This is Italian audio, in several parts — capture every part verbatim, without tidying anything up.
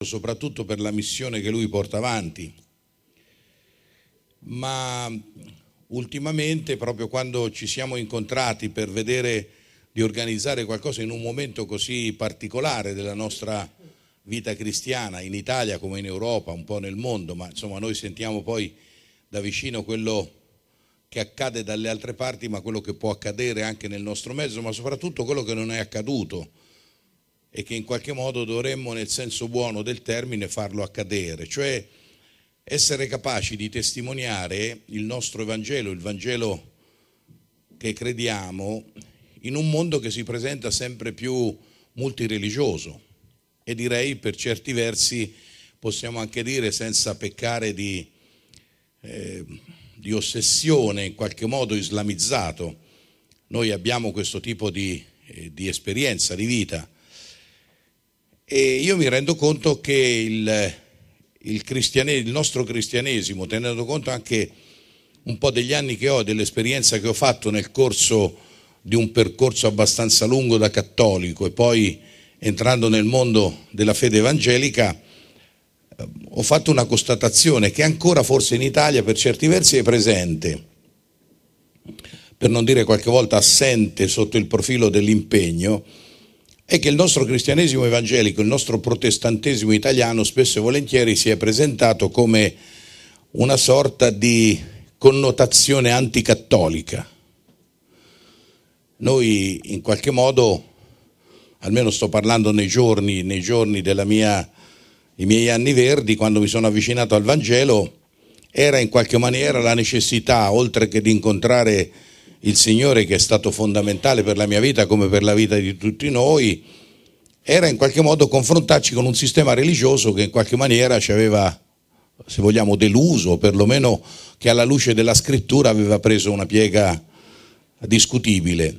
soprattutto per la missione che lui porta avanti. Ma ultimamente, proprio quando ci siamo incontrati per vedere di organizzare qualcosa in un momento così particolare della nostra vita cristiana, in Italia come in Europa, un po' nel mondo, ma insomma noi sentiamo poi da vicino quello che accade dalle altre parti, ma quello che può accadere anche nel nostro mezzo, ma soprattutto quello che non è accaduto e che in qualche modo dovremmo, nel senso buono del termine, farlo accadere, cioè essere capaci di testimoniare il nostro Vangelo, il Vangelo che crediamo, in un mondo che si presenta sempre più multireligioso e direi per certi versi, possiamo anche dire senza peccare di, eh, di ossessione in qualche modo islamizzato. Noi abbiamo questo tipo di, eh, di esperienza, di vita. E io mi rendo conto che il, il, cristiane, il nostro cristianesimo, tenendo conto anche un po' degli anni che ho, dell'esperienza che ho fatto nel corso di un percorso abbastanza lungo da cattolico e poi entrando nel mondo della fede evangelica, ho fatto una constatazione che ancora forse in Italia per certi versi è presente, per non dire qualche volta assente sotto il profilo dell'impegno, è che il nostro cristianesimo evangelico, il nostro protestantesimo italiano spesso e volentieri si è presentato come una sorta di connotazione anticattolica. Noi in qualche modo, almeno sto parlando nei giorni, nei giorni della mia, i miei anni verdi, quando mi sono avvicinato al Vangelo, era in qualche maniera la necessità, oltre che di incontrare il Signore che è stato fondamentale per la mia vita come per la vita di tutti noi, era in qualche modo confrontarci con un sistema religioso che in qualche maniera ci aveva, se vogliamo, deluso, o perlomeno che alla luce della scrittura aveva preso una piega discutibile.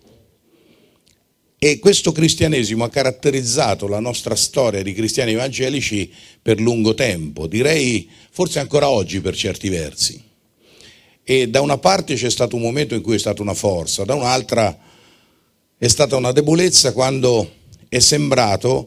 E questo cristianesimo ha caratterizzato la nostra storia di cristiani evangelici per lungo tempo, direi forse ancora oggi per certi versi. E da una parte c'è stato un momento in cui è stata una forza, da un'altra è stata una debolezza quando è sembrato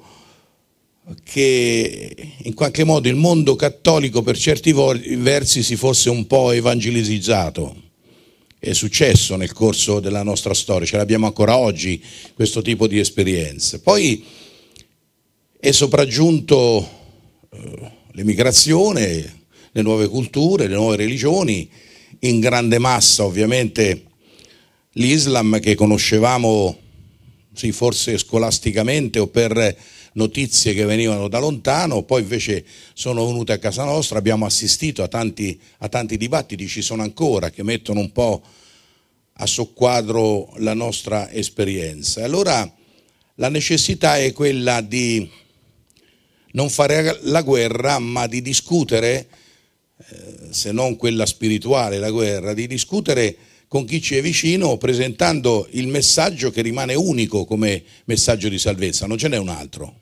che in qualche modo il mondo cattolico per certi versi si fosse un po' evangelizzato. È successo nel corso della nostra storia, ce l'abbiamo ancora oggi questo tipo di esperienze. Poi è sopraggiunto eh, l'emigrazione, le nuove culture, le nuove religioni, in grande massa ovviamente l'Islam che conoscevamo sì, forse scolasticamente o per notizie che venivano da lontano, poi invece sono venute a casa nostra, abbiamo assistito a tanti, a tanti dibattiti, ci sono ancora, che mettono un po' a soqquadro la nostra esperienza. Allora la necessità è quella di non fare la guerra, ma di discutere, eh, se non quella spirituale, la guerra, di discutere con chi ci è vicino, presentando il messaggio che rimane unico come messaggio di salvezza, non ce n'è un altro.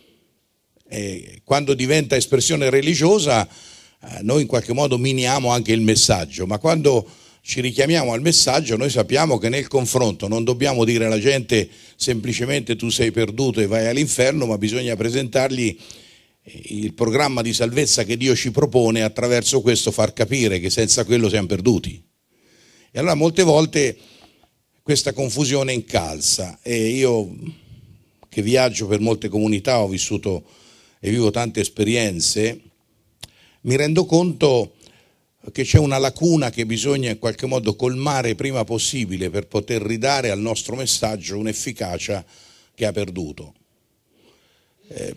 E quando diventa espressione religiosa, eh, noi in qualche modo miniamo anche il messaggio, ma quando ci richiamiamo al messaggio noi sappiamo che nel confronto non dobbiamo dire alla gente semplicemente tu sei perduto e vai all'inferno, ma bisogna presentargli il programma di salvezza che Dio ci propone e attraverso questo far capire che senza quello siamo perduti. E allora molte volte questa confusione incalza e io che viaggio per molte comunità, ho vissuto e vivo tante esperienze, mi rendo conto che c'è una lacuna che bisogna in qualche modo colmare prima possibile per poter ridare al nostro messaggio un'efficacia che ha perduto. Eh,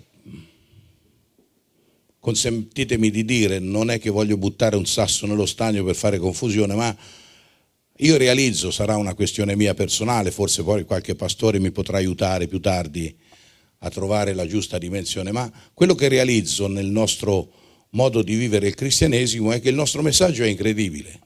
consentitemi di dire, non è che voglio buttare un sasso nello stagno per fare confusione, ma io realizzo, sarà una questione mia personale, forse poi qualche pastore mi potrà aiutare più tardi a trovare la giusta dimensione, ma quello che realizzo nel nostro modo di vivere il cristianesimo è che il nostro messaggio è incredibile.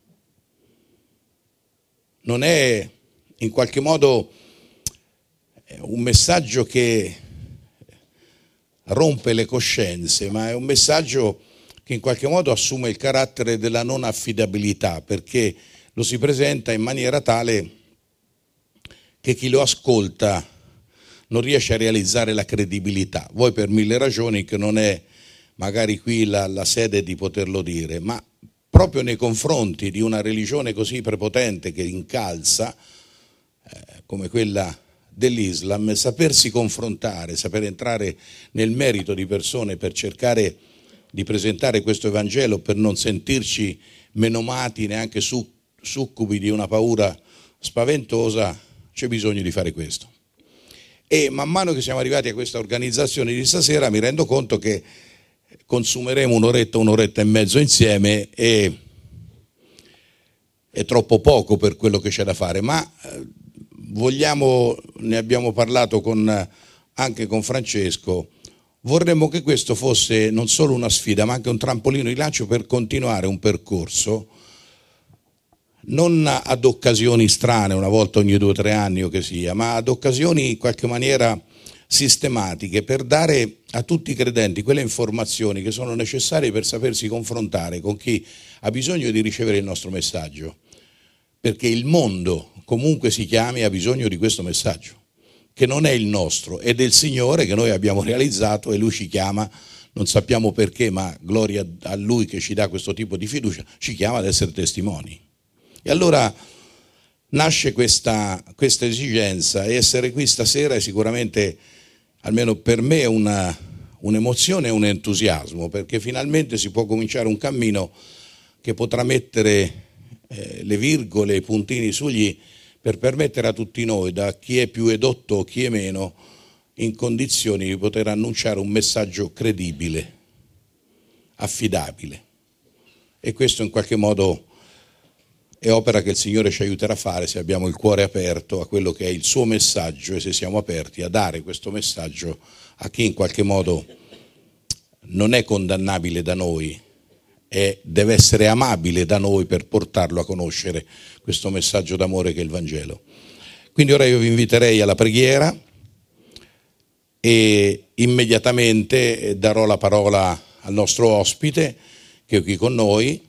Non è in qualche modo un messaggio che rompe le coscienze, ma è un messaggio che in qualche modo assume il carattere della non affidabilità, perché lo si presenta in maniera tale che chi lo ascolta non riesce a realizzare la credibilità. Voi per mille ragioni, che non è magari qui la, la sede di poterlo dire, ma proprio nei confronti di una religione così prepotente che incalza, eh, come quella dell'Islam, sapersi confrontare, saper entrare nel merito di persone per cercare di presentare questo Evangelo, per non sentirci menomati, neanche su, succubi di una paura spaventosa, c'è bisogno di fare questo. E man mano che siamo arrivati a questa organizzazione di stasera mi rendo conto che consumeremo un'oretta, un'oretta e mezzo insieme e è troppo poco per quello che c'è da fare, ma vogliamo, ne abbiamo parlato con, anche con Francesco, vorremmo che questo fosse non solo una sfida ma anche un trampolino di lancio per continuare un percorso, non ad occasioni strane, una volta ogni due o tre anni o che sia, ma ad occasioni in qualche maniera sistematiche, per dare a tutti i credenti quelle informazioni che sono necessarie per sapersi confrontare con chi ha bisogno di ricevere il nostro messaggio, perché il mondo, comunque si chiami, ha bisogno di questo messaggio, che non è il nostro, è del Signore, che noi abbiamo realizzato e Lui ci chiama, non sappiamo perché, ma gloria a Lui che ci dà questo tipo di fiducia, ci chiama ad essere testimoni. E allora nasce questa, questa esigenza, e essere qui stasera è sicuramente, almeno per me, una, un'emozione e un entusiasmo, perché finalmente si può cominciare un cammino che potrà mettere eh, le virgole, i puntini sugli, per permettere a tutti noi, da chi è più edotto o chi è meno, in condizioni di poter annunciare un messaggio credibile, affidabile. E questo in qualche modo è opera che il Signore ci aiuterà a fare se abbiamo il cuore aperto a quello che è il suo messaggio e se siamo aperti a dare questo messaggio a chi in qualche modo non è condannabile da noi e deve essere amabile da noi per portarlo a conoscere questo messaggio d'amore che è il Vangelo. Quindi ora io vi inviterei alla preghiera e immediatamente darò la parola al nostro ospite che è qui con noi.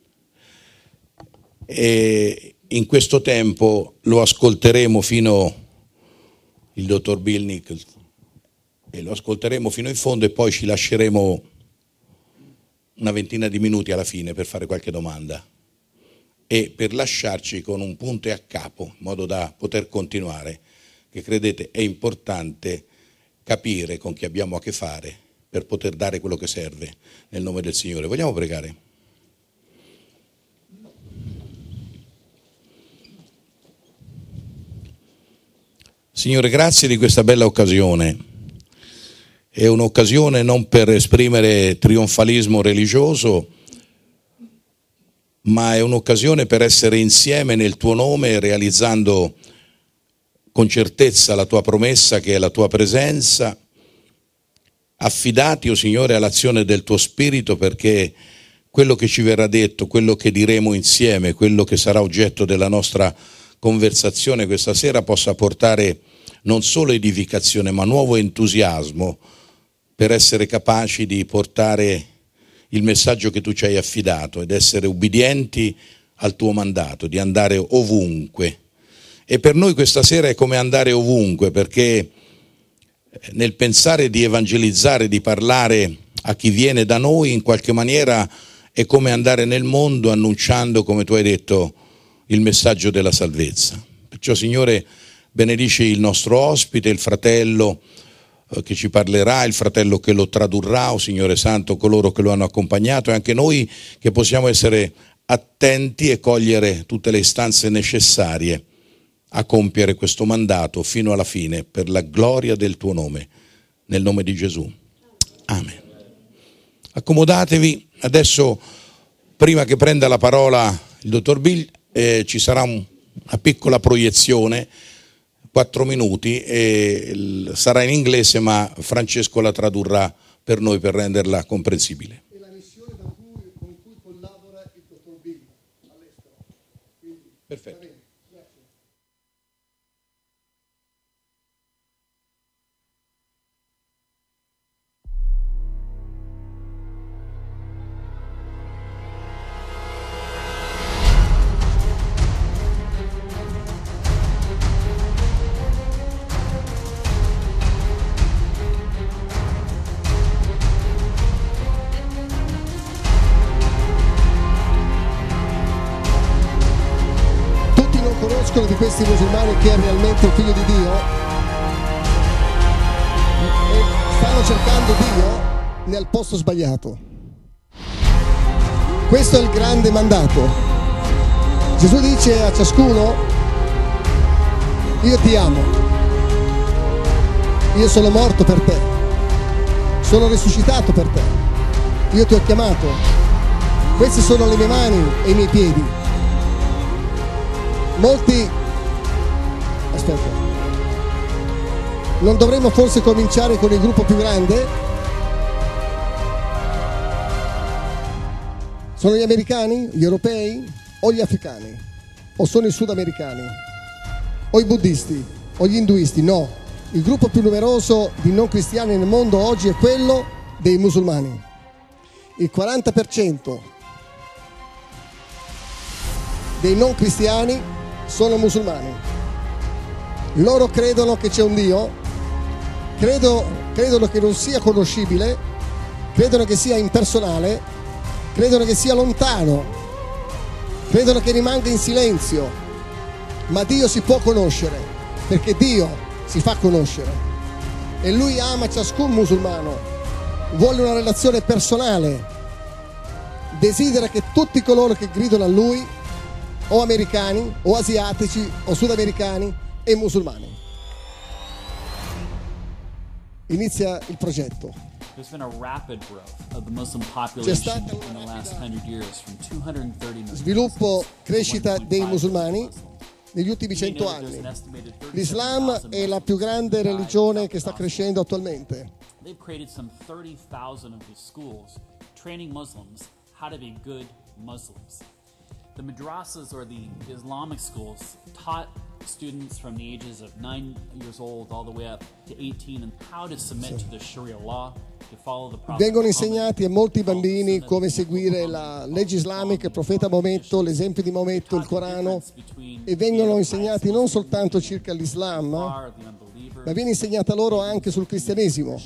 E in questo tempo lo ascolteremo fino, il dottor Bill Nichols, e lo ascolteremo fino in fondo e poi ci lasceremo una ventina di minuti alla fine per fare qualche domanda e per lasciarci con un punto e a capo, in modo da poter continuare, che credete è importante capire con chi abbiamo a che fare per poter dare quello che serve nel nome del Signore. Vogliamo pregare? Signore, grazie di questa bella occasione. È un'occasione non per esprimere trionfalismo religioso, ma è un'occasione per essere insieme nel tuo nome, realizzando con certezza la tua promessa che è la tua presenza, affidati, o oh Signore, all'azione del tuo Spirito, perché quello che ci verrà detto, quello che diremo insieme, quello che sarà oggetto della nostra conversazione questa sera possa portare non solo edificazione ma nuovo entusiasmo per essere capaci di portare il messaggio che tu ci hai affidato ed essere ubbidienti al tuo mandato, di andare ovunque. E per noi questa sera è come andare ovunque, perché nel pensare di evangelizzare, di parlare a chi viene da noi, in qualche maniera è come andare nel mondo annunciando, come tu hai detto, il messaggio della salvezza. Perciò, Signore, benedici il nostro ospite, il fratello eh, che ci parlerà, il fratello che lo tradurrà, oh Signore Santo, coloro che lo hanno accompagnato, e anche noi che possiamo essere attenti e cogliere tutte le istanze necessarie a compiere questo mandato fino alla fine, per la gloria del tuo nome, nel nome di Gesù. Amen. Accomodatevi, adesso prima che prenda la parola il dottor Bill, Eh, ci sarà un, una piccola proiezione, quattro minuti, e il, sarà in inglese, ma Francesco la tradurrà per noi per renderla comprensibile. È la missione da cui, con cui collabora il dottor Bill all'estero. Quindi, perfetto. Grazie. riconoscono di questi musulmani chi è realmente il figlio di Dio e stanno cercando Dio nel posto sbagliato. Questo è il grande mandato. Gesù dice a ciascuno: io ti amo, io sono morto per te, sono risuscitato per te, io ti ho chiamato, queste sono le mie mani e i miei piedi. Molti, aspetta, non dovremmo forse cominciare con il gruppo più grande? Sono gli americani, gli europei o gli africani? O sono i sudamericani? O i buddisti? O gli induisti? No, il gruppo più numeroso di non cristiani nel mondo oggi è quello dei musulmani. Il quaranta per cento dei non cristiani sono musulmani. Loro credono che c'è un Dio, credo, credono che non sia conoscibile, credono che sia impersonale, credono che sia lontano, credono che rimanga in silenzio, ma Dio si può conoscere, perché Dio si fa conoscere e Lui ama ciascun musulmano, vuole una relazione personale, desidera che tutti coloro che gridano a Lui, o americani, o asiatici, o sudamericani, e musulmani. Inizia il progetto. There's been a rapid growth of the Muslim population in the last hundred years, from two hundred thirty million Sviluppo, crescita dei musulmani negli ultimi cento anni. L'Islam è la più grande religione che sta crescendo attualmente. They've created some thirty thousand of these schools, training Muslims how to be good Muslims. The madrasas, or the Islamic schools, taught students from the ages of nine years old all the way up to eighteen and how to submit to the Sharia law, to follow the Prophet. Vengono insegnati a molti bambini come seguire la legge islamica, il profeta Maometto, l'esempio di Maometto, il Corano, e vengono insegnati non soltanto circa l'Islam, ma viene insegnata loro anche sul cristianesimo.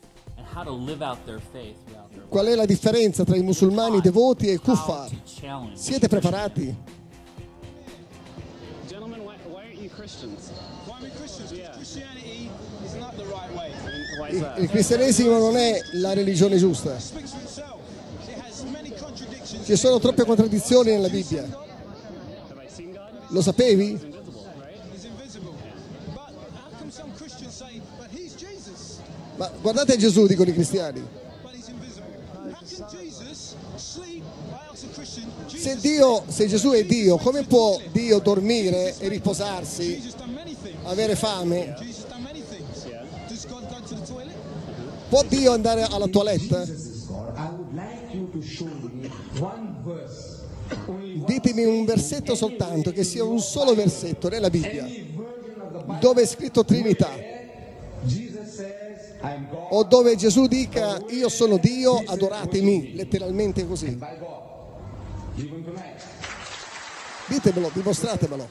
Qual è la differenza tra i musulmani devoti e i kuffar? Siete preparati? Gentlemen, why, why aren't you Christians? Why are we Christians? Yeah. Christianity is not the right way. Why is that? Il cristianesimo non è la religione giusta. Ci sono troppe contraddizioni nella Bibbia. Lo sapevi? Ma guardate Gesù, dicono i cristiani. Se Dio, se Gesù è Dio, come può Dio dormire e riposarsi, avere fame? Può Dio andare alla toilette? Ditemi un versetto soltanto, che sia un solo versetto nella Bibbia, dove è scritto Trinità, o dove Gesù dica io sono Dio, adoratemi, letteralmente così. Ditemelo, dimostratemelo.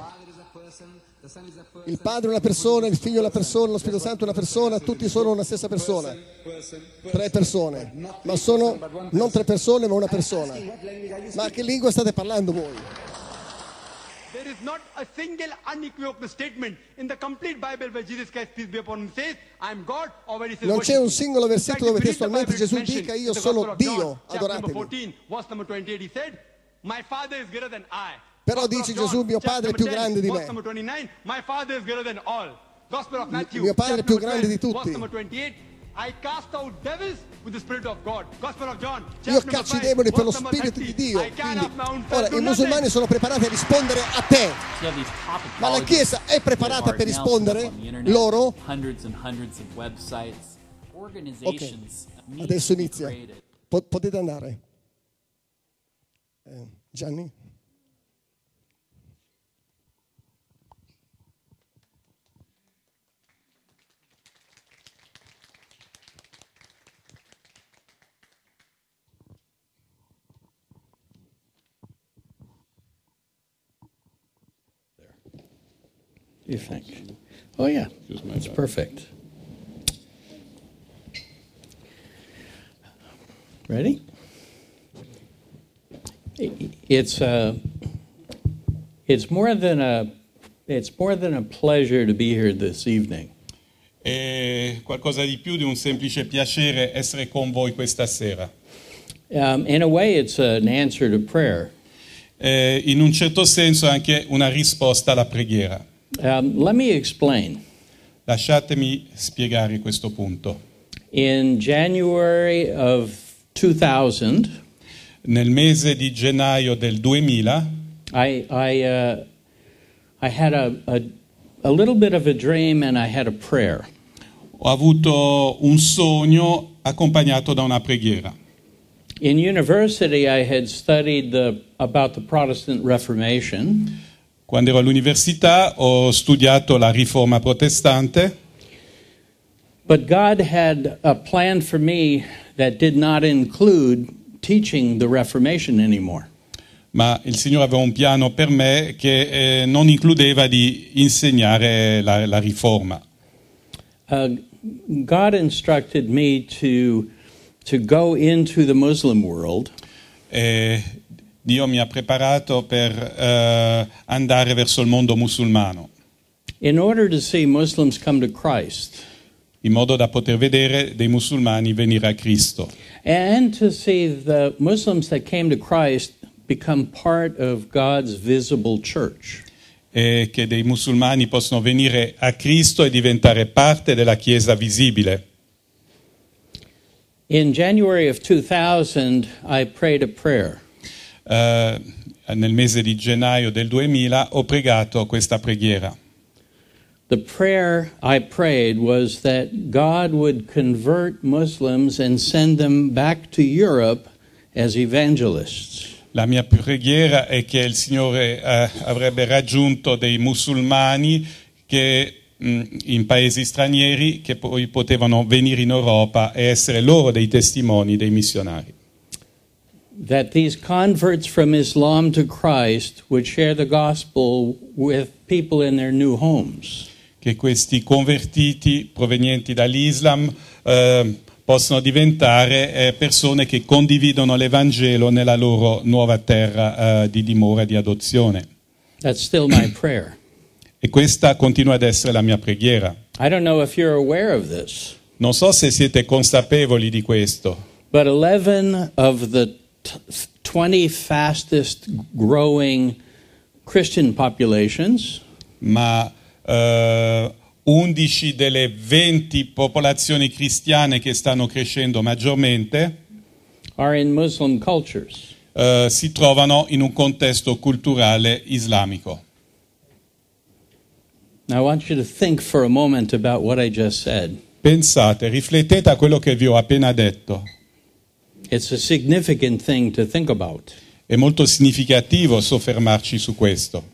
Il Padre è una persona, il Figlio è una persona, lo Spirito Santo è una persona, tutti sono una stessa persona. Tre persone, ma sono non tre persone ma una persona. Ma che lingua state parlando voi? There is not a single unequivocal statement in the complete Bible where Jesus Christ, peace be upon him, says, I am God, or where he says, non c'è un singolo versetto dove testualmente Gesù dica io sono Dio, adoratemi. Però dice Gesù, mio Padre è più grande di me. Mio Padre è più grande di tutti. Io caccio i demoni per lo Spirito di Dio. Quindi, ora, i musulmani sono preparati a rispondere a te. Ma la Chiesa è preparata per rispondere loro? Ok, adesso inizia. Potete andare. Eh, Gianni? You think? Oh yeah, it's perfect. Ready? It's uh, it's more than a It's more than a pleasure to be here this evening. È qualcosa di più di un semplice piacere essere con voi questa sera. Um, in a way, it's an answer to prayer. Eh, in un certo senso è anche una risposta alla preghiera. Um, let me explain. Lasciatemi spiegare questo punto. In January of two thousand, Nel mese di gennaio del duemila I I uh, I had a, a a little bit of a dream and I had a prayer. ho avuto un sogno accompagnato da una preghiera. In university, I had studied the about the Protestant Reformation. Quando ero all'università ho studiato la riforma protestante, But God had a plan for me that did not include teaching the Reformation anymore. ma il Signore aveva un piano per me che eh, non includeva di insegnare la, la riforma. Uh, God instructed me to to go into the Muslim world E Dio mi ha preparato per eh, andare verso il mondo musulmano, in order to see Muslims come to Christ in modo da poter vedere dei musulmani venire a Cristo and to see the Muslims that came to Christ become part of God's visible church. e che dei musulmani possono venire a Cristo e diventare parte della Chiesa visibile. In January of two thousand, I prayed a prayer. Eh, nel mese di gennaio del duemila ho pregato questa preghiera. The prayer I prayed was that God would convert Muslims and send them back to Europe as evangelists. La mia preghiera è che il Signore eh, avrebbe raggiunto dei musulmani che, mh, in paesi stranieri che poi potevano venire in Europa e essere loro dei testimoni, dei missionari. That these converts from Islam to Christ would share the gospel with people in their new homes. Che questi convertiti provenienti dall'Islam eh, possono diventare eh, persone che condividono l'Evangelo nella loro nuova terra eh, di dimora, di adozione. That's still my prayer. E questa continua ad essere la mia preghiera. I don't know if you're aware of this, Non so se siete consapevoli di questo, but eleven of the t- twenty fastest growing Christian populations ma eh, undici delle venti popolazioni cristiane che stanno crescendo maggiormente are in Muslim cultures. eh, si trovano in un contesto culturale islamico. Now, I want you to think for a moment about what I just said. Pensate, riflettete a quello che vi ho appena detto. It's a significant thing to think about. È molto significativo soffermarci su questo.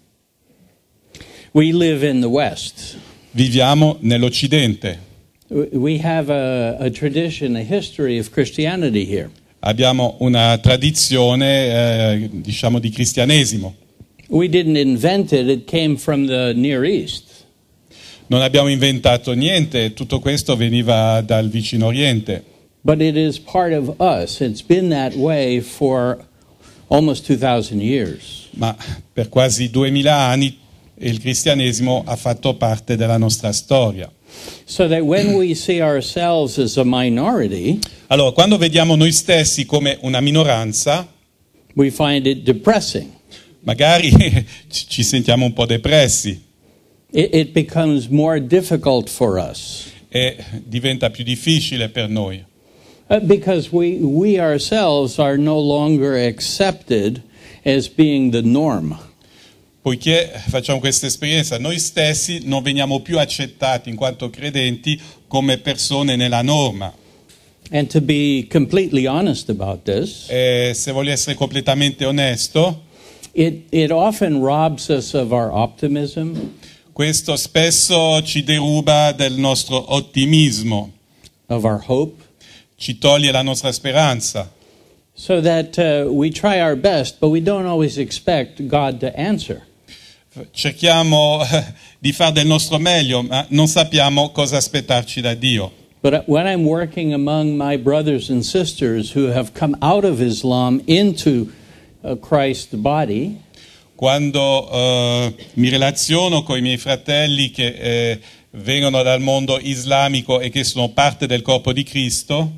We live in the West. Viviamo nell'Occidente, We have a, a tradition, a history of Christianity here. abbiamo una tradizione eh, diciamo di cristianesimo. We didn't invent it, it came from the Near East. Non abbiamo inventato niente, tutto questo veniva dal Vicino Oriente. But it is part of us. It's been that way for almost two thousand years. Ma per quasi duemila anni il cristianesimo ha fatto parte della nostra storia. So that when we see ourselves as a minority, Allora, quando vediamo noi stessi come una minoranza, we find it depressing. magari ci ci sentiamo un po' depressi It, it becomes more difficult for us e diventa più difficile per noi, uh, because we, we ourselves are no longer accepted as being the norm. poiché facciamo questa esperienza, noi stessi non veniamo più accettati in quanto credenti come persone nella norma. And to be completely honest about this, E se voglio essere completamente onesto, it, it often robs us of our optimism, questo spesso ci deruba del nostro ottimismo, of our hope, ci toglie la nostra speranza. so that uh, we try our best, but we don't always expect God to answer. Cerchiamo eh, di fare del nostro meglio, ma non sappiamo cosa aspettarci da Dio. But when I'm working among my brothers and sisters who have come out of Islam into uh, Christ's body, quando eh, mi relaziono con i miei fratelli che eh, vengono dal mondo islamico e che sono parte del corpo di Cristo,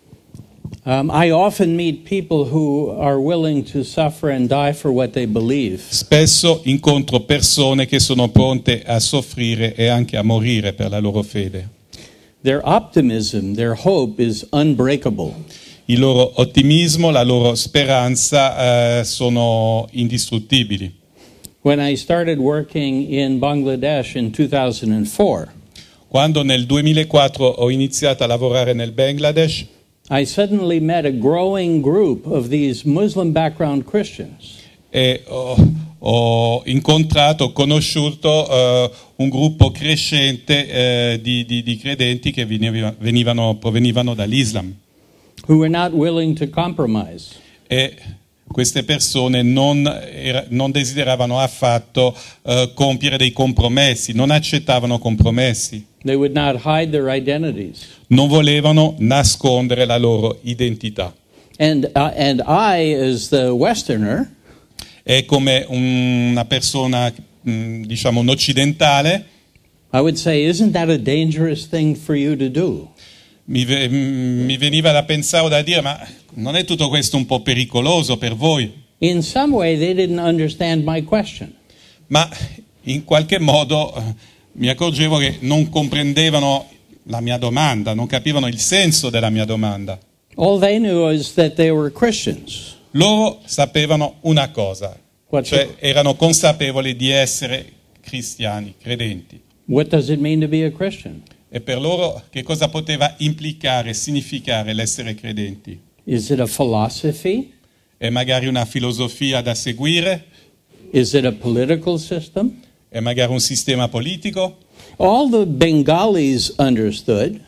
Um, I often meet people who are willing to suffer and die for what they believe. spesso incontro persone che sono pronte a soffrire e anche a morire per la loro fede. Their optimism, their hope is unbreakable. Il loro ottimismo, la loro speranza eh, sono indistruttibili. When I started working in Bangladesh in two thousand four, Quando nel duemilaquattro ho iniziato a lavorare nel Bangladesh, I suddenly met a growing group of these Muslim background Christians. e ho, ho incontrato, ho conosciuto eh, un gruppo crescente eh, di, di, di credenti che veniva- venivano, provenivano dall'Islam, Who were not willing to compromise. e queste persone non, era- non desideravano affatto eh, compiere dei compromessi, non accettavano compromessi, They would not hide their identities. non volevano nascondere la loro identità. And, uh, and I, as the Westerner, E come una persona, mh, diciamo, un occidentale, I would say, isn't that a dangerous thing for you to do? mi, ve- mi veniva da pensare o da dire, ma non è tutto questo un po' pericoloso per voi? In some way, they didn't understand my question. Ma in qualche modo eh, mi accorgevo che non comprendevano la mia domanda, non capivano il senso della mia domanda. All they knew is that they were Christians. Loro sapevano una cosa, What, cioè erano consapevoli di essere cristiani, credenti. what does it mean to be a Christian? E per loro che cosa poteva implicare, significare l'essere credenti? Is it a philosophy? È magari una filosofia da seguire? Is it a political system? È magari un sistema politico? All the Bengalis understood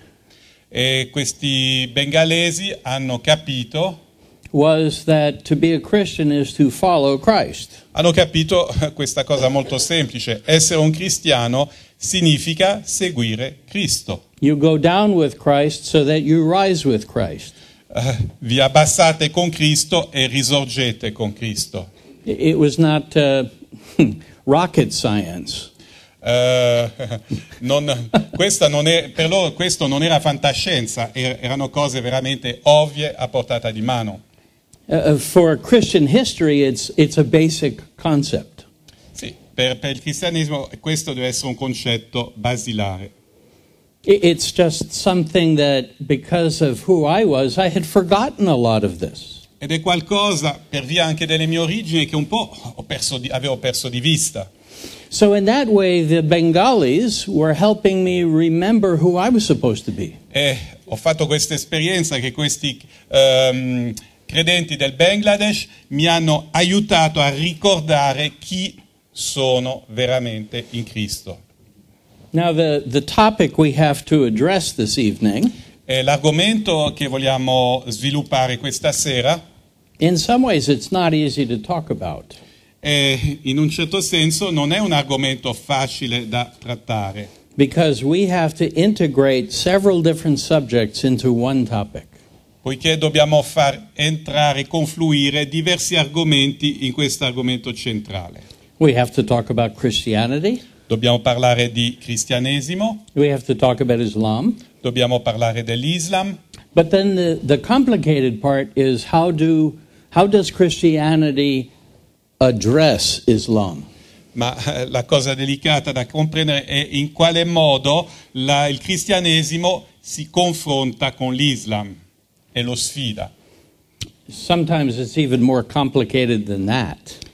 E questi bengalesi hanno capito, was that to be a Christian is to follow Christ. hanno capito questa cosa molto semplice. Essere un cristiano significa seguire Cristo. You go down with Christ so that you rise with Christ. Eh, vi abbassate con Cristo e risorgete con Cristo. It it was not uh, rocket science. Eh, non, questa non è, per loro questo non era fantascienza, er- erano cose veramente ovvie a portata di mano. Uh, for Christian history, it's, it's a basic concept. Sì, per, per il cristianesimo questo deve essere un concetto basilare. I- It's just something that, because of who I was, I had forgotten a lot of this. Ed è qualcosa, per via anche delle mie origini, che un po' ho perso di- avevo perso di vista. So, in that way, the Bengalis were helping me remember who I was supposed to be. E ho fatto questa esperienza che questi ehm, credenti del Bangladesh mi hanno aiutato a ricordare chi sono veramente in Cristo. Now, the, the topic we have to address this evening, E l'argomento che vogliamo sviluppare questa sera in some ways, it's not easy to talk about. è, in un certo senso non è un argomento facile da trattare, Because we have to integrate several different subjects into one topic. poiché dobbiamo far entrare, confluire diversi argomenti in questo argomento centrale. We have to talk about Christianity. Dobbiamo parlare di cristianesimo, We have to talk about Islam. dobbiamo parlare dell'Islam, But then the, the complicated part is how do how does Christianity address Islam? ma eh, la cosa delicata da comprendere è in quale modo la- il cristianesimo si confronta con l'Islam e lo sfida. Sometimes it's even more complicated than that.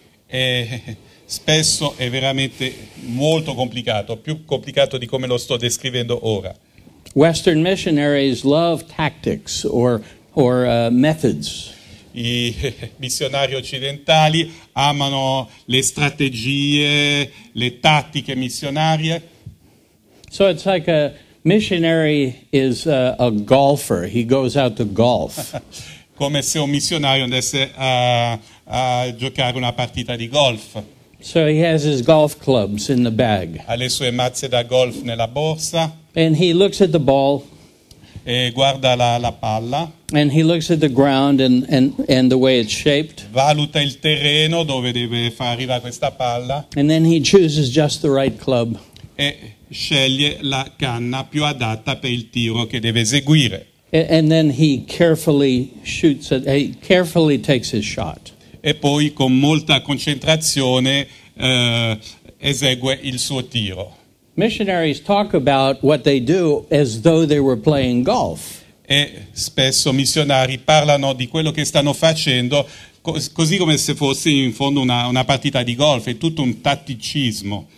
E spesso è veramente molto complicato, più complicato di come lo sto descrivendo ora. Western missionaries love tactics or or uh, methods. I missionari occidentali amano le strategie, le tattiche missionarie. So it's like a missionary is a, a golfer. He goes out to golf. Come se un missionario andasse a, a giocare una partita di golf. So he has his golf clubs in the bag. Ha le sue mazze da golf nella borsa And he looks at the ball e guarda la, la palla, and he looks at the ground and, and, and the way it's shaped, valuta il terreno dove deve far arrivare questa palla and then he chooses just the right club. e sceglie la canna più adatta per il tiro che deve eseguire. A- And then he carefully shoots it, he carefully takes his shot. E poi con molta concentrazione eh, esegue il suo tiro. Missionaries talk about what they do as though they were playing golf. E spesso missionari parlano di quello che stanno facendo co- così come se fosse in fondo una, una partita di golf, è tutto un tatticismo.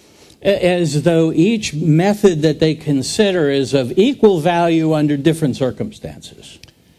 As though each method that they consider is of equal value under different circumstances.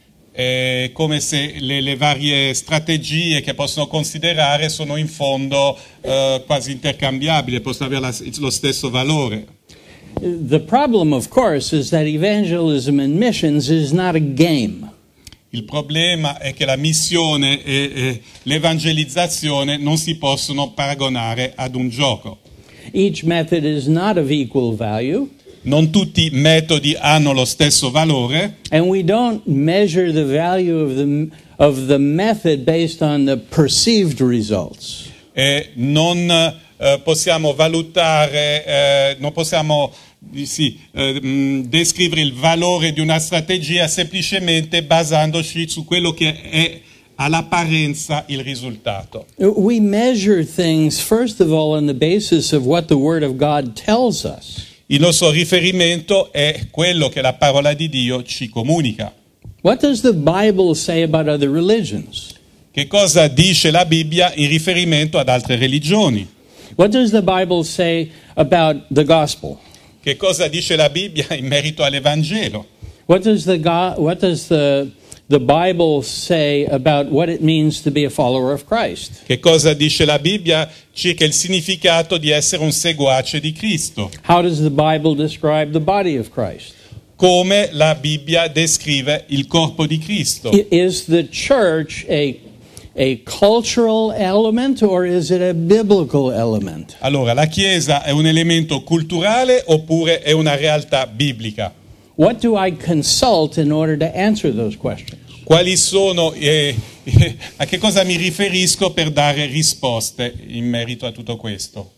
È come se le, le varie strategie che possono considerare sono in fondo eh, quasi intercambiabili, possono avere la, lo stesso valore. The problem, of course, is that evangelism and missions is not a game. Il problema è che la missione e, e l'evangelizzazione non si possono paragonare ad un gioco. Each method is not of equal value, Non tutti i metodi hanno lo stesso valore and we don't measure the value of the, of the method based on the perceived results. e non eh, possiamo valutare, eh, non possiamo sì, eh, mh, descrivere il valore di una strategia semplicemente basandoci su quello che è all'apparenza il risultato. We measure things, first of all, on the basis of what the Word of God tells us. Il nostro riferimento è quello che la parola di Dio ci comunica. What does the Bible say about other religions? Che cosa dice la Bibbia in riferimento ad altre religioni? What does the Bible say about the gospel? Che cosa dice la Bibbia in merito all'Evangelo? What does the go- what does the the Bible say about what it means to be a follower of Christ? Che cosa dice la Bibbia circa il significato di essere un seguace di Cristo? How does the Bible describe the body of Christ? Come la Bibbia descrive il corpo di Cristo? I- Is the church a a cultural element or is it a biblical element? Allora, la Chiesa è un elemento culturale oppure è una realtà biblica? What do I consult in order to answer those questions? Quali sono, eh, eh, a che cosa mi riferisco per dare risposte in merito a tutto questo?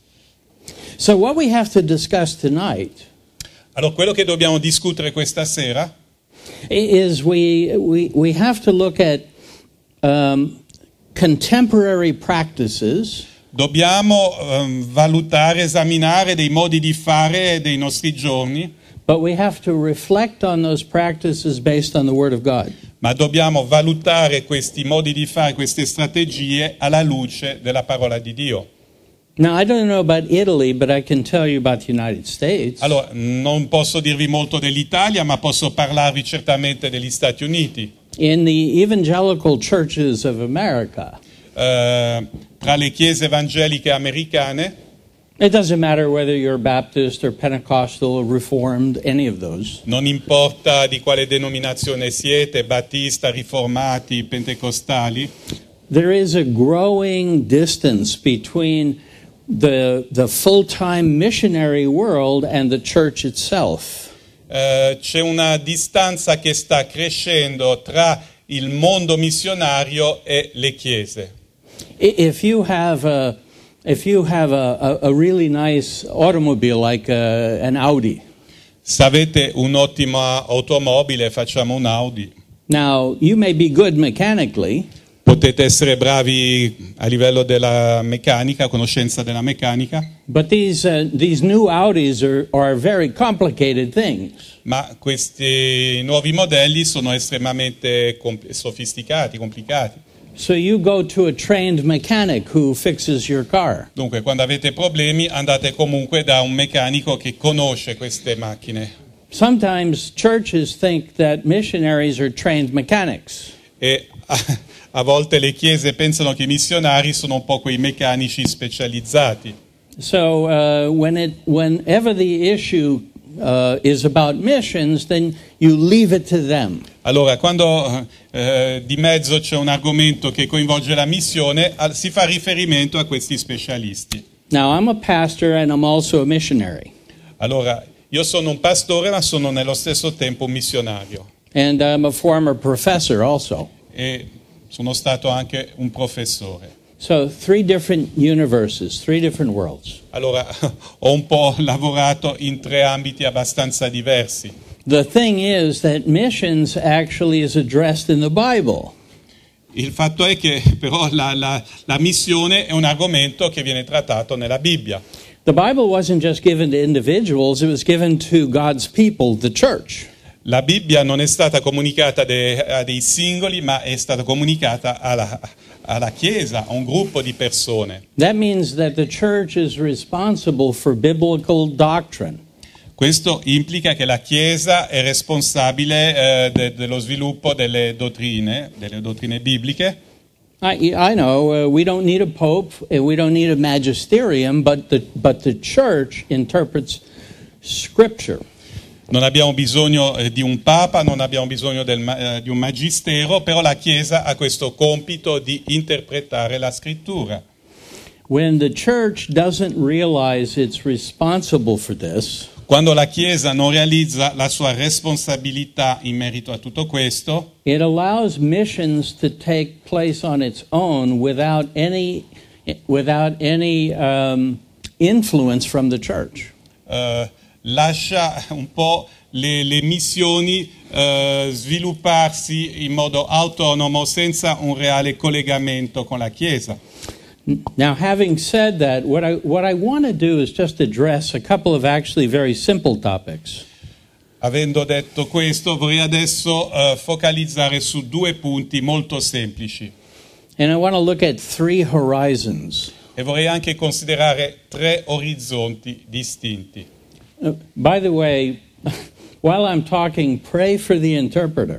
So what we have to discuss tonight Allora, quello che dobbiamo discutere questa sera is we we we have to look at um, contemporary practices dobbiamo ehm, valutare, esaminare dei modi di fare dei nostri giorni, but we have to reflect on those practices based on the Word of God. ma dobbiamo valutare questi modi di fare, queste strategie alla luce della parola di Dio. Now, I don't know about Italy, but I can tell you about the United States. Allora, non posso dirvi molto dell'Italia, ma posso parlarvi certamente degli Stati Uniti. In the evangelical churches of America, Eh, tra le chiese evangeliche americane, it doesn't matter whether you're Baptist or Pentecostal or Reformed, any of those. non importa di quale denominazione siete, battista, riformati, pentecostali, There is a growing distance between the, the full-time missionary world and the church itself. eh, c'è una distanza che sta crescendo tra il mondo missionario e le chiese. I- If you have a, if you have a, a, a really nice automobile like uh an Audi, Se avete un'ottima automobile, facciamo un Audi. now you may be good mechanically, Potete essere bravi a livello della meccanica, conoscenza della meccanica, but these uh, these new Audis are, are very complicated things. ma questi nuovi modelli sono estremamente compl- sofisticati, complicati. So you go to a trained mechanic who fixes your car. Dunque, quando avete problemi, andate comunque da un meccanico che conosce queste macchine. Sometimes churches think that missionaries are trained mechanics. E a, a volte le chiese pensano che i missionari sono un po' quei meccanici specializzati. So uh, when it, whenever the issue uh, is about missions, then you leave it to them. Allora, quando eh, di mezzo c'è un argomento che coinvolge la missione, al- si fa riferimento a questi specialisti. Now, I'm a pastor and I'm also a missionary. Allora, io sono un pastore, ma sono nello stesso tempo un missionario. And I'm a former professor also. E sono stato anche un professore. So three different universes, three different worlds. Allora, ho un po' lavorato in tre ambiti abbastanza diversi. The thing is that missions actually is addressed in the Bible. Il fatto è che però la, la, la missione è un argomento che viene trattato nella Bibbia. The Bible wasn't just given to individuals, it was given to God's people, the church. La Bibbia non è stata comunicata de, a dei singoli, ma è stata comunicata alla, alla Chiesa, a un gruppo di persone. That means that the church is responsible for biblical doctrine. Questo implica che la Chiesa è responsabile eh, de, dello sviluppo delle dottrine, delle dottrine bibliche. I, I know uh, we don't need a pope and we don't need a magisterium, but the, but the church interprets scripture. Non abbiamo bisogno eh, di un papa, non abbiamo bisogno del, eh, di un magistero, però la Chiesa ha questo compito di interpretare la scrittura. When the church doesn't realize it's responsible for this, Quando la Chiesa non realizza la sua responsabilità in merito a tutto questo, it allows missions to take place on its own without any, without any um, influence from the church. eh, lascia un po' le, le missioni eh, svilupparsi in modo autonomo senza un reale collegamento con la Chiesa. Now, having said that, what I, what I want to do is just address a couple of actually very simple topics. Avendo detto questo, vorrei adesso eh, focalizzare su due punti molto semplici And I want to look at three horizons. e vorrei anche considerare tre orizzonti distinti. Uh, by the way, while I'm talking, pray for the interpreter,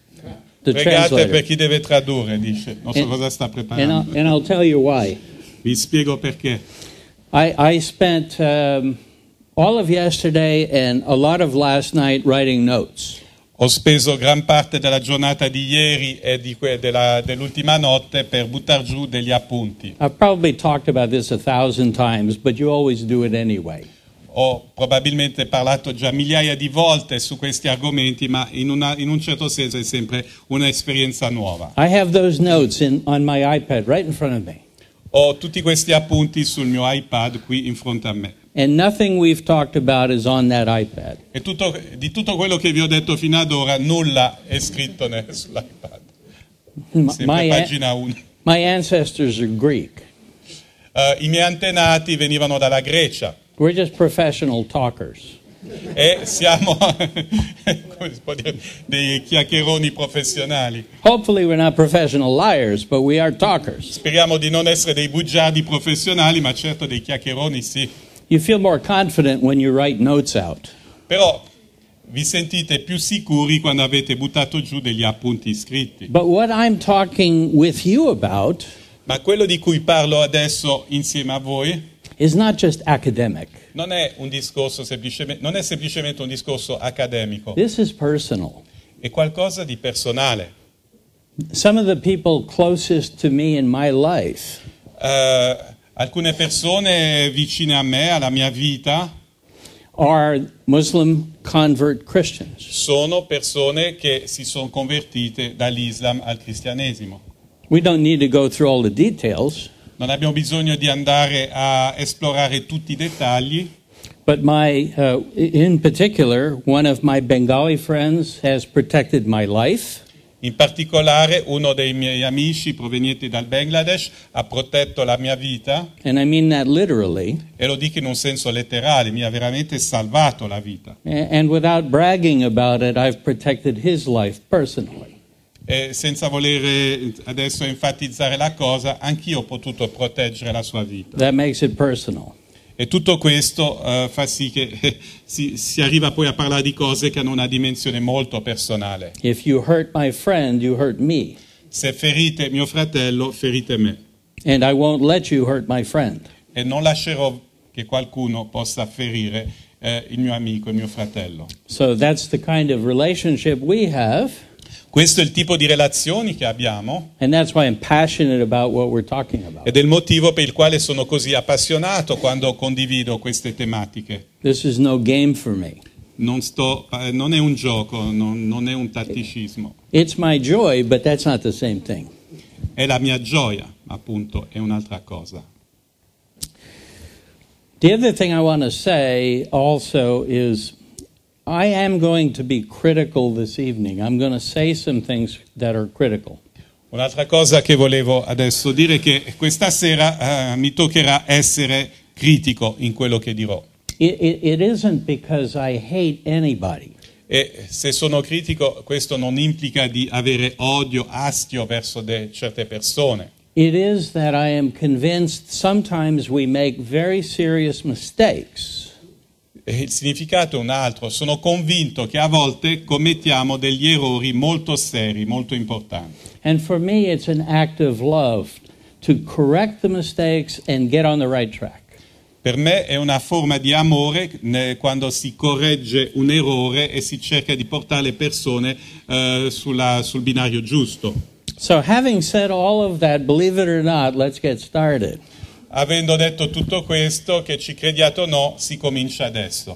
the Pregate translator. per chi deve tradurre, dice. Non so And- cosa sta And I'll, preparando. and I'll tell you why. Vi spiego perché. I, I spent um, all of yesterday and a lot of last night writing notes. Ho speso gran parte della giornata di ieri e di que- della- dell'ultima notte per buttar giù degli appunti. I've probably talked about this a thousand times, but you always do it anyway. Ho probabilmente parlato già migliaia di volte su questi argomenti, ma in, una- in un certo senso è sempre un'esperienza nuova. I have those notes in, on my iPad right in front of me. Ho tutti questi appunti sul mio iPad qui in fronte a me. And nothing we've talked about is on that iPad. E tutto- di tutto quello che vi ho detto fino ad ora, nulla è scritto ne- sull'iPad. M- Sempre My, an- pagina uno. my ancestors are Greek. Eh, I miei antenati venivano dalla Grecia. We're just professional talkers. E siamo come si può dire, dei chiacchieroni professionali. Hopefully, we're not professional liars, but we are talkers. Speriamo di non essere dei bugiardi professionali, ma certo dei chiacchieroni sì. You feel more confident when you write notes out. Però vi sentite più sicuri quando avete buttato giù degli appunti scritti. But what I'm talking with you about Ma quello di cui parlo adesso insieme a voi is not just academic. non è un discorso semplicemente, non è semplicemente un discorso accademico, This is personal. è qualcosa di personale. Some of the people closest to me in my life Eh, alcune persone vicine a me, alla mia vita, are Muslim convert Christians. sono persone che si sono convertite dall'Islam al cristianesimo. We don't need to go through all the details, Non abbiamo bisogno di andare a esplorare tutti i dettagli, but my, uh, in particular, one of my Bengali friends has protected my life. in particolare uno dei miei amici provenienti dal Bangladesh ha protetto la mia vita, And I mean that literally. e lo dico in un senso letterale, mi ha veramente salvato la vita. A- And without bragging about it, I've protected his life personally. E senza volere adesso enfatizzare la cosa, anch'io ho potuto proteggere la sua vita. That makes it personal. E tutto questo eh, fa sì che eh, si, si arriva poi a parlare di cose che hanno una dimensione molto personale. If you hurt my friend, you hurt me. Se ferite mio fratello, ferite me. And I won't let you hurt my friend. E non lascerò che qualcuno possa ferire eh, il mio amico, il mio fratello. So that's the kind of relationship we have. Questo è il tipo di relazioni che abbiamo And that's why I'm passionate about what we're talking about. ed è il motivo per il quale sono così appassionato quando condivido queste tematiche. This is no game for me. Non, sto, eh, non è un gioco, non, non è un tatticismo. It's my joy, but that's not the same thing. È la mia gioia, appunto, è un'altra cosa. The other thing I want to say also is I am going to be critical this evening. I'm going to say some things that are critical. Un'altra cosa che volevo adesso dire è che questa sera eh, mi toccherà essere critico in quello che dirò. It, it, it isn't because I hate anybody. E se sono critico, questo non implica di avere odio, astio verso de- certe persone. It is that I am convinced sometimes we make very serious mistakes. E il significato è un altro. Sono convinto che a volte commettiamo degli errori molto seri, molto importanti. And for me, it's an act of love to correct the mistakes and get on the right track. Per me è una forma di amore ne- quando si corregge un errore e si cerca di portare le persone eh, sulla- sul binario giusto. So having said all of that, believe it or not, let's get started. Avendo detto tutto questo, che ci crediate o no, si comincia adesso.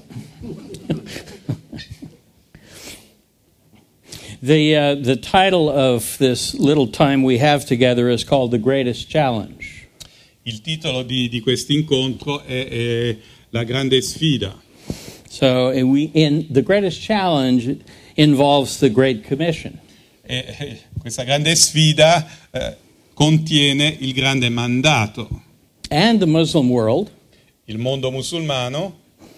The, uh, the title of this little time we have together is called The Greatest Challenge. Il titolo di, di questo incontro è, è La grande sfida. So uh, we, in The Greatest Challenge involves the Great Commission. E, e questa grande sfida eh, contiene il grande mandato. And the Muslim world, Il mondo musulmano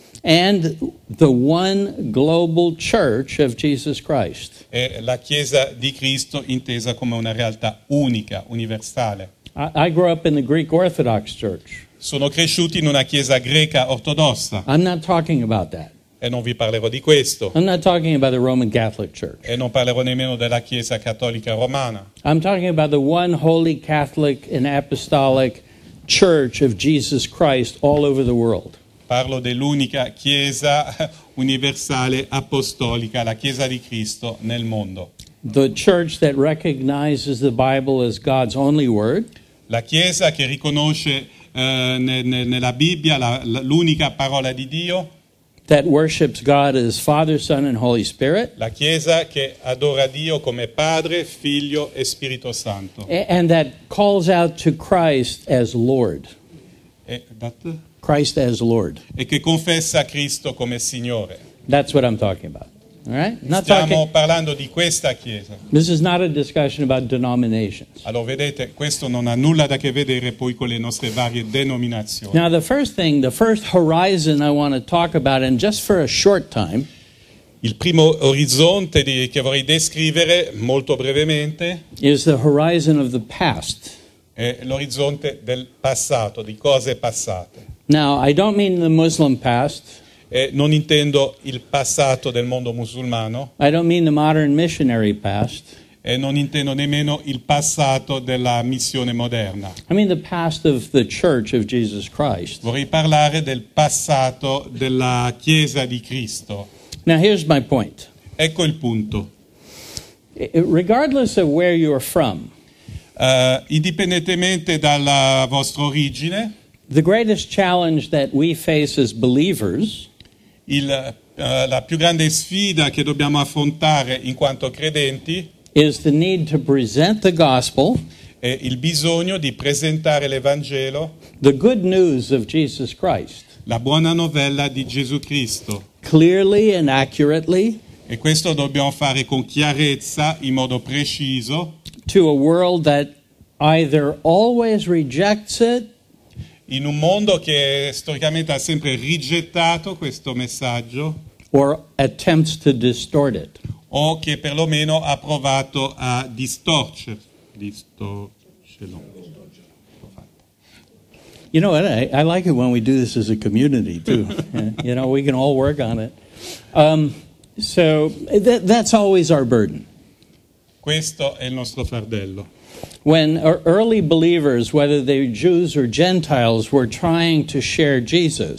and the one global church of Jesus Christ. e la Chiesa di Cristo intesa come una realtà unica, universale. I, I grew up in the Greek Orthodox Church. Sono cresciuti in una Chiesa greca ortodossa I'm not talking about that. e non vi parlerò di questo. I'm not talking about the Roman Catholic Church. E non parlerò nemmeno della Chiesa cattolica romana. I'm talking about the one holy Catholic and apostolic church of Jesus Christ all over the world. Parlo dell'unica Chiesa universale apostolica, la Chiesa di Cristo nel mondo. The church that recognizes the Bible as God's only word, La Chiesa che riconosce eh, ne- ne- nella Bibbia la- la- l'unica parola di Dio, that worships God as Father, Son, and Holy Spirit, la Chiesa che adora Dio come Padre, Figlio e Spirito Santo. a- and that calls out to Christ as Lord. E, that- Christ as Lord. e che confessa Cristo come Signore. That's what I'm talking about. All right? Not Stiamo talking, parlando di questa Chiesa. this is not a discussion about denominations. Allora vedete, questo non ha nulla da che vedere poi con le nostre varie denominazioni. Now, the first thing, the first horizon I want to talk about, and just for a short time, Il primo orizzonte di- che vorrei descrivere molto brevemente is the horizon of the past. è l'orizzonte del passato, di cose passate. Now, I don't mean the Muslim past. E non intendo il passato del mondo musulmano I don't mean the modern missionary past. e non intendo nemmeno il passato della missione moderna. I mean the past of the church of Jesus Christ. Vorrei parlare del passato della Chiesa di Cristo. Now, here's my point. Ecco il punto. I- Regardless of where you're from, Eh, indipendentemente dalla vostra origine, the greatest challenge that we face as believers il, eh, la più grande sfida che dobbiamo affrontare in quanto credenti is the need to present the gospel, è il bisogno di presentare l'Evangelo, the good news of Jesus Christ, la buona novella di Gesù Cristo. clearly and accurately E questo dobbiamo fare con chiarezza, in modo preciso, to a world that either always rejects it in un mondo che storicamente ha sempre rigettato questo messaggio or attempts to distort it. o che perlomeno ha provato a distorcer- distorcerlo. You know what? I, I like it when we do this as a community, too. You know, we can all work on it. Um, so that, that's always our burden. Questo è il nostro fardello. When our early believers, whether they're Jews or Gentiles, were trying to share Jesus,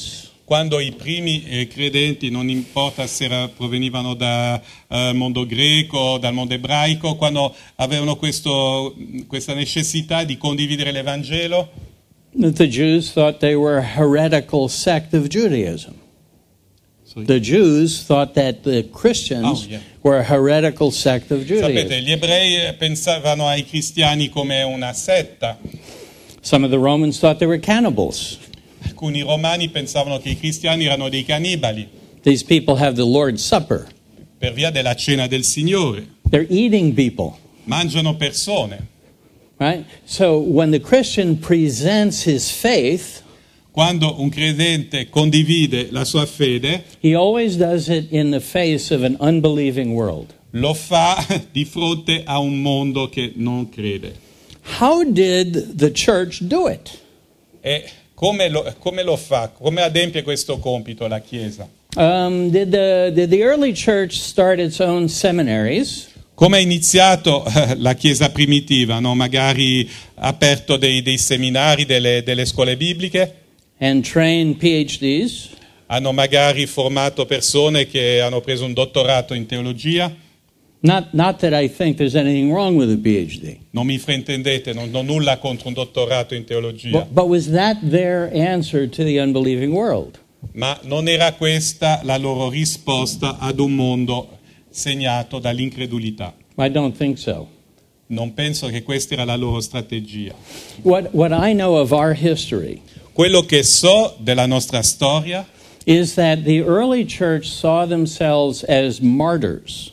quando i primi eh, credenti, non importa se era, provenivano dal eh, mondo greco, dal mondo ebraico, quando avevano questo, questa necessità di condividere l'Evangelo, The Jews thought they were a heretical sect of Judaism. Sorry. The Jews thought that the Christians Oh, yeah. were a heretical sect of Judaism. Sapete, gli ebrei pensavano ai cristiani come una setta, Some of the Romans thought they were cannibals. alcuni romani pensavano che i cristiani erano dei cannibali These people have the Lord's Supper. per via della cena del Signore, They're eating people, mangiano persone. right? So when the Christian presents his faith, Quando un credente condivide la sua fede, he always does it in the face of an unbelieving world. lo fa di fronte a un mondo che non crede. How did the church do it? E come lo, come lo fa? Come adempie questo compito la Chiesa? Um, did the did the early church start its own seminaries? Come ha iniziato eh, la Chiesa primitiva? No? Magari ha aperto dei, dei seminari, delle, delle scuole bibliche? And train PhDs? Hanno magari formato persone che hanno preso un dottorato in teologia? Not not that I think there's anything wrong with a PhD. Non mi fraintendete, non ho nulla contro un dottorato in teologia. But, but was that their answer to the unbelieving world? Ma non era questa la loro risposta ad un mondo segnato dall'incredulità. I don't think so. Non penso che questa era la loro strategia. What what I know of our history Quello che so della nostra storia is that the early church saw themselves as martyrs.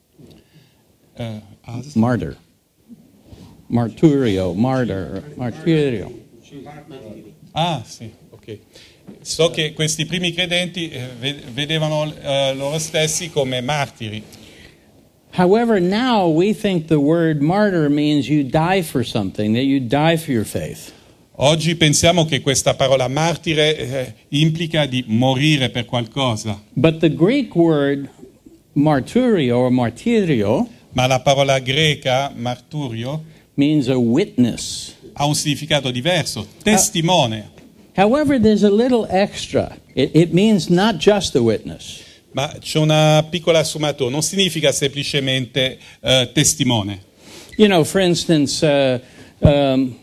eh, as- Martyr. Marturio, martyr, martyrio. Ah, sì, ok. So che questi primi credenti eh, ve- vedevano eh, loro stessi come martiri. However, now we think the word martyr means you die for something, that you die for your faith. Oggi pensiamo che questa parola martire eh, implica di morire per qualcosa, But the Greek word marturio or martyrio ma la parola greca marturio means a witness. ha un significato diverso, testimone. However, there's a little extra. It, it means not just a witness. Ma c'è una piccola sfumatura, non significa semplicemente eh, testimone. You know, for instance, uh, um,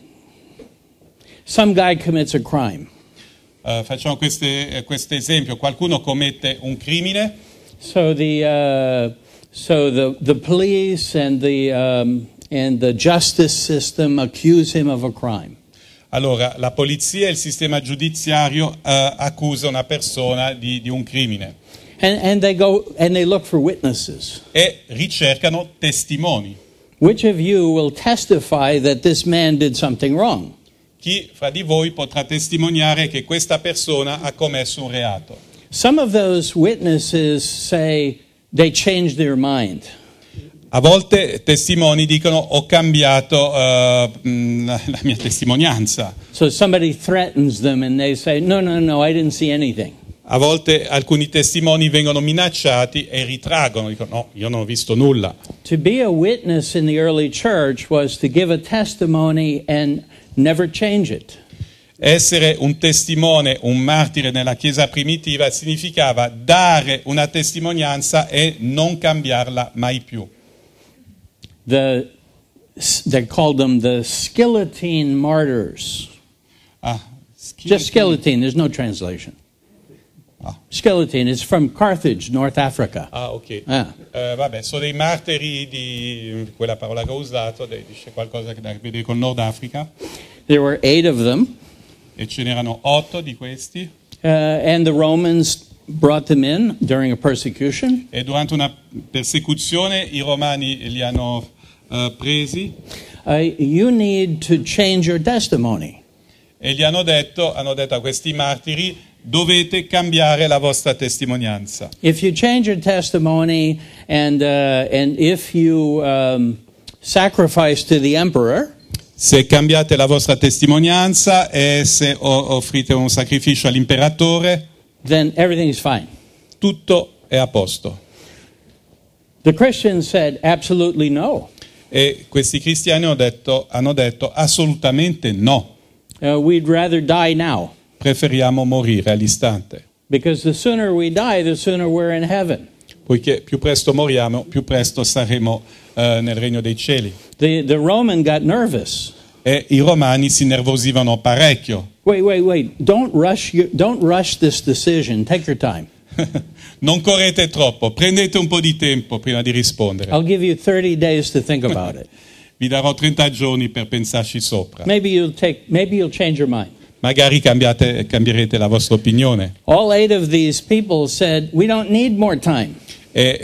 some guy commits a crime. Eh, facciamo questo esempio, qualcuno commette un crimine, So the uh, so the the police and the um, and the justice system accuse him of a crime. allora la polizia e il sistema giudiziario eh, accusa una persona di, di un crimine And and they go and they look for witnesses. e ricercano testimoni. Which of you will testify that this man did something wrong? Chi fra di voi potrà testimoniare che questa persona ha commesso un reato? Some of those witnesses say they changed their mind. A volte testimoni dicono ho cambiato eh, mh, la mia testimonianza. So somebody threatens them and they say, no, no, no, I didn't see anything. A volte alcuni testimoni vengono minacciati e ritraggono, dicono no, io non ho visto nulla. To be a witness in the early church was to give a testimony and never change it. Essere un testimone, un martire nella Chiesa primitiva significava dare una testimonianza e non cambiarla mai più. The, they called them the Skeleton martyrs. Ah, Just skeleton, there's no translation. Ah. Skeleton is from Carthage, North Africa. Ah, ok. Ah. Eh, vabbè, sono dei martiri di quella parola che ho usato, dei- dice qualcosa che ha a che vedere con Nord Africa, There were eight of them, e ce n'erano otto di questi, uh, and the Romans brought them in during a persecution. e durante una persecuzione i romani li hanno eh, presi Uh, you need to change your testimony. e gli hanno detto, hanno detto a questi martiri: dovete cambiare la vostra testimonianza. If you change your testimony and uh, and if you um, sacrifice to the emperor, Se cambiate la vostra testimonianza e se o- offrite un sacrificio all'imperatore, then everything's fine. tutto è a posto. The Christians said absolutely no. E questi cristiani hanno detto, hanno detto assolutamente no, Uh, we'd rather die now. preferiamo morire all'istante. Because the sooner we die, the sooner we're in heaven. Poiché più presto moriamo, più presto saremo eh, nel regno dei cieli. The, the Roman got nervous. E i romani si nervosivano parecchio. Wait, wait, wait. Don't rush, your, don't rush this decision. Take your time. Non correte troppo, prendete un po' di tempo prima di rispondere. I'll give you thirty days to think about it. Vi darò trenta giorni per pensarci sopra. Maybe you'll take, maybe you'll change your mind. Magari cambiate, cambierete la vostra opinione. All eight of these people said, we don't need more time. E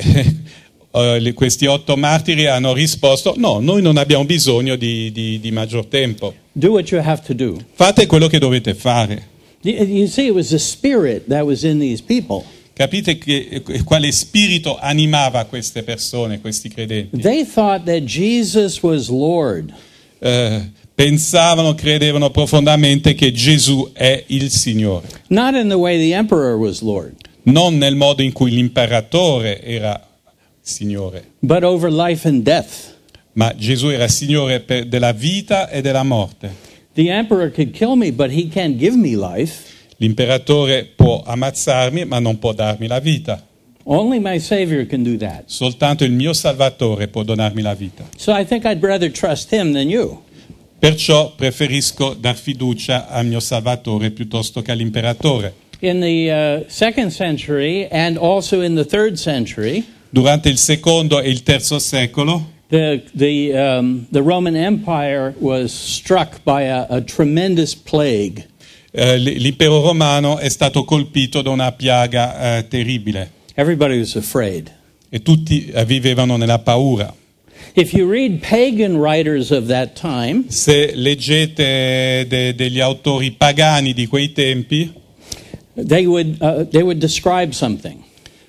uh, questi otto martiri hanno risposto, no, noi non abbiamo bisogno di, di, di maggior tempo. Do what you have to do. Fate quello che dovete fare. You, you see, it was the spirit that was in these people. Capite che, quale spirito animava queste persone, questi credenti? They thought that Jesus was Lord. Uh, pensavano, credevano profondamente che Gesù è il Signore. Not in the way the emperor was Lord. Non nel modo in cui l'imperatore era Signore, but over life and death. Ma Gesù era Signore per, della vita e della morte. The emperor could kill me, but he can't give me life. L'imperatore può ammazzarmi, ma non può darmi la vita. Only my Savior can do that. Soltanto il mio Salvatore può donarmi la vita. So I think I'd rather trust him than you. Perciò preferisco dar fiducia al mio Salvatore piuttosto che all'imperatore. In the uh, second century and also in the third century, durante il secondo e il terzo secolo, the the um, the Roman Empire was struck by a, a tremendous plague. Uh, l'impero romano è stato colpito da una piaga uh, terribile. Everybody was afraid. E tutti uh, vivevano nella paura. If you read pagan writers of that time, se leggete de, degli autori pagani di quei tempi, they would uh, they would describe something.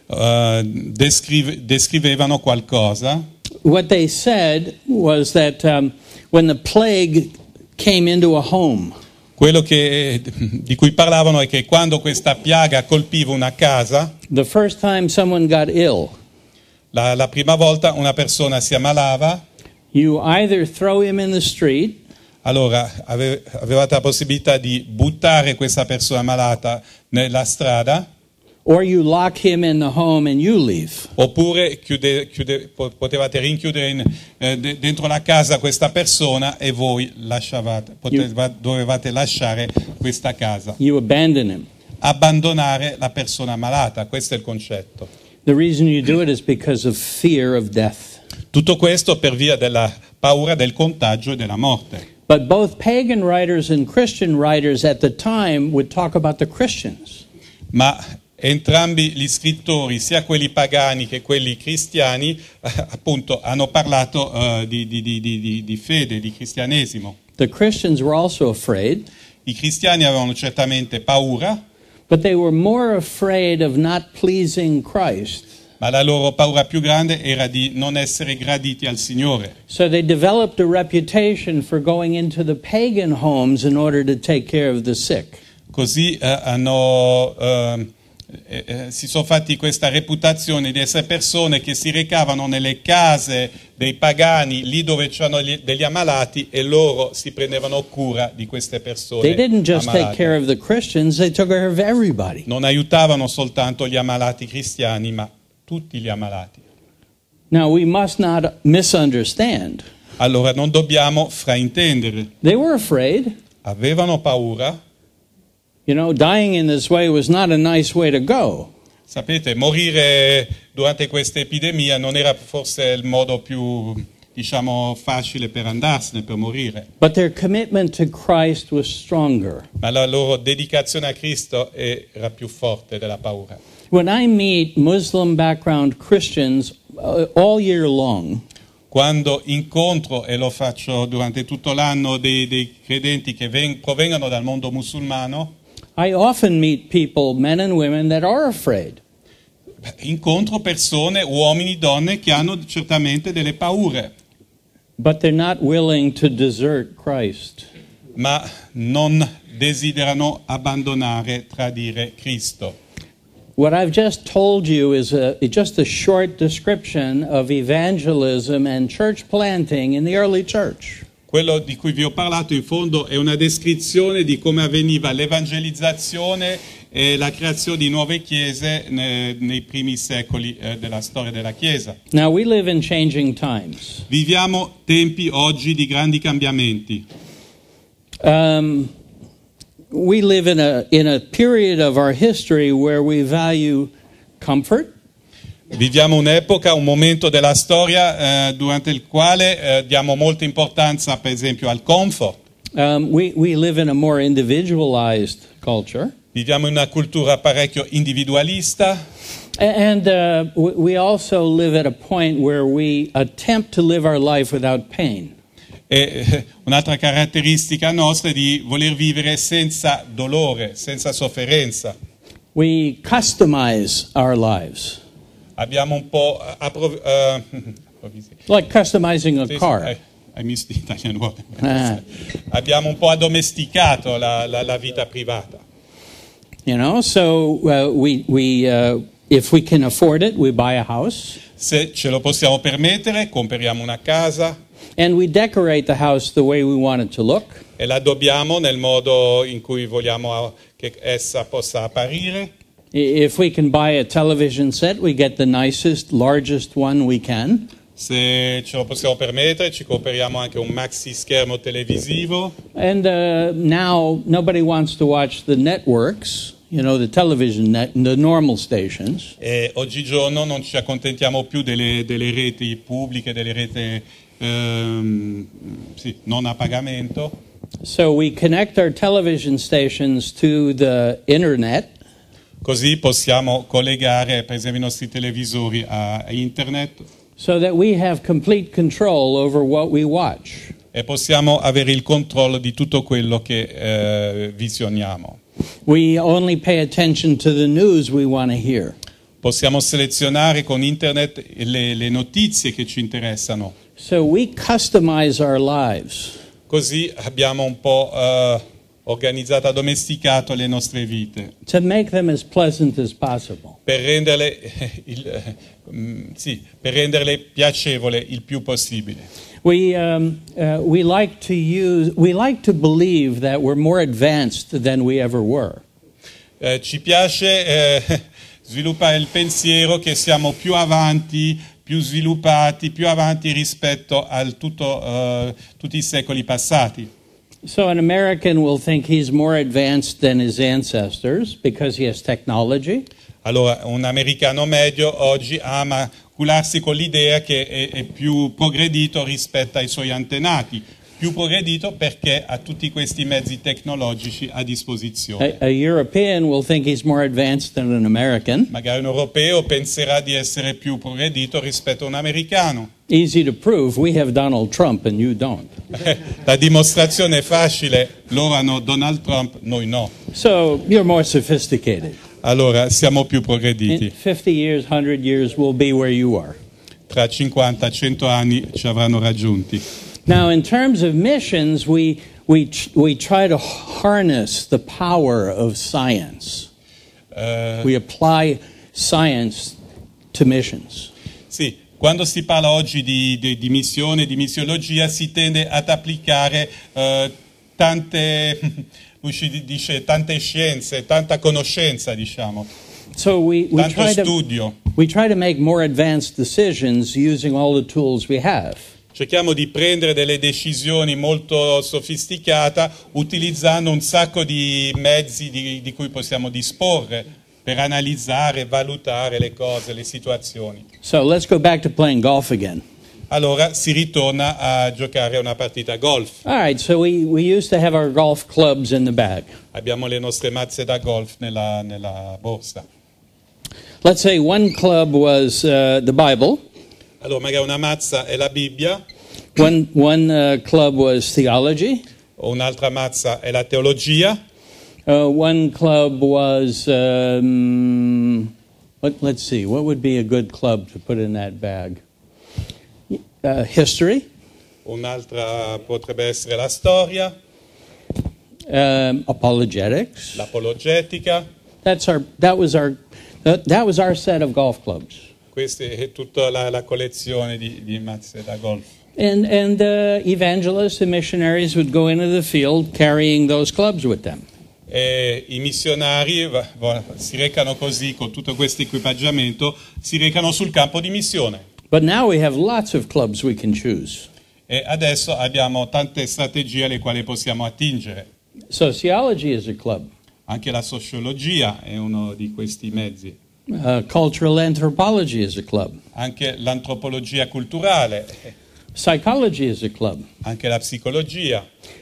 Uh, descrive, descrivevano qualcosa. What they said was that um, when the plague came into a home, quello che, di cui parlavano è che quando questa piaga colpiva una casa, the first time someone got ill, la, la prima volta una persona si ammalava, you either throw him in the street, allora ave, avevate la possibilità di buttare questa persona malata nella strada, or you lock him in the home and you leave. Oppure chiude, chiude, potevate rinchiudere in, eh, de, dentro la casa questa persona e voi lasciavate, poteva, dovevate lasciare questa casa. You abandon him. Abbandonare la persona malata, questo è il concetto. The reason you do it is because of fear of death. Tutto questo per via della paura del contagio e della morte. But both pagan writers and Christian writers at the time would talk about the Christians. Ma entrambi gli scrittori, sia quelli pagani che quelli cristiani, eh, appunto, hanno parlato uh, di, di, di, di, di fede, di cristianesimo. The Christians were also afraid. I cristiani avevano certamente paura, but they were more afraid of not pleasing Christ. Ma la loro paura più grande era di non essere graditi al Signore. So they developed a reputation for going into the pagan homes in order to take care of the sick. Così eh, hanno eh, Eh, eh, si sono fatti questa reputazione di essere persone che si recavano nelle case dei pagani, lì dove c'erano gli, degli ammalati, e loro si prendevano cura di queste persone. They didn't just ammalate. take care of the Christians, they took care of everybody. Non aiutavano soltanto gli ammalati cristiani, ma tutti gli ammalati. Now we must not misunderstand. Allora non dobbiamo fraintendere. They were afraid. Avevano paura. You know, dying in this way was not a nice way to go. Sapete, morire durante questa epidemia non era forse il modo più, diciamo, facile per andarsene, per morire. But their commitment to Christ was stronger. Ma la loro dedicazione a Cristo era più forte della paura. When I meet Muslim background Christians uh, all year long, quando incontro, e lo faccio durante tutto l'anno, dei, dei credenti che ven- provengono dal mondo musulmano, I often meet people, men and women, that are afraid. Incontro persone, uomini, donne che hanno certamente delle paure. But they're not willing to desert Christ. Ma non desiderano abbandonare, tradire Cristo. What I've just told you is a, just a short description of evangelism and church planting in the early church. Quello di cui vi ho parlato in fondo è una descrizione di come avveniva l'evangelizzazione e la creazione di nuove chiese ne, nei primi secoli eh, della storia della Chiesa. Now, we live in changing times. Viviamo tempi oggi di grandi cambiamenti. Um, we live in a, in a period of our history where we value comfort, Viviamo un'epoca, un momento della storia eh, durante il quale eh, diamo molta importanza, per esempio, al comfort. um, we, we live in a more individualized culture. Viviamo in una cultura parecchio individualista And uh, we we also live at a point where we attempt to live our life without pain. e eh, un'altra caratteristica nostra è di voler vivere senza dolore, senza sofferenza. We customize our lives, Abbiamo un po' appro- eh, like customizing a Sì, sì, car. hai- hai messo l'italiano vuoto. Ah. Abbiamo un po' addomesticato la, la, la vita privata. You know, so uh, we we uh, if we can afford it, we buy a house Se ce lo possiamo permettere, compriamo una casa and we decorate the house the way we want it to look. e la addobbiamo nel modo in cui vogliamo che essa possa apparire. I- If we can buy a television set, we get the nicest, largest one we can. Se ce lo possiamo permettere, ci compriamo anche un maxi schermo televisivo. And uh, now nobody wants to watch the networks, you know, the television net, the normal stations. E oggigiorno non ci accontentiamo più delle, delle reti pubbliche, delle reti ehm, sì, non a pagamento. So we connect our television stations to the internet, Così possiamo collegare, per esempio, i nostri televisori a internet so that we have complete control over what we watch. e possiamo avere il controllo di tutto quello che eh, visioniamo. We only pay attention to the news we want to hear. Possiamo selezionare con internet le, le notizie che ci interessano. So we customize our lives. Così abbiamo un po' eh, organizzato, addomesticato le nostre vite To make them as pleasant as possible. per renderle, eh, il, eh, mm, sì, per renderle piacevole il più possibile. We um, uh, we like to use we like to believe that we're more advanced than we ever were. Eh, ci piace eh, sviluppare il pensiero che siamo più avanti, più sviluppati, più avanti rispetto a tutto, eh, tutti i secoli passati. So an American will think he's more advanced than his ancestors because he has technology. Allora, un americano medio oggi ama cularsi con l'idea che è, è più progredito rispetto ai suoi antenati, più progredito perché ha tutti questi mezzi tecnologici a disposizione. A, a European will think he's more advanced than an American. Magari un europeo penserà di essere più progredito rispetto a un americano. Easy to prove. We have Donald Trump and you don't. La dimostrazione è facile, loro hanno Donald Trump, noi no. So you're more sophisticated. Allora siamo più In progrediti. fifty years, one hundred years, we'll be where you are. Tra cinquanta cento anni ci avranno raggiunti. Now, in terms of missions, we, we, we try to harness the power of science. Eh, We apply science to missions. sì, quando si parla oggi di, di, di missione, di missiologia, si tende ad applicare eh, tante, lui ci dice, tante scienze, tanta conoscenza, diciamo, So we, we, tanto try to, studio. we try to make more advanced decisions using all the tools we have. Cerchiamo di prendere delle decisioni molto sofisticate utilizzando un sacco di mezzi di, di cui possiamo disporre per analizzare, valutare le cose, le situazioni. So let's go back to playing golf again. Allora si ritorna a giocare una partita golf. All right, so we, we used to have our golf clubs in the bag. Abbiamo le nostre mazze da golf nella, nella borsa. Let's say one club was uh, the Bible, Allora magari una mazza è la Bibbia, one, one uh, club was theology, o un'altra mazza è la teologia, uh, one club was, um, what, let's see, what would be a good club to put in that bag? Uh, history, un'altra potrebbe essere la storia, um, apologetics. l'apologetica. That's our, that, was our, that, that was our set of golf clubs. Questa è tutta la, la collezione di, di mazze da golf. And, and uh, evangelists and missionaries would go into the field carrying those clubs with them. E i missionari va, va, si recano così, con tutto questo equipaggiamento, si recano sul campo di missione. But now we have lots of clubs we can choose. E adesso abbiamo tante strategie alle quali possiamo attingere. Sociology is a club. Anche la sociologia è uno di questi mezzi. Uh, cultural anthropology is a club. Anche l'antropologia culturale. Psychology is a club. Anche la psicologia.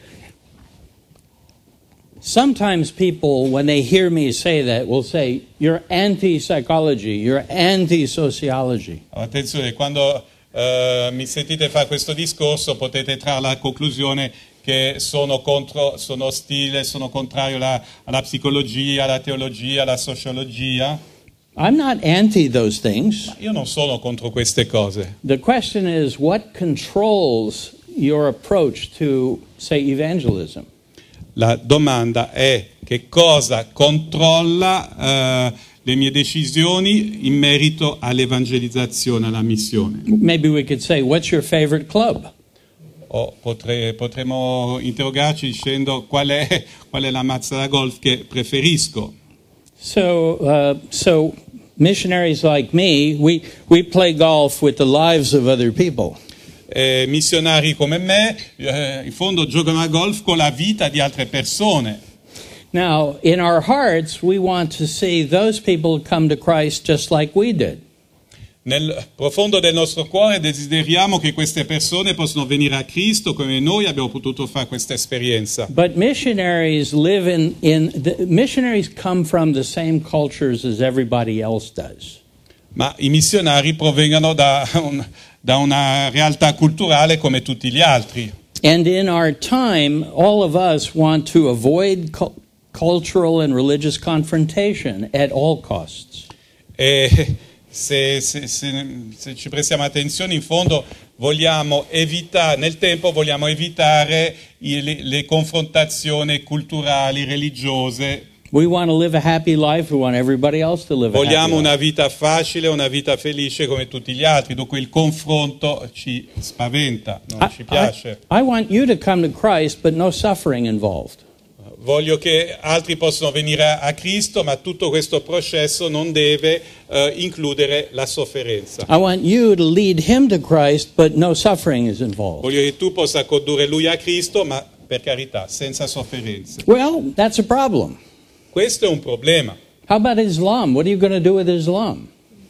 Sometimes people, when they hear me say that, will say, you're anti-psychology, you're anti-sociology. Attenzione, quando uh, mi sentite fare questo discorso potete trarre la conclusione che sono contro, sono ostile, sono contrario alla, alla psicologia, alla teologia, alla sociologia. I'm not anti those things. Ma io non sono contro queste cose. The question is, what controls your approach to, say, evangelism? La domanda è che cosa controlla uh, le mie decisioni in merito all'evangelizzazione, alla missione. Maybe we could say, what's your favorite club? O potre, potremmo interrogarci dicendo qual è, qual è la mazza da golf che preferisco. So, uh, so missionaries like me, we, we play golf with the lives of other people. Eh, missionari come me, eh, in fondo giocano a golf con la vita di altre persone. Now, in our hearts, we want to see those people come to Christ just like we did. Nel profondo del nostro cuore desideriamo che queste persone possano venire a Cristo come noi abbiamo potuto fare questa esperienza. But missionaries live in, in the, missionaries come from the same cultures as everybody else does. Ma i missionari provengono da, un, da una realtà culturale come tutti gli altri. And in our time, all of us want to avoid cu- cultural and religious confrontation at all costs. E Se, se, se, se ci prestiamo attenzione, in fondo vogliamo evitare, nel tempo vogliamo evitare i, le, le confrontazioni culturali, religiose. We want to live a happy life, we want everybody else to live a happy Vogliamo life. una vita facile, una vita felice come tutti gli altri, dunque il confronto ci spaventa, non I, ci piace. I, I want you to come to Christ, but no suffering involved. Voglio che altri possano venire a Cristo, ma tutto questo processo non deve uh, includere la sofferenza. I want you to lead him to Christ, but no suffering is involved. Voglio che tu possa condurre lui a Cristo, ma per carità, senza sofferenze. Well, that's a problem. Questo è un problema. How about Islam? What are you going to do with Islam?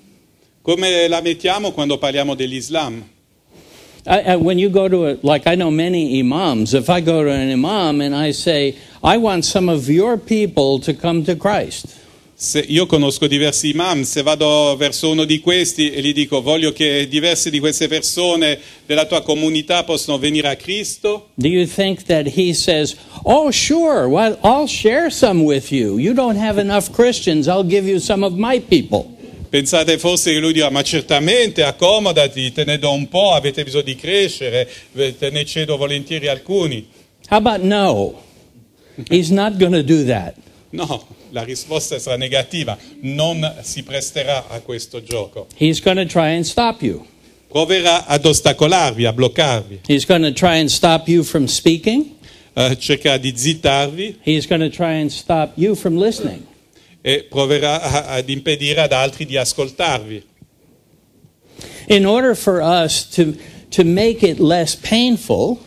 Come la mettiamo quando parliamo dell'Islam? I, I, when you go to a, like I know many imams, if I go to an imam and I say, I want some of your people to come to Christ. Se io conosco diversi imam, se vado verso uno di questi e gli dico voglio che diverse di queste persone della tua comunità possano venire a Cristo, Do you think that he says, oh sure, well, I'll share some with you. You don't have enough Christians, I'll give you some of my people. pensate forse che lui dirà ma certamente accomodati, te ne do un po', avete bisogno di crescere, te ne cedo volentieri alcuni. How about no? He's not going to do that. No, la risposta sarà negativa, non si presterà a questo gioco. He's going to try and stop you. Proverà ad ostacolarvi, a bloccarvi, He's going to try and stop you from speaking. eh, cercherà di zittarvi He's going to try and stop you from listening. e proverà a- ad impedire ad altri di ascoltarvi. In order for us to, to make it less painful,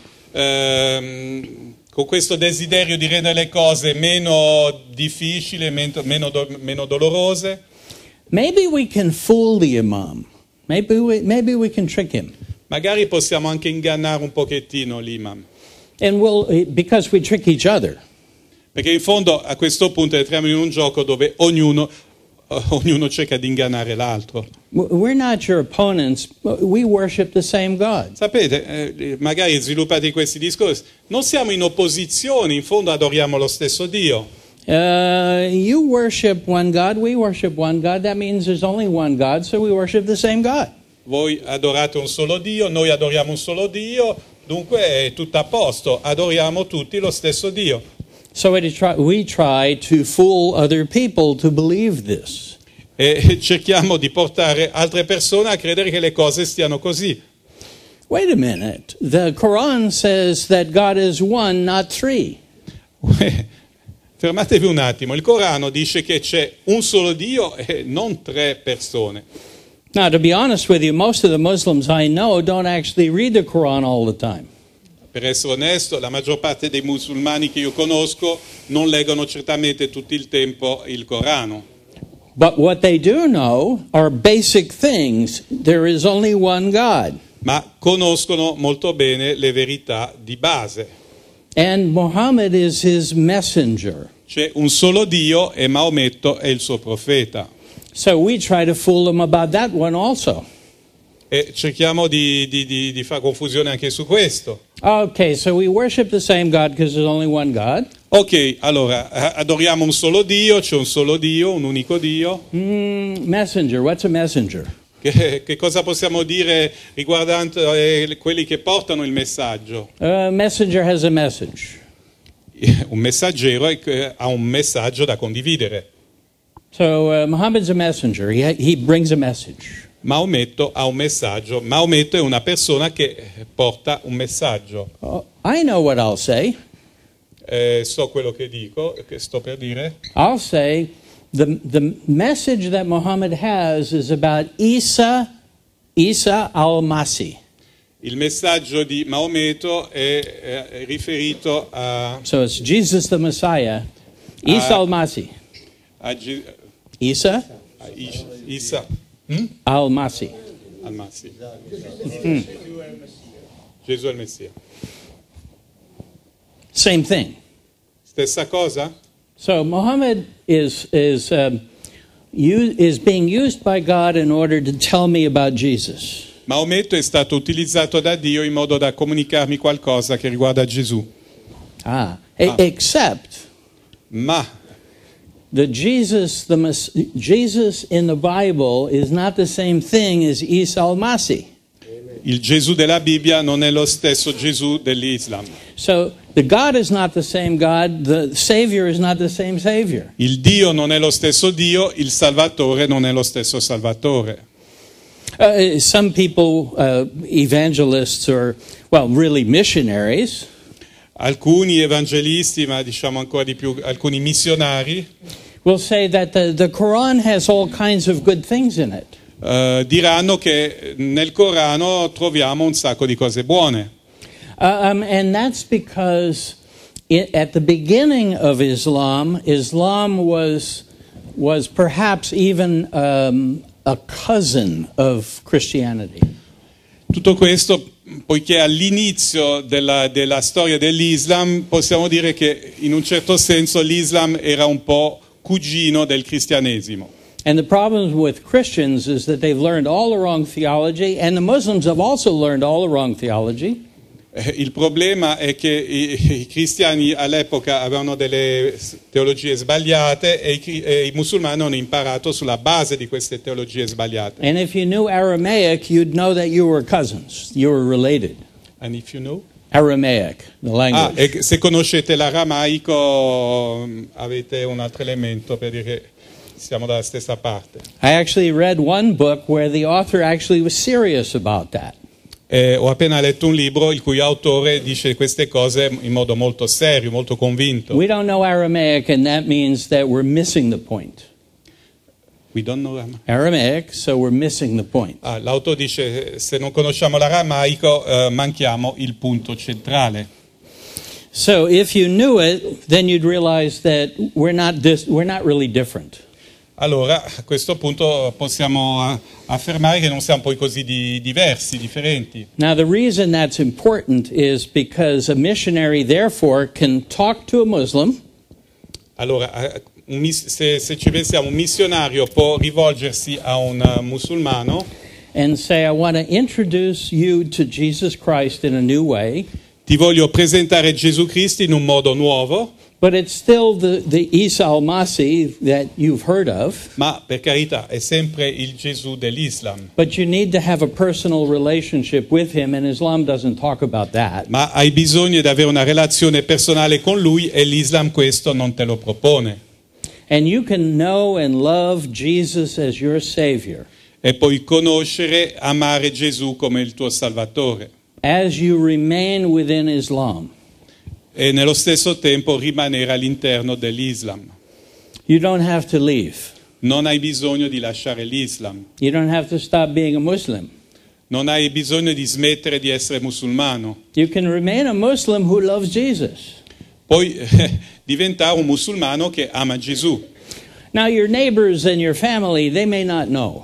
Ehm, con questo desiderio di rendere le cose meno difficili, meno, meno, do- meno dolorose, maybe we can fool the imam. Maybe we, maybe we can trick him. magari possiamo anche ingannare un pochettino l'imam. And we'll, because we trick each other. Perché in fondo a questo punto entriamo in un gioco dove ognuno, eh, ognuno cerca di ingannare l'altro. We're not your opponents. We worship the same God. Sapete, eh, magari sviluppati questi discorsi, non siamo in opposizione, in fondo adoriamo lo stesso Dio. Uh, you worship one God, we worship one God. That means there's only one God, so we worship the same God. Voi adorate un solo Dio, noi adoriamo un solo Dio, dunque è tutto a posto, adoriamo tutti lo stesso Dio. So we try, we try to fool other people to believe this. E cerchiamo di portare altre persone a credere che le cose stiano così. Wait a minute. The Quran says that God is one, not three. Fermatevi un attimo, il Corano dice che c'è un solo Dio e non tre persone. Now, to be honest with you, most of the Muslims I know don't actually read the Quran all the time. Per essere onesto, la maggior parte dei musulmani che io conosco non leggono certamente tutto il tempo il Corano. But what they do know are basic things. There is only one God. Ma conoscono molto bene le verità di base. And Muhammad is his messenger. C'è un solo Dio e Maometto è il suo profeta. So we try to fool them about that one also. E cerchiamo di, di, di, di fare confusione anche su questo. Okay, so we worship the same God because there's only one God. Ok, allora, adoriamo un solo Dio, c'è un solo Dio, un unico Dio. Mm, messenger, what's a messenger? Che, che cosa possiamo dire riguardante eh, quelli che portano il messaggio? A messenger has a message. Un messaggero è, ha un messaggio da condividere. So uh, Muhammad's a messenger. He, he brings a message. Maometto ha un messaggio. Maometto è una persona che porta un messaggio. Oh, I know what I'll say. Eh, so quello che dico, che sto per dire. I'll say the, the message that Muhammad has is about Isa, Isa al-Masih. Il messaggio di Maometto è, è riferito a... So it's Jesus the Messiah, Isa Uh, al-Masih. a Ge- Isa a Is- Isa hm? al-Masih. al-Masih. Mm. Gesù è il Messia. Same thing. Stessa cosa? So Muhammad is is um, you, is being used by God in order to tell me about Jesus. Maometto è stato utilizzato da Dio in modo da comunicarmi qualcosa che riguarda Gesù. Ah, e- Ah. except Ma the Jesus the Mess- Jesus in the Bible is not the same thing as Isa al-Masih. il Gesù della Bibbia non è lo stesso Gesù dell'Islam. So the God is not the same God, the Savior is not the same Savior. Il Dio non è lo stesso Dio, il Salvatore non è lo stesso Salvatore. Uh, some people, uh, evangelists or, well, really missionaries, Alcuni evangelisti, ma diciamo ancora di più alcuni missionari, will say that the, the Quran has all kinds of good things in it. eh, diranno che nel Corano troviamo un sacco di cose buone. Uh, um, and that's because it, at the beginning of Islam, Islam was, was perhaps even um, a cousin of Christianity. Tutto questo poiché all'inizio della, della storia dell'Islam possiamo dire che in un certo senso l'Islam era un po' cugino del cristianesimo. And the problem with Christians is that they've learned all the wrong theology, and the Muslims have also learned all the wrong theology. Eh, Il problema è che i, i cristiani all'epoca avevano delle teologie sbagliate e i, cri- e i musulmani hanno imparato sulla base di queste teologie sbagliate. And if you knew Aramaic, you'd know that you were cousins, you were related. And if you know? Aramaic, the Ah, language. e se conoscete l'aramaico mh, avete un altro elemento per dire che siamo dalla stessa parte. I actually read one book where the author actually was serious about that. Eh, ho appena letto un libro il cui autore dice queste cose in modo molto serio, molto convinto. We don't know Aramaic, and that means that we're missing the point. We don't know Aram- Aramaic, so we're missing the point. Ah, l'autore dice se non conosciamo l'aramaico eh, manchiamo il punto centrale. So if you knew it, then you'd realize that we're not dis- we're not really different. Allora, a questo punto possiamo ah, affermare che non siamo poi così di- diversi, differenti. Now, the reason that's important is because a missionary, therefore, can talk to a Muslim Allora, eh, un mis- se, se ci pensiamo, un missionario può rivolgersi a un eh, musulmano and say, I want to introduce you to Jesus Christ in a new way, ti voglio presentare Gesù Cristo in un modo nuovo, but it's still the, the Isa al-Masih that you've heard of, ma per carità è sempre il Gesù dell'Islam. but you need to have a personal relationship with him, and Islam doesn't talk about that. Ma hai bisogno di avere una relazione personale con lui e l'Islam questo non te lo propone. And you can know and love Jesus as your Savior E puoi conoscere, amare Gesù come il tuo Salvatore. as you remain within Islam. e nello stesso tempo rimanere all'interno dell'Islam. You don't have to leave. Non hai bisogno di lasciare l'Islam, You don't have to stop being a Muslim. non hai bisogno di smettere di essere musulmano. You can remain a Muslim who loves Jesus. Puoi eh, diventare un musulmano che ama Gesù. Now, your neighbors and your family, they may not know.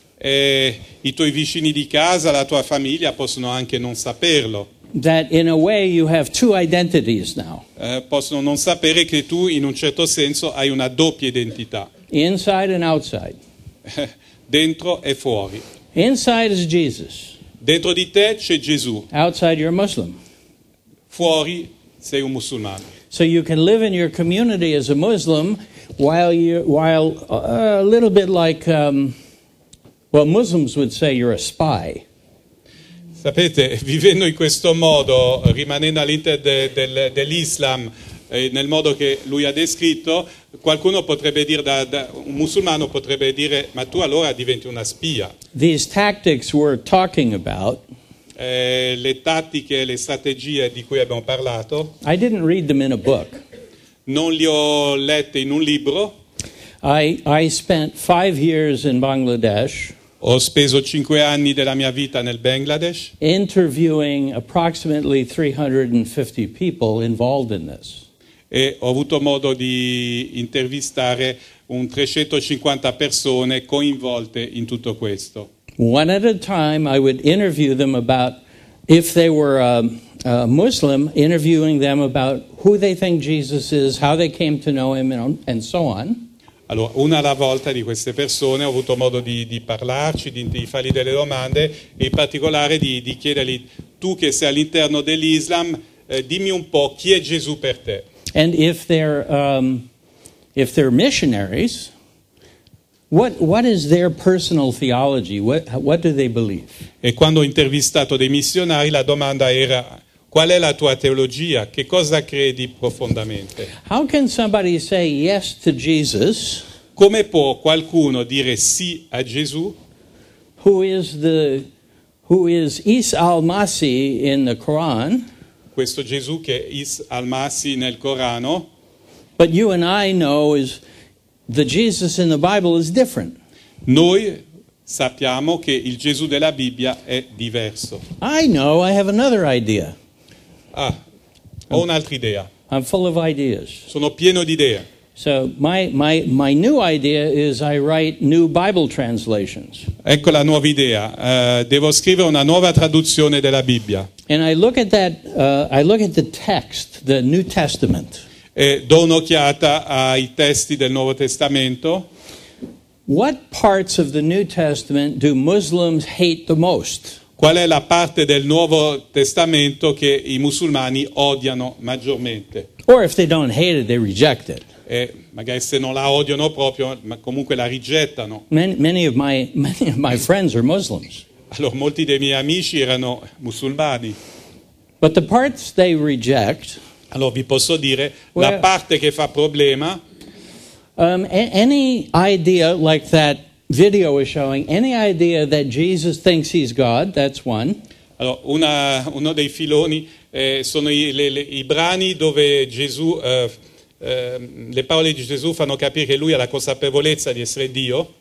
E i tuoi vicini di casa, la tua famiglia possono anche non saperlo. That in a way you have two identities now, Eh, possono non sapere che tu in un certo senso hai una doppia identità, inside and outside. dentro e fuori. Inside is Jesus. Dentro di te c'è Gesù, Outside, you're a Muslim. fuori sei un musulmano. So you can live in your community as a Muslim while you while uh, a little bit like um, well, Muslims would say you're a spy. Sapete, vivendo in questo modo, rimanendo all'interno de, del, dell'Islam, eh, nel modo che lui ha descritto, qualcuno potrebbe dire, da, da, un musulmano potrebbe dire, ma tu allora diventi una spia. These tactics we're talking about, Eh, le tattiche, le strategie di cui abbiamo parlato, I didn't read them in a book. non li ho lette in un libro. I I spent five years in Bangladesh Ho speso cinque anni della mia vita nel Bangladesh interviewing approximately three hundred fifty people involved in this. e ho avuto modo di intervistare un trecentocinquanta persone coinvolte in tutto questo. One at a time, I would interview them about if they were um, a Muslim, interviewing them about who they think Jesus is, how they came to know him, and, and so on. Allora, una alla volta di queste persone ho avuto modo di, di parlarci, di, di fargli delle domande e in particolare di, di chiedergli, tu che sei all'interno dell'Islam, eh, dimmi un po' chi è Gesù per te. And if they're um, if they're missionaries, what what is their personal theology? What what do they believe? E quando ho intervistato dei missionari la domanda era, qual è la tua teologia? Che cosa credi profondamente? How can somebody say yes to Jesus, Come può qualcuno dire sì a Gesù, who is the who is Isa al-Masih in the Quran, questo Gesù che è Is al-Masih nel Corano, but you and I know is the Jesus in the Bible is different? noi sappiamo che il Gesù della Bibbia è diverso. I know, I have another idea. Ah, ho un'altra idea, I'm full of ideas. sono pieno di idee. So my my my new idea is I write new Bible translations. Ecco la nuova idea, eh, devo scrivere una nuova traduzione della Bibbia. And I look at that uh, I look at the text, the New Testament. E do un'occhiata ai testi del Nuovo Testamento. What parts of the New Testament do Muslims hate the most? Qual è la parte del Nuovo Testamento che i musulmani odiano maggiormente? Or if they don't hate it, they reject it. E magari se non la odiano proprio, ma comunque la rigettano. Many, many of my many of my friends are Muslims. Allora, molti dei miei amici erano musulmani. But the parts they reject, Allora vi posso dire, Well- la parte che fa problema, um, a- any idea like that video is showing, any idea that Jesus thinks he's God, that's one. allora, una- uno dei filoni eh, sono i, le- le- i brani dove Gesù, eh, eh, le parole di Gesù fanno capire che lui ha la consapevolezza di essere Dio.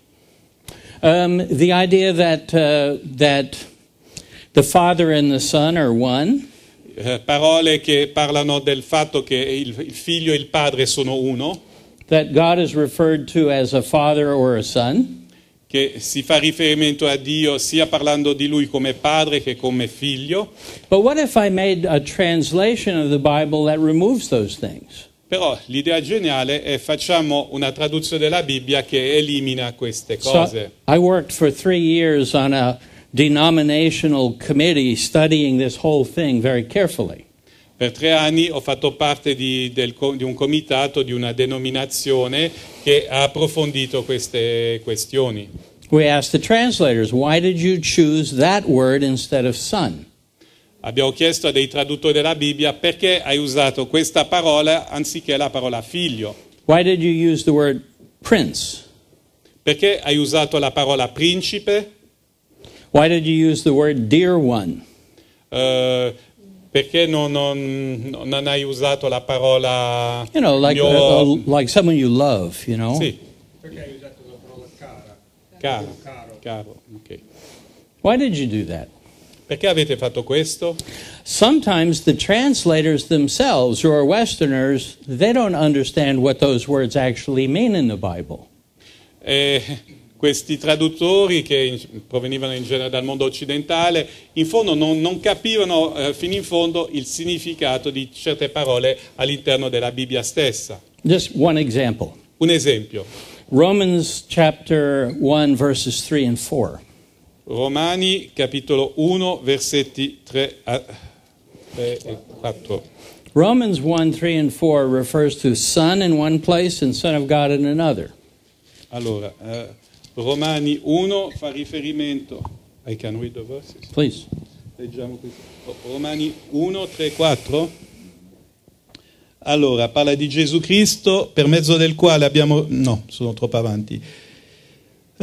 Um, the idea that uh, that the Father and the Son are one. Eh, parole che parlano del fatto che il, il figlio e il padre sono uno, That God is referred to as a father or a son. che si fa riferimento a Dio sia parlando di lui come padre che come figlio. But what if I made a translation of the Bible that removes those things? Però l'idea geniale è facciamo una traduzione della Bibbia che elimina queste So cose. I worked for three years on a denominational committee studying this whole thing very carefully. Per tre anni ho fatto parte di, del co- di un comitato, di una denominazione che ha approfondito queste questioni. We asked the translators, why did you choose that word instead of son? Abbiamo chiesto a dei traduttori della Bibbia perché hai usato questa parola anziché la parola figlio. Why did you use the word prince? Perché hai usato la parola principe? Why did you use the word dear one? Eh, Perché non, non, non hai usato la parola You know, like, mio... uh, uh, like someone you love, you know? Sì, Perché hai usato la parola cara? caro, Caro. caro, ok. Why did you do that? Perché avete fatto questo? Sometimes the translators themselves, who are Westerners, they don't understand what those words actually mean in the Bible. E questi traduttori che in, provenivano in genere dal mondo occidentale, in fondo non, non capivano eh, fino in fondo il significato di certe parole all'interno della Bibbia stessa. Just one example. Un esempio, Romans chapter one, verses three and four. Romani capitolo uno, versetti tre a tre e quattro. Romans one, three and four refers to Son in one place and Son of God in another. Allora, eh, Romani uno fa riferimento... I can read the verses. Please. Leggiamo questo. Romani uno, tre, quattro. Allora, parla di Gesù Cristo per mezzo del quale abbiamo... No, sono troppo avanti. Uh,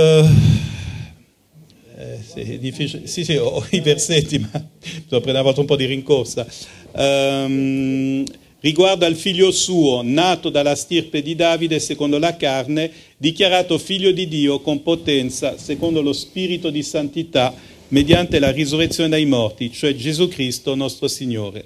eh, sì, è difficile. Sì, sì, ho i versetti, ma devo prendere una volta un po' di rincorsa. Um, riguardo al figlio suo, nato dalla stirpe di Davide secondo la carne, dichiarato figlio di Dio con potenza secondo lo spirito di santità, mediante la risurrezione dai morti, cioè Gesù Cristo nostro Signore.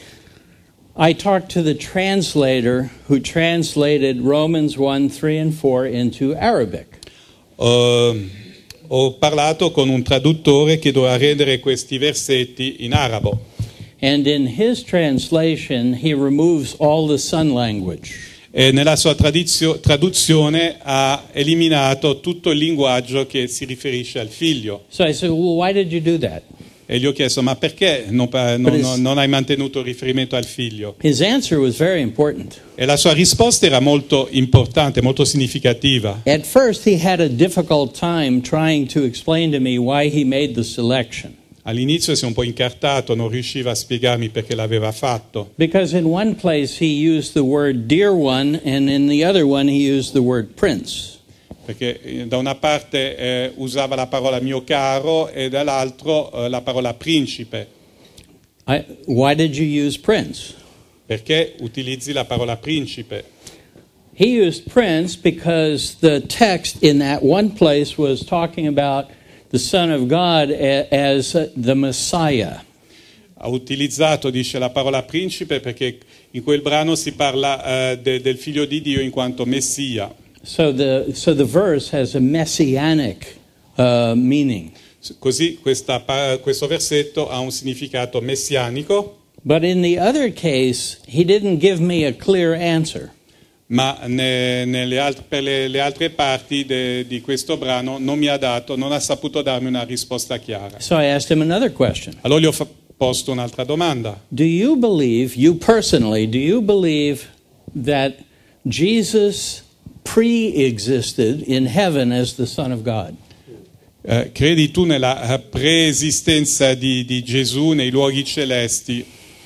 I talked to the translator who translated Romans one, three and four into Arabic. Uh, ho parlato con un traduttore che doveva rendere questi versetti in arabo. And in his translation, he removes all the son language. E nella sua tradizio, traduzione ha eliminato tutto il linguaggio che si riferisce al figlio. So I said, well, why did you do that? E gli ho chiesto, ma perché non, non, non, non hai mantenuto il riferimento al figlio? His answer was very important. E la sua risposta era molto importante, molto significativa. At first, he had a difficult time trying to explain to me why he made the selection. All'inizio si è un po' incartato, non riusciva a spiegarmi perché l'aveva fatto. Because in one place he used the word dear one, and in the other one he used the word prince. Perché da una parte eh, usava la parola mio caro e dall'altro eh, la parola principe. I, why did you use prince? Perché utilizzi la parola principe? He used prince because the text in that one place was talking about the Son of God as the Messiah. Ha utilizzato, dice, la parola principe perché in quel brano si parla uh, de, del figlio di Dio in quanto Messia. So the, so the verse has a messianic uh, meaning. Così questa, questo versetto ha un significato messianico. But in the other case, he didn't give me a clear answer. Ma ne, nelle alt- per le, le altre parti de, di questo brano non mi ha dato, non ha saputo darmi una risposta chiara. So I asked him another question. Allora gli ho fa- posto un'altra domanda. Do you believe, you personally, do you believe that Jesus pre-existed in heaven as the Son of God? Eh, credi tu nella preesistenza di, di Gesù nei luoghi celesti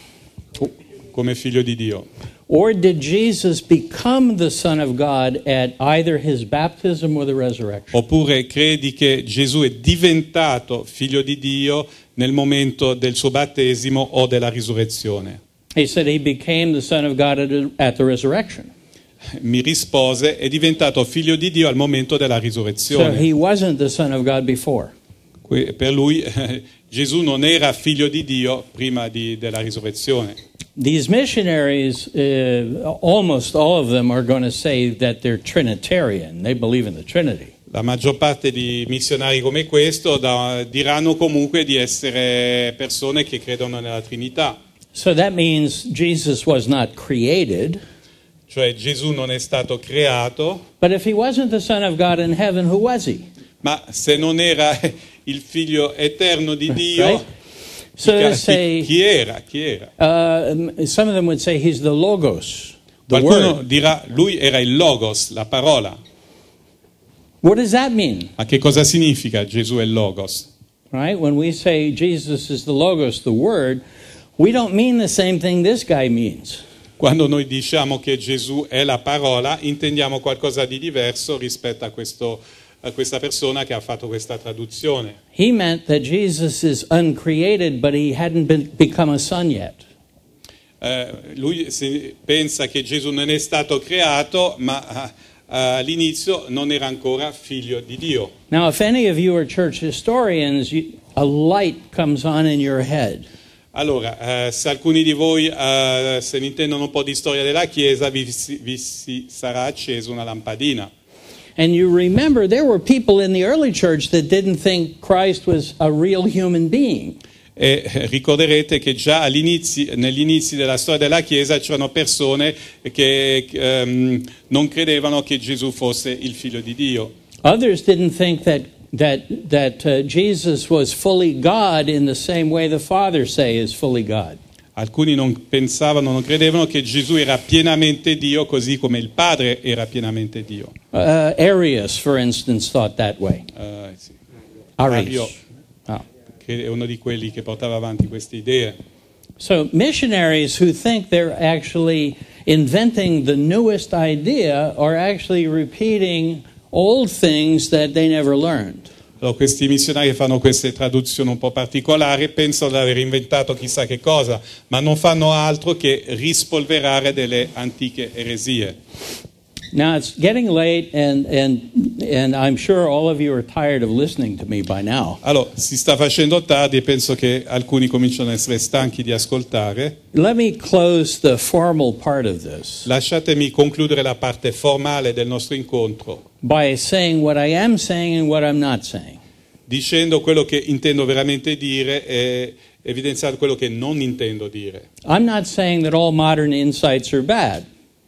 come figlio di Dio? Or did Jesus become the Son of God at either his baptism or the resurrection? Oppure credi che Gesù è diventato figlio di Dio nel momento del suo battesimo o della risurrezione? He said he became the Son of God at, at the resurrection. Mi rispose, è diventato figlio di Dio al momento della So risurrezione. he wasn't the Son of God before. Que- Per lui eh, Gesù non era figlio di Dio prima di- della risurrezione. These missionaries, uh, almost all of them are going to say that they're Trinitarian. They believe in the Trinity. La maggior parte di missionari come questo da- diranno comunque di essere persone che credono nella Trinità. So that means Jesus was not created. Cioè Gesù non è stato creato, But if he wasn't the Son of God in heaven, who was he? ma se non era il figlio eterno di Dio, Right? So chi, they chi- say, chi era? Chi era? uh, some of them would say he's the Logos, the Qualcuno Word. dirà lui era il Logos, la parola. What does that mean? Ma che cosa significa Gesù è il Logos? Right? When we say Jesus is the Logos, the Word, we don't mean the same thing this guy means. Quando noi diciamo che Gesù è la parola, intendiamo qualcosa di diverso rispetto a questo a questa persona che ha fatto questa traduzione. He meant that Jesus is uncreated, but he hadn't been, become a son yet. Eh, lui si pensa che Gesù non è stato creato, ma uh, all'inizio non era ancora figlio di Dio. Now, if any of you are church historians, you, a light comes on in your head. Allora, eh, se alcuni di voi eh, se ne intendono un po' di storia della Chiesa, vi, vi si sarà accesa una lampadina. And you remember there were people in the early church that didn't think Christ was a real human being. E ricorderete che già all'inizio, negli inizi della storia della Chiesa c'erano persone che um, non credevano che Gesù fosse il figlio di Dio. Others didn't think that that that uh, Jesus was fully God in the same way the Father say is fully God. Alcuni non pensavano, non credevano che Gesù era pienamente Dio, così come il Padre era pienamente Dio. Uh, Arius, for instance, thought that way. Uh, sì. Arius. Oh. Che è uno di quelli che portava avanti queste idee. So missionaries who think they're actually inventing the newest idea are actually repeating old things that they never learned. Allora, questi missionari che fanno queste traduzioni un po' particolari pensano di aver inventato chissà che cosa, ma non fanno altro che rispolverare delle antiche eresie. Now it's getting late, and and and I'm sure all of you are tired of listening to me by now. Allora, si sta facendo tardi e penso che alcuni cominciano ad essere stanchi di ascoltare. Let me close the formal part of this Lasciatemi concludere la parte formale del nostro incontro by saying what I am saying and what I'm not saying. dicendo quello che intendo veramente dire e evidenziando quello che non intendo dire. I'm not saying that all modern insights are bad.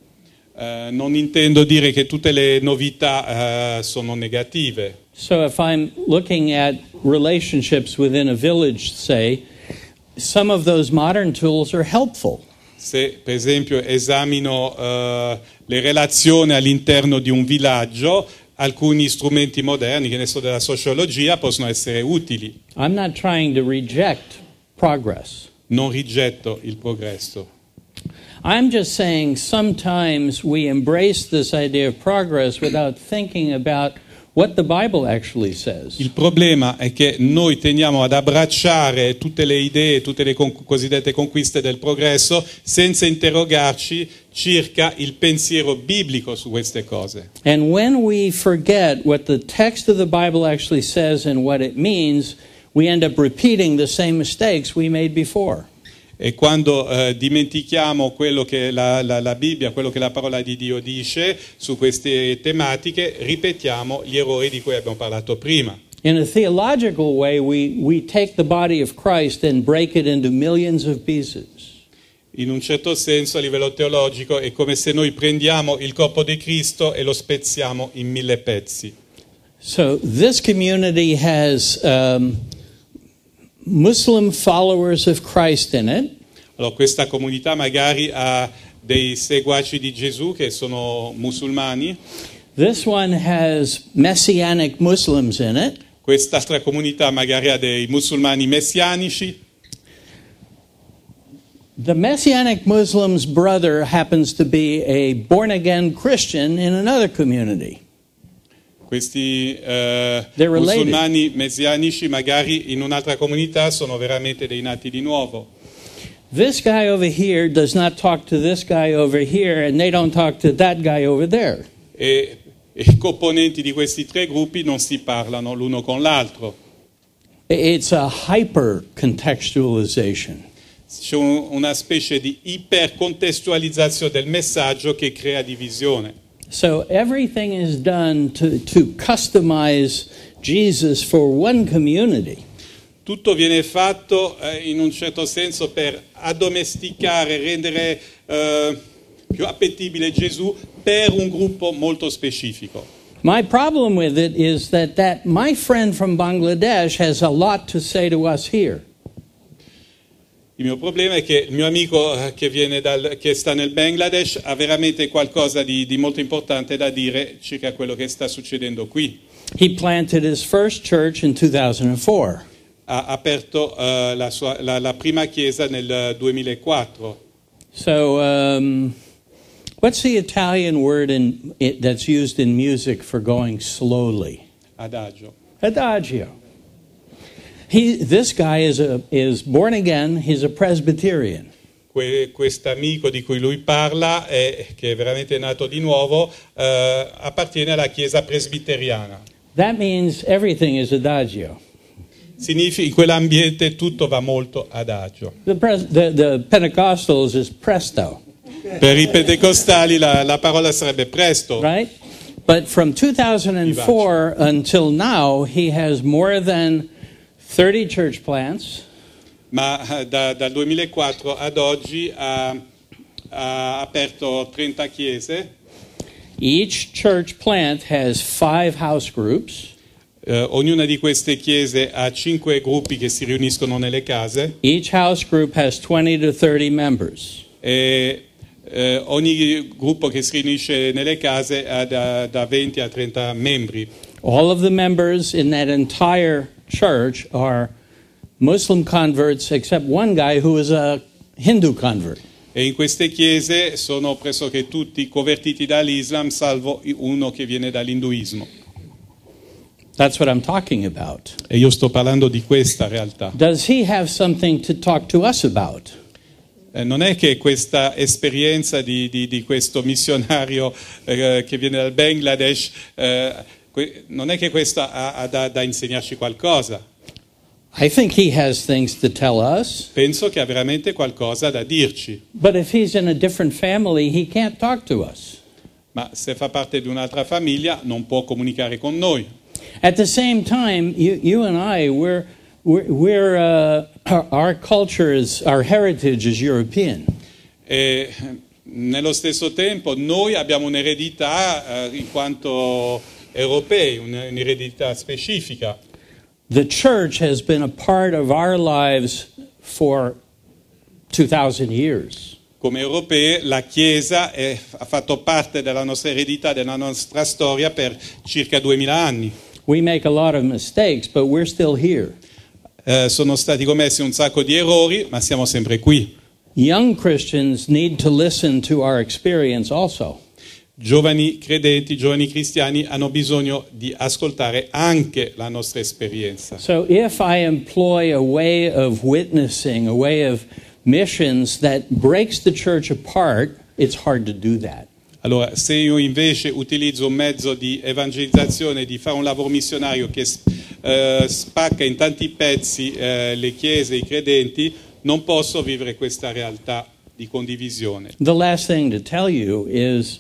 Uh, non intendo dire che tutte le novità uh, sono negative. So if I'm looking at relationships within a village, say, some of those modern tools are helpful. Se per esempio esamino uh, le relazioni all'interno di un villaggio, alcuni strumenti moderni, che ne so, della sociologia, possono essere utili. I'm not trying to reject progress. Non rigetto il progresso. I'm just saying sometimes we embrace this idea of progress without thinking about what the Bible actually says. Il problema è che noi tendiamo ad abbracciare tutte le idee, tutte le con- cosiddette conquiste del progresso, senza interrogarci circa il pensiero biblico su queste cose. And when we forget what the text of the Bible actually says and what it means, we end up repeating the same mistakes we made before. E quando eh, dimentichiamo quello che la, la, la Bibbia, quello che la parola di Dio dice su queste tematiche, ripetiamo gli errori di cui abbiamo parlato prima. In a theological way, we, we take the body of Christ and break it into millions of pieces. In un certo senso, a livello teologico, è come se noi prendiamo il corpo di Cristo e lo spezziamo in mille pezzi. So this community has um, Muslim followers of Christ in it. Allora, questa comunità magari ha dei seguaci di Gesù che sono musulmani. This one has Messianic Muslims in it. Quest'altra comunità magari ha dei musulmani messianici. The Messianic Muslim's brother happens to be a born-again Christian in another community. Questi eh, They're related. musulmani messianici magari in un'altra comunità sono veramente dei nati di nuovo. This guy over here does not talk to this guy over here, and they don't talk to that guy over there. E, e i componenti di questi tre gruppi non si parlano l'uno con l'altro. It's a hyper-contextualization. C'è un, una specie di ipercontestualizzazione del messaggio che crea divisione. So everything is done to, to customize Jesus for one community. Tutto viene fatto eh, in un certo senso per addomesticare, rendere eh, più appetibile Gesù per un gruppo molto specifico. My problem with it is that, that my friend from Bangladesh has a lot to say to us here. Il mio problema è che il mio amico eh, che, viene dal, che sta nel Bangladesh ha veramente qualcosa di, di molto importante da dire circa quello che sta succedendo qui. He planted his first church in two thousand four. Ha aperto uh, la, sua, la, la prima chiesa nel duemilaquattro. So, um, what's the Italian word in, it, that's used in music for going slowly? Adagio. Adagio. He, this guy is, a, is born again, he's a Presbyterian. Que, quest'amico di cui lui parla, è, che è veramente nato di nuovo, eh, appartiene alla Chiesa presbiteriana. That means everything is adagio. Significa in quell'ambiente tutto va molto adagio. The, pres, the, the Pentecostals is presto. Per i pentecostali la, la parola sarebbe presto. Right? But from two thousand four until now, he has more than thirty church plants. Ma da, dal duemilaquattro ad oggi ha, ha aperto trenta chiese. Each church plant has five house groups. Uh, ognuna di queste chiese ha cinque gruppi che si riuniscono nelle case. Each house group has twenty to thirty members. E uh, ogni gruppo che si riunisce nelle case ha da, da venti a trenta membri. All of the members in that entire church are Muslim converts, except one guy who is a Hindu convert. E in queste chiese sono pressoché tutti convertiti dall'Islam, salvo uno che viene dall'induismo. That's what I'm talking about. E io sto parlando di questa realtà. Does he have something to talk to us about? Eh, non è che questa esperienza di, di, di questo missionario eh, che viene dal Bangladesh, eh, que- non è che questa ha, ha da, da insegnarci qualcosa. I think he has things to tell us. Penso che ha veramente qualcosa da dirci. But if he's in a different family, he can't talk to us. Ma se fa parte di un'altra famiglia non può comunicare con noi. At the same time, you, you and I, we're, we're, we're uh, our, our culture is, our heritage is European. E nello stesso tempo noi abbiamo un'eredità eh, in quanto europei, un'eredità specifica. The church has been a part of our lives for two thousand years. Come europei la Chiesa è, ha fatto parte della nostra eredità, della nostra storia per circa duemila anni. We make a lot of mistakes, but we're still here. Eh, sono stati commessi un sacco di errori, ma siamo sempre qui. Young Christians need to listen to our experience also. Giovani credenti, giovani cristiani hanno bisogno di ascoltare anche la nostra esperienza. So if I employ a way of witnessing, a way of missions that breaks the church apart, it's hard to do that. Allora, se io invece utilizzo un mezzo di evangelizzazione, di fare un lavoro missionario che eh, spacca in tanti pezzi eh, le chiese, i credenti, non posso vivere questa realtà di condivisione. The last thing to tell you is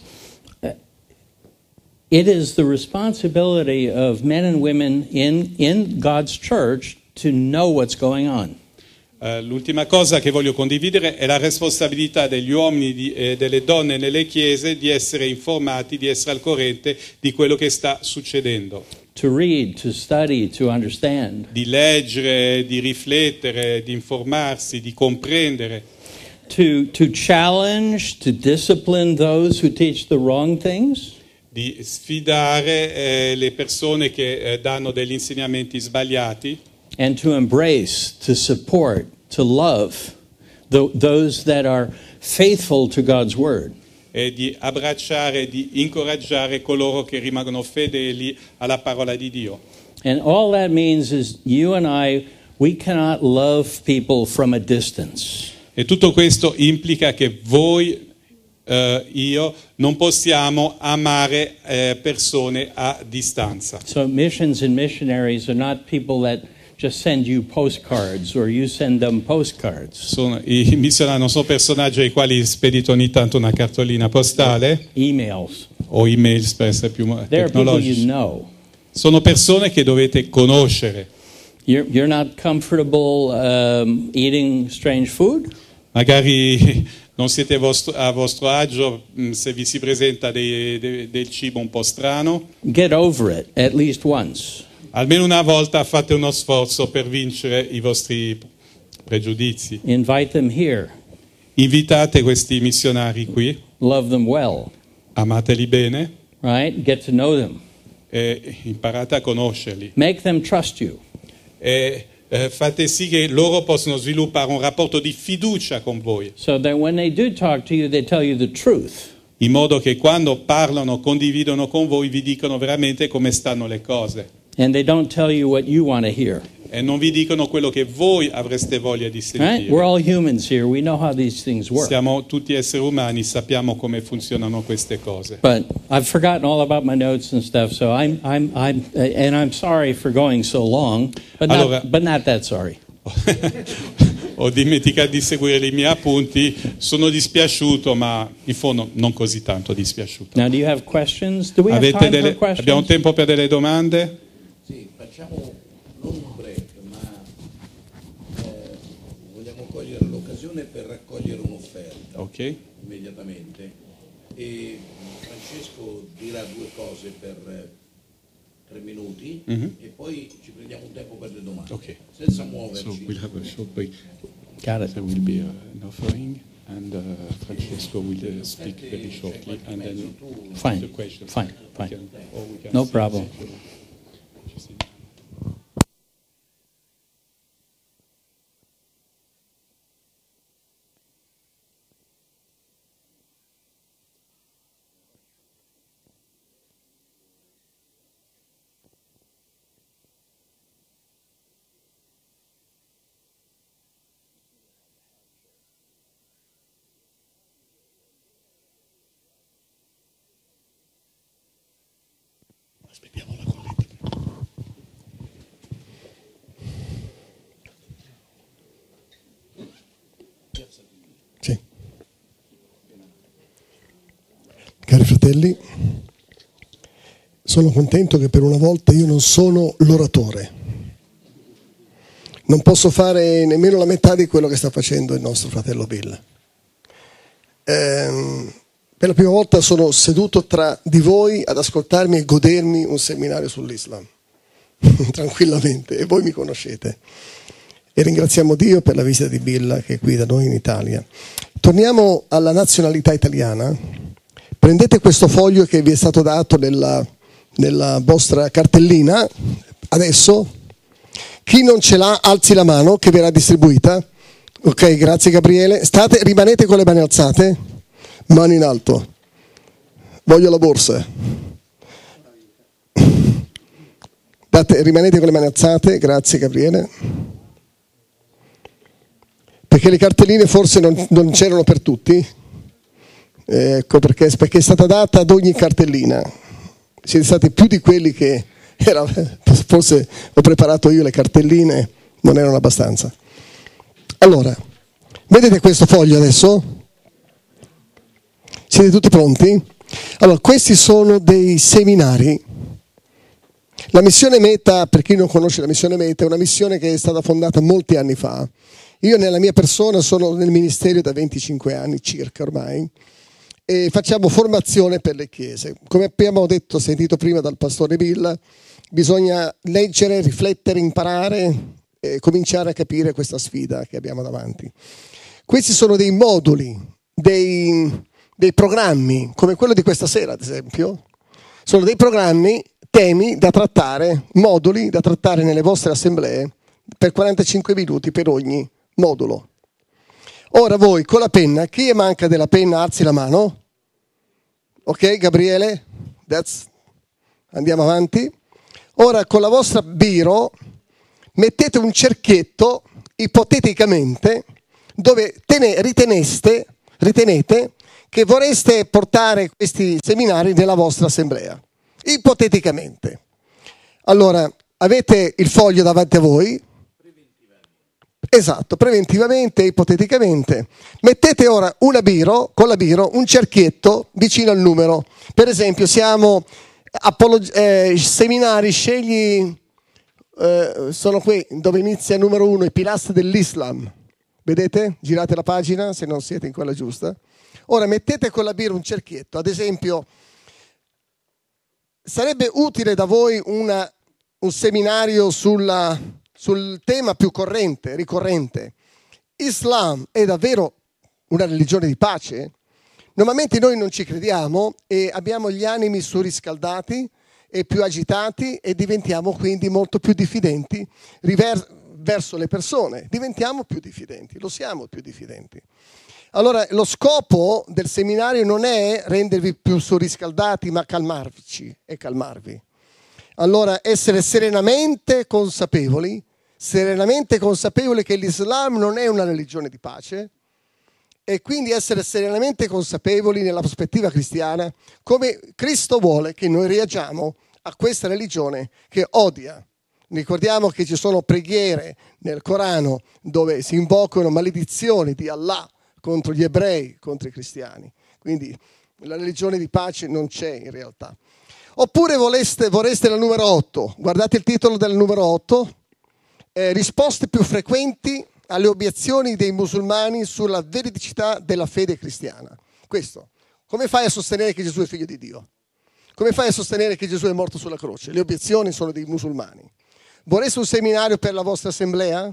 it is the responsibility of men and women in, in God's church to know what's going on. Uh, l'ultima cosa che voglio condividere è la responsabilità degli uomini e eh, delle donne nelle chiese di essere informati, di essere al corrente di quello che sta succedendo. To read, to study, to understand. Di leggere, di riflettere, di informarsi, di comprendere. To, to challenge, to discipline those who teach the wrong things. Di sfidare eh, le persone che eh, danno degli insegnamenti sbagliati. And to embrace, to support, to love the, those that are faithful to God's word. E di abbracciare, di incoraggiare coloro che rimangono fedeli alla parola di Dio. And all that means is you and I, we cannot love people from a distance. E tutto questo implica che voi Uh, io non possiamo amare uh, persone a distanza. So missions and missionaries are not people that just send you postcards or you send them postcards. Sono, I missionari non sono personaggi ai quali spedite ogni tanto una cartolina postale, emails, o email per essere più They're tecnologici. people you know. Sono persone che dovete conoscere. You're, you're not comfortable um, eating strange food? Magari non siete vostro, a vostro agio mh, se vi si presenta dei, de, del cibo un po' strano. Get over it at least once. Almeno una volta fate uno sforzo per vincere i vostri pregiudizi. Invite them here. Invitate questi missionari qui. Love them well. Amateli bene. Right? Get to know them. E imparate a conoscerli. Make them trust you. E eh, fate sì che loro possano sviluppare un rapporto di fiducia con voi. So that when they do talk to you, they tell you the truth. In modo che quando parlano, condividono con voi, vi dicono veramente come stanno le cose. and they don't tell you what you want to hear. E non vi dicono quello che voi avreste voglia di sentire. Right? We're all humans here. We know how these things work. Siamo tutti esseri umani, sappiamo come funzionano queste cose. But I've forgotten all about my notes and stuff, so I'm, I'm, I'm, and I'm sorry for going so long, but not, Allora, but not that sorry. Ho dimenticato di seguire i miei appunti, sono dispiaciuto, ma in fondo non così tanto dispiaciuto. Now, do you have questions? Do we have Avete time delle, for questions? abbiamo tempo per delle domande? Sì, facciamo non un break, ma eh, vogliamo cogliere l'occasione per raccogliere un'offerta Ok. immediatamente. E Francesco dirà due cose per eh, tre minuti Mm-hmm. e poi ci prendiamo un tempo per le domande. Ok. Senza So muoverci. we'll have a short break. Got it. There will be uh, an offering, and uh, Francesco will uh, speak very shortly, and then Fine, the question. fine, fine. We can- or we can No see- problem. Just in- Aspettiamo la colletta. Sì. Cari fratelli, sono contento che per una volta io non sono l'oratore. Non posso fare nemmeno la metà di quello che sta facendo il nostro fratello Bill. Ehm, per la prima volta sono seduto tra di voi ad ascoltarmi e godermi un seminario sull'Islam, tranquillamente, e voi mi conoscete. E ringraziamo Dio per la visita di Bill che è qui da noi in Italia. Torniamo alla nazionalità italiana. Prendete questo foglio che vi è stato dato nella, nella vostra cartellina. Adesso, chi non ce l'ha alzi la mano che verrà distribuita. Ok, grazie Gabriele. State, rimanete con le mani alzate, mani in alto. Voglio la borsa. Date, rimanete con le mani alzate, grazie Gabriele. Perché le cartelline forse non, non c'erano per tutti. Ecco perché, perché è stata data ad ogni cartellina. Siete stati più di quelli che era, forse ho preparato io le cartelline, non erano abbastanza. Allora, vedete questo foglio adesso? Siete tutti pronti? Allora, questi sono dei seminari. La missione Meta, per chi non conosce la missione Meta, è una missione che è stata fondata molti anni fa. Io nella mia persona sono nel ministero da venticinque anni circa ormai e facciamo formazione per le chiese. Come abbiamo detto, sentito prima dal pastore Bill, bisogna leggere, riflettere, imparare e cominciare a capire questa sfida che abbiamo davanti. Questi sono dei moduli, dei, dei programmi, come quello di questa sera ad esempio. Sono dei programmi, temi da trattare, moduli da trattare nelle vostre assemblee per quarantacinque minuti per ogni modulo. Ora voi con la penna, chi manca della penna alzi la mano. Ok, Gabriele? That's... Andiamo avanti. Ora con la vostra biro mettete un cerchietto, ipoteticamente, dove tene, riteneste, ritenete che vorreste portare questi seminari nella vostra assemblea. Ipoteticamente. Allora, avete il foglio davanti a voi. Esatto, preventivamente, ipoteticamente. Mettete ora una biro, con la biro, un cerchietto vicino al numero. Per esempio, siamo apolog- eh, seminari, scegli, eh, sono qui dove inizia il numero uno, i pilastri dell'Islam. Vedete? Girate la pagina se non siete in quella giusta. Ora mettete con la biro un cerchietto. Ad esempio, sarebbe utile da voi una, un seminario sulla... sul tema più corrente, ricorrente. Islam è davvero una religione di pace? Normalmente noi non ci crediamo e abbiamo gli animi surriscaldati e più agitati e diventiamo quindi molto più diffidenti river- verso le persone. Diventiamo più diffidenti, lo siamo più diffidenti. Allora lo scopo del seminario non è rendervi più surriscaldati ma calmarci e calmarvi. allora essere serenamente consapevoli, serenamente consapevoli che l'Islam non è una religione di pace, e quindi essere serenamente consapevoli nella prospettiva cristiana come Cristo vuole che noi reagiamo a questa religione che odia. Ricordiamo che ci sono preghiere nel Corano dove si invocano maledizioni di Allah contro gli ebrei, contro i cristiani. Quindi la religione di pace non c'è in realtà. Oppure voleste, vorreste la numero otto, guardate il titolo del numero otto, eh, risposte più frequenti alle obiezioni dei musulmani sulla veridicità della fede cristiana. Questo, come fai a sostenere che Gesù è figlio di Dio? Come fai a sostenere che Gesù è morto sulla croce? Le obiezioni sono dei musulmani. Vorreste un seminario per la vostra assemblea?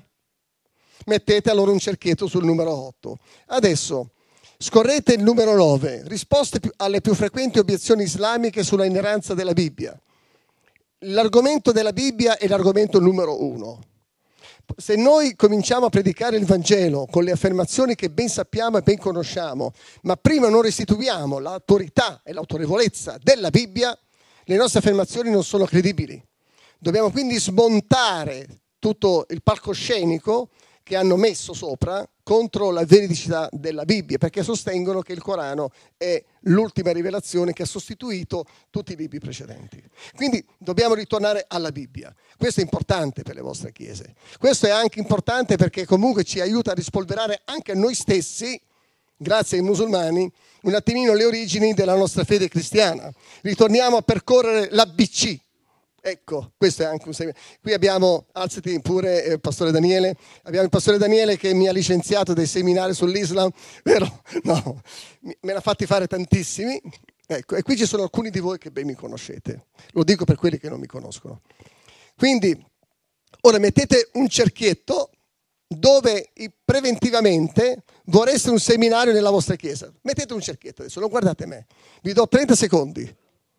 Mettete allora un cerchietto sul numero otto. Adesso scorrete il numero nove, risposte più, alle più frequenti obiezioni islamiche sulla ineranza della Bibbia. L'argomento della Bibbia è l'argomento numero uno. Se noi cominciamo a predicare il Vangelo con le affermazioni che ben sappiamo e ben conosciamo, ma prima non restituiamo l'autorità e l'autorevolezza della Bibbia, le nostre affermazioni non sono credibili. Dobbiamo quindi smontare tutto il palcoscenico che hanno messo sopra contro la veridicità della Bibbia, perché sostengono che il Corano è l'ultima rivelazione che ha sostituito tutti i libri precedenti. Quindi dobbiamo ritornare alla Bibbia. Questo è importante per le vostre chiese. Questo è anche importante perché comunque ci aiuta a rispolverare anche a noi stessi, grazie ai musulmani, un attimino le origini della nostra fede cristiana. Ritorniamo a percorrere l'A B C. Ecco, questo è anche un segno. Qui abbiamo, alzati pure, eh, Pastore Daniele, abbiamo il Pastore Daniele che mi ha licenziato dei seminari sull'Islam, vero? No, me ne ha fatti fare tantissimi. Ecco, e qui ci sono alcuni di voi che ben mi conoscete, lo dico per quelli che non mi conoscono. Quindi, ora mettete un cerchietto dove preventivamente vorreste un seminario nella vostra chiesa. Mettete un cerchietto adesso, non guardate me, vi do trenta secondi.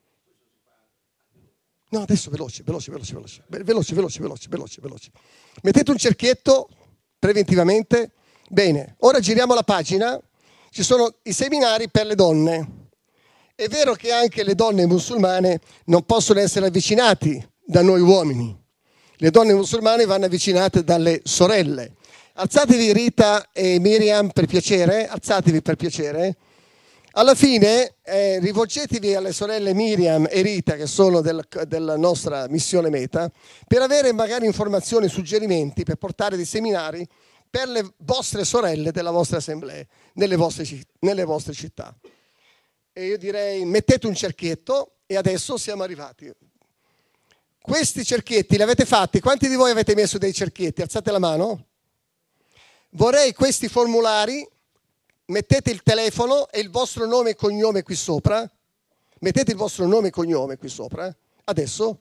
No, adesso veloce, veloce, veloce, veloce, veloce, veloce, veloce, veloce, veloce. Mettete un cerchietto preventivamente. Bene, ora giriamo la pagina. Ci sono i seminari per le donne. È vero che anche le donne musulmane non possono essere avvicinate da noi uomini. Le donne musulmane vanno avvicinate dalle sorelle. Alzatevi Rita e Miriam per piacere, alzatevi per piacere. Alla fine eh, rivolgetevi alle sorelle Miriam e Rita, che sono del, della nostra missione Meta, per avere magari informazioni, suggerimenti, per portare dei seminari per le vostre sorelle della vostra assemblea, nelle vostre, nelle vostre città. E io direi mettete un cerchietto e adesso siamo arrivati. Questi cerchietti li avete fatti? Quanti di voi avete messo dei cerchietti? Alzate la mano. Vorrei questi formulari. Mettete il telefono e il vostro nome e cognome qui sopra. Mettete il vostro nome e cognome qui sopra. Adesso.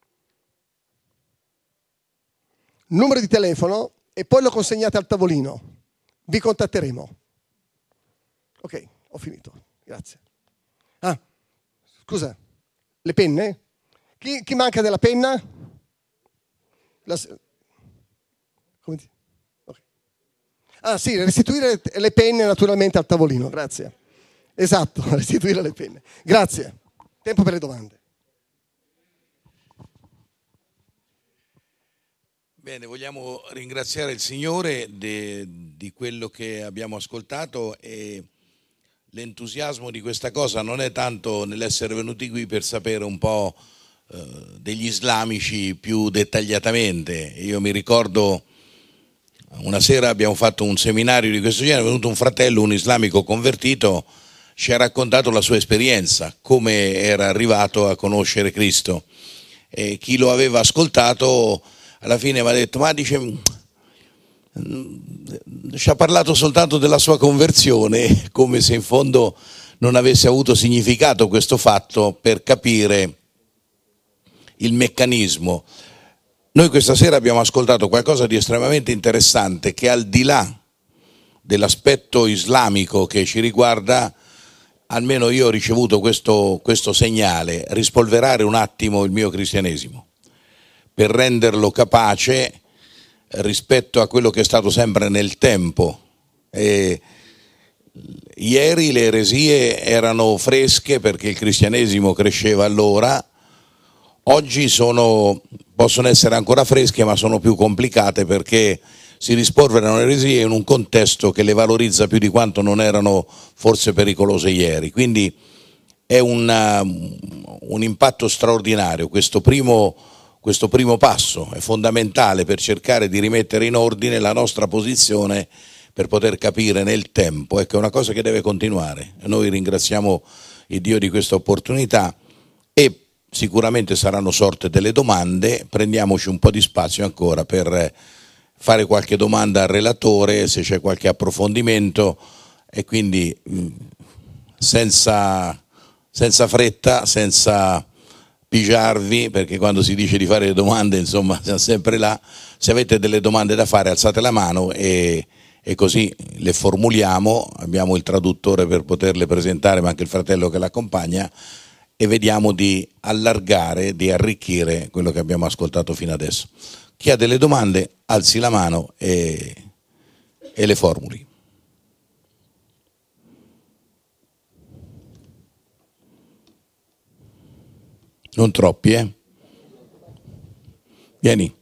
Numero di telefono e poi lo consegnate al tavolino. Vi contatteremo. Ok, ho finito. Grazie. Ah, scusa. Le penne? Chi, chi manca della penna? La, come ti... Ah sì, restituire le penne naturalmente al tavolino, grazie. Esatto, restituire le penne. Grazie. Tempo per le domande. Bene, vogliamo ringraziare il Signore de, di quello che abbiamo ascoltato, e l'entusiasmo di questa cosa non è tanto nell'essere venuti qui per sapere un po' eh, degli islamici più dettagliatamente. Io mi ricordo una sera abbiamo fatto un seminario di questo genere, è venuto un fratello, un islamico convertito, ci ha raccontato la sua esperienza, come era arrivato a conoscere Cristo, e chi lo aveva ascoltato alla fine mi ha detto, ma dice, ci ha parlato soltanto della sua conversione, come se in fondo non avesse avuto significato questo fatto per capire il meccanismo. Noi questa sera abbiamo ascoltato qualcosa di estremamente interessante che, al di là dell'aspetto islamico che ci riguarda, almeno io ho ricevuto questo, questo segnale: rispolverare un attimo il mio cristianesimo per renderlo capace rispetto a quello che è stato sempre nel tempo. E ieri le eresie erano fresche perché il cristianesimo cresceva allora. oggi sono, possono essere ancora fresche, ma sono più complicate perché si rispolverano eresie in un contesto che le valorizza più di quanto non erano forse pericolose ieri. Quindi è una, un impatto straordinario. Questo primo, questo primo passo è fondamentale per cercare di rimettere in ordine la nostra posizione, per poter capire nel tempo. Ecco, è una cosa che deve continuare. Noi ringraziamo il Dio di questa opportunità e sicuramente saranno sorte delle domande. Prendiamoci un po' di spazio ancora per fare qualche domanda al relatore, se c'è qualche approfondimento, e quindi senza, senza fretta, senza pigiarvi, perché quando si dice di fare le domande, insomma, siamo sempre là. Se avete delle domande da fare, alzate la mano e, e così le formuliamo. Abbiamo il traduttore per poterle presentare, ma anche il fratello che l'accompagna, e vediamo di allargare, di arricchire quello che abbiamo ascoltato fino adesso. Chi ha delle domande, alzi la mano e, e le formuli. Non troppi, eh? Vieni.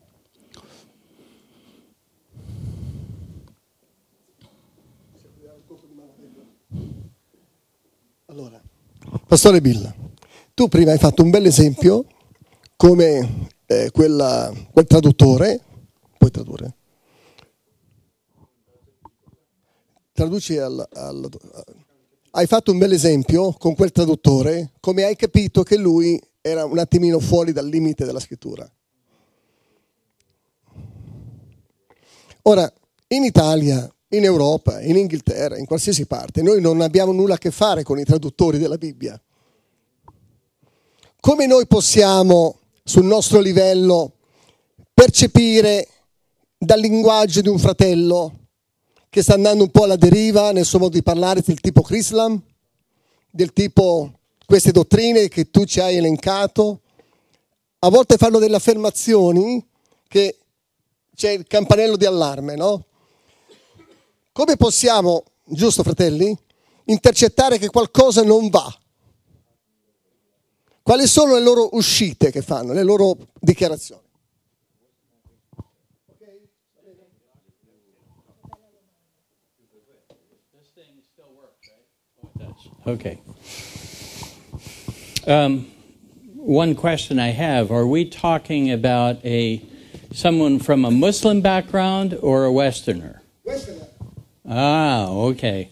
Allora, Pastore Bill, tu prima hai fatto un bel esempio come eh, quella, quel traduttore, puoi tradurre? Traduci al, al... Hai fatto un bel esempio con quel traduttore, come hai capito che lui era un attimino fuori dal limite della scrittura. Ora, in Italia, in Europa, in Inghilterra, in qualsiasi parte, noi non abbiamo nulla a che fare con i traduttori della Bibbia. Come noi possiamo, sul nostro livello, percepire dal linguaggio di un fratello che sta andando un po' alla deriva nel suo modo di parlare, del tipo Chrislam, del tipo queste dottrine che tu ci hai elencato? A volte fanno delle affermazioni che c'è il campanello di allarme, no? Come possiamo, giusto fratelli, intercettare che qualcosa non va? Quali sono le loro uscite che fanno, le loro dichiarazioni? Okay. Um, one question I have, are we talking about a someone from a Muslim background or a Westerner? Westerner. Ah, okay.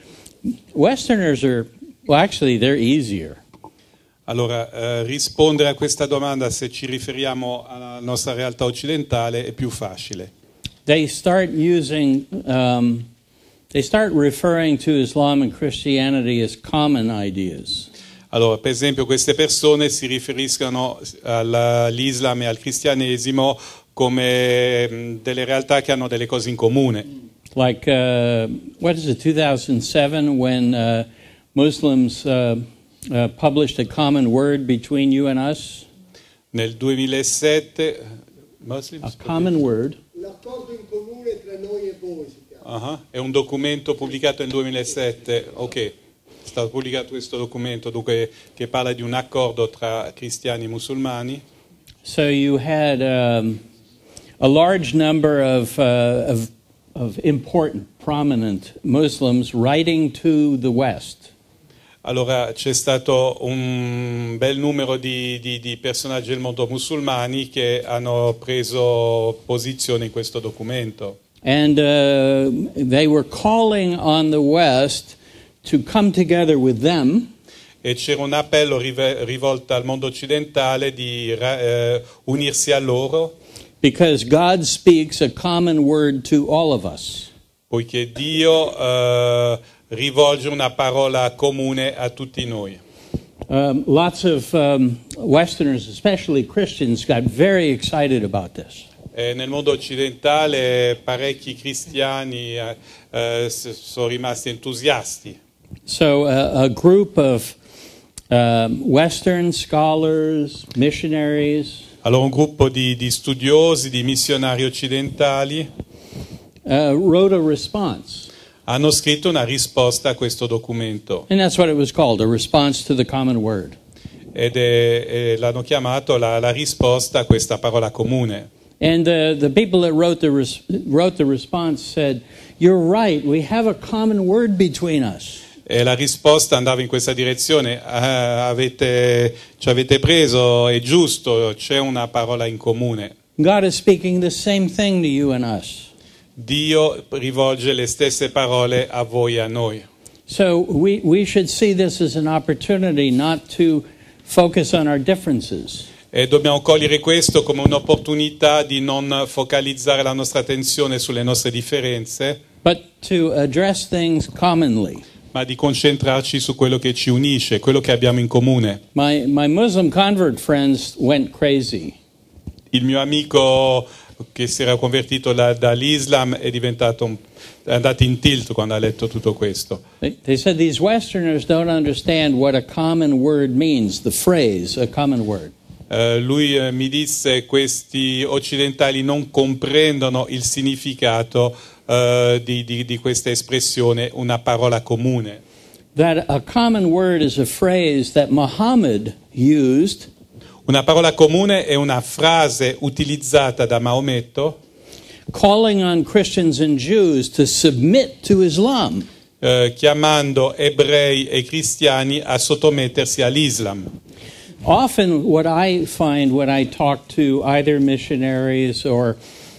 Westerners are, well, actually, they're easier. Allora, eh, rispondere a questa domanda, se ci riferiamo alla nostra realtà occidentale, è più facile. They start using, um, they start referring to Islam and Christianity as common ideas. Allora, per esempio, queste persone si riferiscono all'Islam e al cristianesimo come mh, delle realtà che hanno delle cose in comune. Like, uh, what is it, two thousand seven, when uh, Muslims uh, uh, published a common word between you and us? Nel duemilasette, Muslims? A common word. L'accordo in comune tra noi e voi si chiama. Uh-huh. È un documento pubblicato nel duemilasette, ok, è stato pubblicato questo documento, dunque, che parla di un accordo tra cristiani e musulmani. So you had um, a large number of, uh, of of important, prominent Muslims writing to the West. Allora c'è stato un bel numero di, di, di personaggi del mondo musulmani che hanno preso posizione in questo documento. And uh, they were calling on the West to come together with them. E c'era un appello rive- rivolto al mondo occidentale di eh, unirsi a loro. Because God speaks a common word to all of us. Poiché Dio uh, rivolge una parola comune a tutti noi. Um, lots of um, Westerners, especially Christians, got very excited about this. E nel mondo occidentale parecchi cristiani uh, uh, sono rimasti entusiasti. So uh, a group of um, Western scholars, missionaries, Allora un gruppo di, di studiosi, di missionari occidentali uh, wrote a response. hanno scritto una risposta a questo documento. And that's what it was called, a response to the common word. ed è, e l'hanno chiamato la, la risposta a questa parola comune. And uh, the people that wrote the, res- wrote the response said, "You're right, we have a common word between us." E la risposta andava in questa direzione: ah, avete, ci avete preso, è giusto, c'è una parola in comune. God is speaking the same thing to you and us. Dio rivolge le stesse parole a voi e a noi. So we, we should see this as an opportunity not to focus on our differences. E dobbiamo cogliere questo come un'opportunità di non focalizzare la nostra attenzione sulle nostre differenze, But to address things commonly. ma di concentrarci su quello che ci unisce, quello che abbiamo in comune. My, my Muslim convert friends went crazy. Il mio amico che si era convertito da, dall'Islam è diventato un, è andato in tilt quando ha letto tutto questo. They, they said these Westerners don't understand what a common word means, the phrase, a common word. Uh, lui uh, mi disse: questi occidentali non comprendono il significato uh, di, di, di questa espressione, una parola comune. That a common word is a phrase that Muhammad used. Una parola comune è una frase utilizzata da Maometto, calling on Christians and Jews to submit to Islam. uh, chiamando ebrei e cristiani a sottomettersi all'Islam. Often what I find when I talk to either missionaries or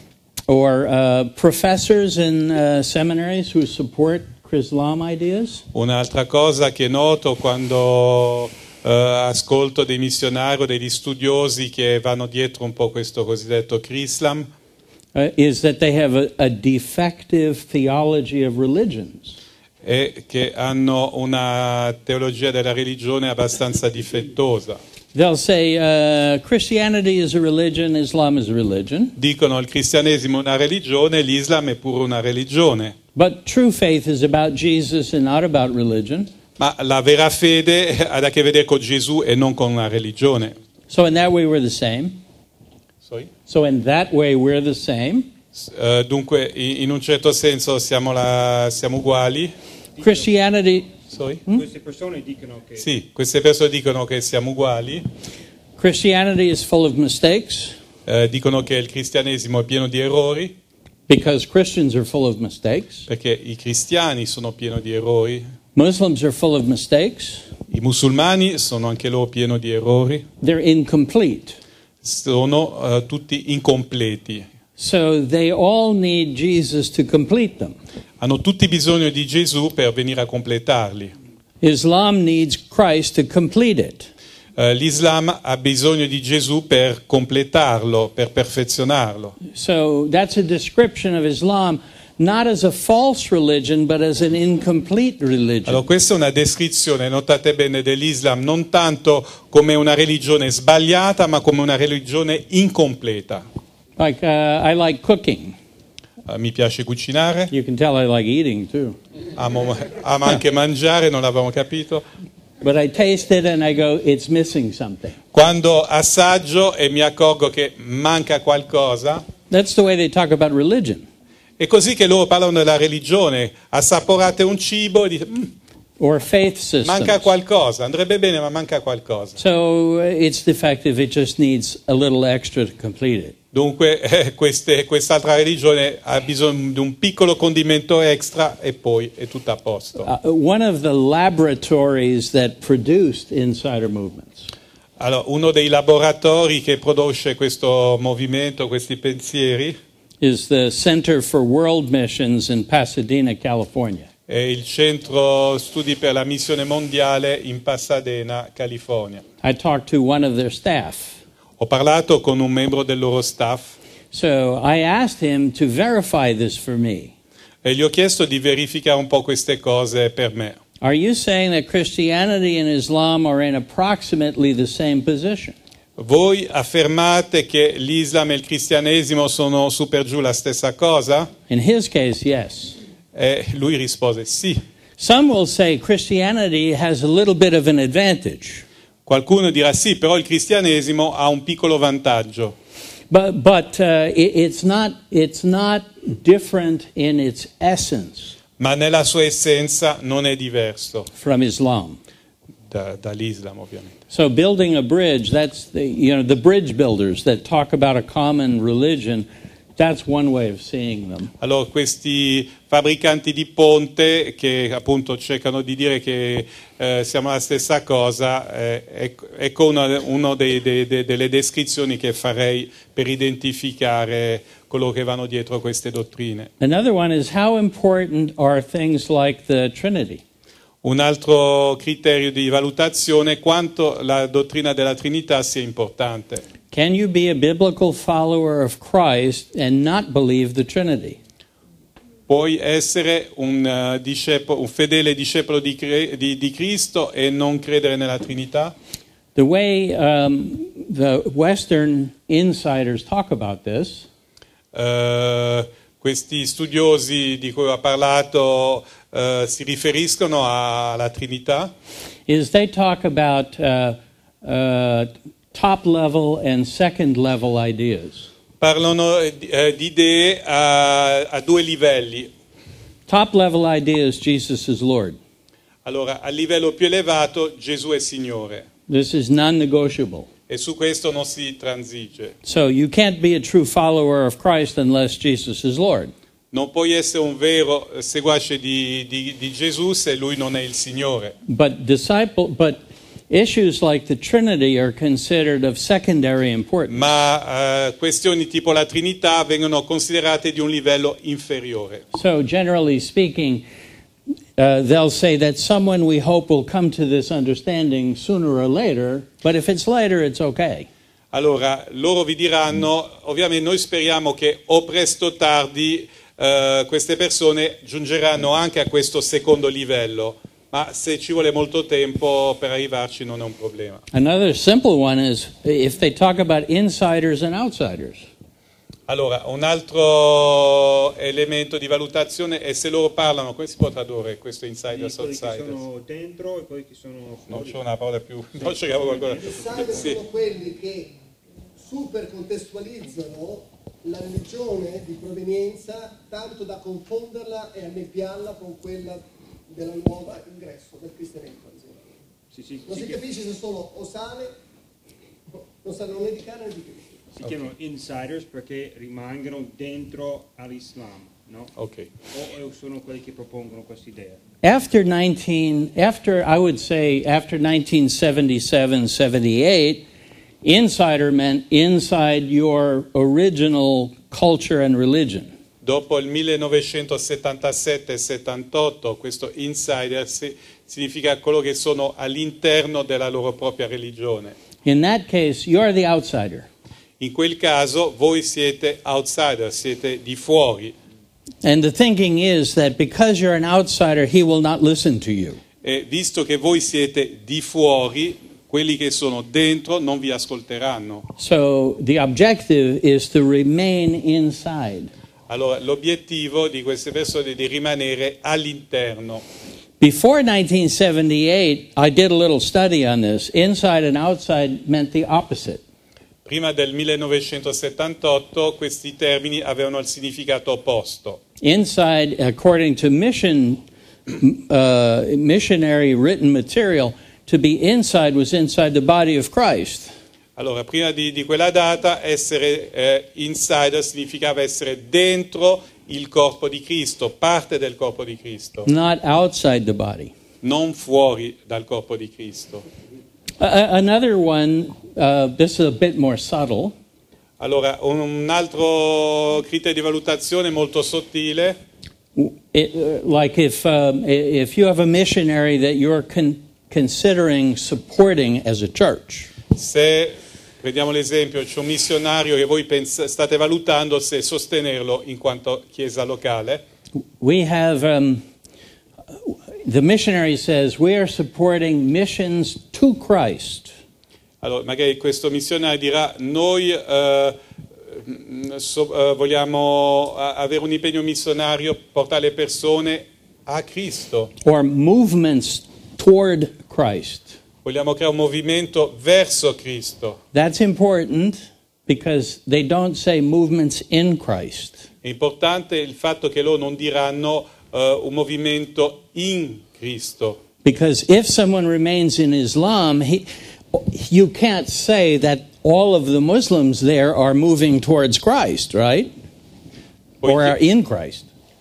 or uh, professors in uh, seminaries who support Islam ideas. Un'altra cosa che noto quando uh, ascolto dei missionari o degli studiosi che vanno dietro un po' questo cosiddetto Chrislam Uh, is that they have a, a defective theology of religions. è che hanno una teologia della religione abbastanza difettosa. They'll say uh, Christianity is a religion, Islam is a religion. Dicono il cristianesimo è una religione, l'Islam è pure una religione. But true faith is about Jesus and not about religion. Ma la vera fede ha a che vedere con Gesù e non con una religione. So in that way we're the same. Sorry? So in that way we're the same. Uh, dunque, in un certo senso siamo, la, siamo uguali. Christianity Sorry? Queste persone dicono che Sì, queste persone dicono che siamo uguali, Christianity is full of mistakes eh, dicono che il cristianesimo è pieno di errori, because Christians are full of mistakes. perché i cristiani sono pieni di errori, Muslims are full of mistakes. i musulmani sono anche loro pieni di errori, They're incomplete. sono uh, tutti incompleti. So they all need Jesus to complete them. Hanno tutti bisogno di Gesù per venire a completarli. Islam needs Christ to complete it. Uh, L'Islam ha bisogno di Gesù per completarlo, per perfezionarlo. So that's a description of Islam not as a false religion but as an incomplete religion. Allora, questa è una descrizione, notate bene, dell'Islam non tanto come una religione sbagliata, ma come una religione incompleta. Like uh, I like cooking. Uh, mi piace cucinare, You can tell I like eating too. amo, amo anche mangiare, non l'avevamo capito. But I taste it and I go, it's missing something. Quando assaggio e mi accorgo che manca qualcosa, That's the way they talk about religion. è così che loro parlano della religione. Assaporate un cibo e dite, "Mm, Or faith systems. manca qualcosa, andrebbe bene ma manca qualcosa. So uh, it's defective, it just needs a little extra to complete it. Dunque eh, queste, quest'altra religione ha bisogno di un piccolo condimento extra e poi è tutto a posto. Uh, one of the laboratories that produced insider movements Allora, uno dei laboratori che produce questo movimento, questi pensieri, is the Center for World Missions in Pasadena, California. è il Centro Studi per la Missione Mondiale in Pasadena, California. I talked to one of their staff. Ho parlato con un membro del loro staff So I asked him to verify this for me. e gli ho chiesto di verificare un po' queste cose per me. Are you saying that Christianity and Islam are in approximately the same position? Voi affermate che l'Islam e il cristianesimo sono su per giù la stessa cosa? In his case, yes. E lui rispose sì. Some will say Christianity has a little bit of an advantage. Qualcuno dirà sì, però il cristianesimo ha un piccolo vantaggio. But, but uh, it, it's, not, it's not different in its essence Ma nella sua essenza non è diverso from Islam. da, dall'Islam ovviamente. So building a bridge, that's the, you know, the bridge builders that talk about a common religion, that's one way of seeing them. Allora questi fabbricanti di ponte che appunto cercano di dire che eh, siamo la stessa cosa, eh, ecco, ecco una uno dei, dei, dei, delle descrizioni che farei per identificare coloro che vanno dietro queste dottrine. Another one is how important are things like the Trinity? Un altro criterio di valutazione è quanto la dottrina della Trinità sia importante. Can you be a biblical follower of Christ and not believe the Trinity? Puoi essere un, uh, discepolo, un fedele discepolo di, di, di Cristo e non credere nella Trinità? The way um, the Western insiders talk about this Uh, questi studiosi di cui ho parlato uh, si riferiscono alla Trinità? is they talk about uh, uh, top level and second level ideas. Parlano eh, di idee a, a due livelli. Top level ideas, Jesus is Lord. Allora, a livello più elevato Gesù è Signore This is non-negotiable. e su questo non si transige. So you can't be a true follower of Christ unless Jesus is Lord. Non puoi essere un vero seguace di, di, di Gesù se Lui non è il Signore. But disciple, but issues like the Trinity are considered of secondary importance. Ma uh, questioni tipo la Trinità vengono considerate di un livello inferiore. So generally speaking, uh, they'll say that someone we hope will come to this understanding sooner or later, but if it's later, it's okay. Allora, loro vi diranno, ovviamente noi speriamo che o presto o tardi uh, queste persone giungeranno anche a questo secondo livello, ma se ci vuole molto tempo per arrivarci non è un problema. Another simple one is if they talk about insiders and outsiders. Allora, un altro elemento di valutazione è se loro parlano, come si può tradurre questo insiders, quelli che outsiders? sono dentro e quelli che sono Non fuori. c'è una parola più, non cerchiamo qualcosa. Insider Sì. sono quelli che super contestualizzano la religione di provenienza tanto da confonderla e annebbiarla con quella della nuova ingresso del cristianesimo. Sì, sì, Non si, si capisce se sono o sale, non sanno né di carne né di Cristo. si chiamano insiders perché rimangono dentro all'Islam, no? Ok. O sono quelli che propongono questa idea. After nineteen, after I would say after nineteen seventy-seven, seventy-eight, insider meant inside your original culture and religion. Dopo il millenovecentosettantasette settantotto questo insider si- significa coloro che sono all'interno della loro propria religione. In that case, you're the outsider. In quel caso voi siete outsider, siete di fuori. And the thinking is that because you're an outsider, he will not listen to you. E visto che voi siete di fuori, quelli che sono dentro non vi ascolteranno. So the objective is to remain inside. Allora, l'obiettivo di queste persone è di rimanere all'interno. Before nineteen seventy-eight, I did a little study on this. Inside and outside meant the opposite. Prima del millenovecentosettantotto questi termini avevano il significato opposto. Inside, according to mission, uh, missionary written material, to be inside was inside the body of Christ. Allora, prima di, di quella data, essere eh, insider significava essere dentro il corpo di Cristo, parte del corpo di Cristo, Not outside the body. non fuori dal corpo di Cristo. Uh, another one, uh, this is a bit more subtle. Allora, un altro criterio di valutazione molto sottile, It, uh, like if um, i- if you have a missionary that you're con- considering supporting as a church, se prendiamo l'esempio, c'è un missionario che voi pens- state valutando se sostenerlo in quanto chiesa locale, we have um, the missionary says we are supporting missions to Christ. allora magari questo missionario dirà noi eh, so- eh, vogliamo a- avere un impegno missionario, portare le persone a Cristo, Or movements toward Christ. vogliamo creare un movimento verso Cristo. That's important because they don't say movements in Christ. È importante il fatto che loro non diranno eh, un movimento in Cristo, Because if someone remains in Islam, he, you can't say that all of the Muslims there are moving towards Christ, right? Or are in Christ.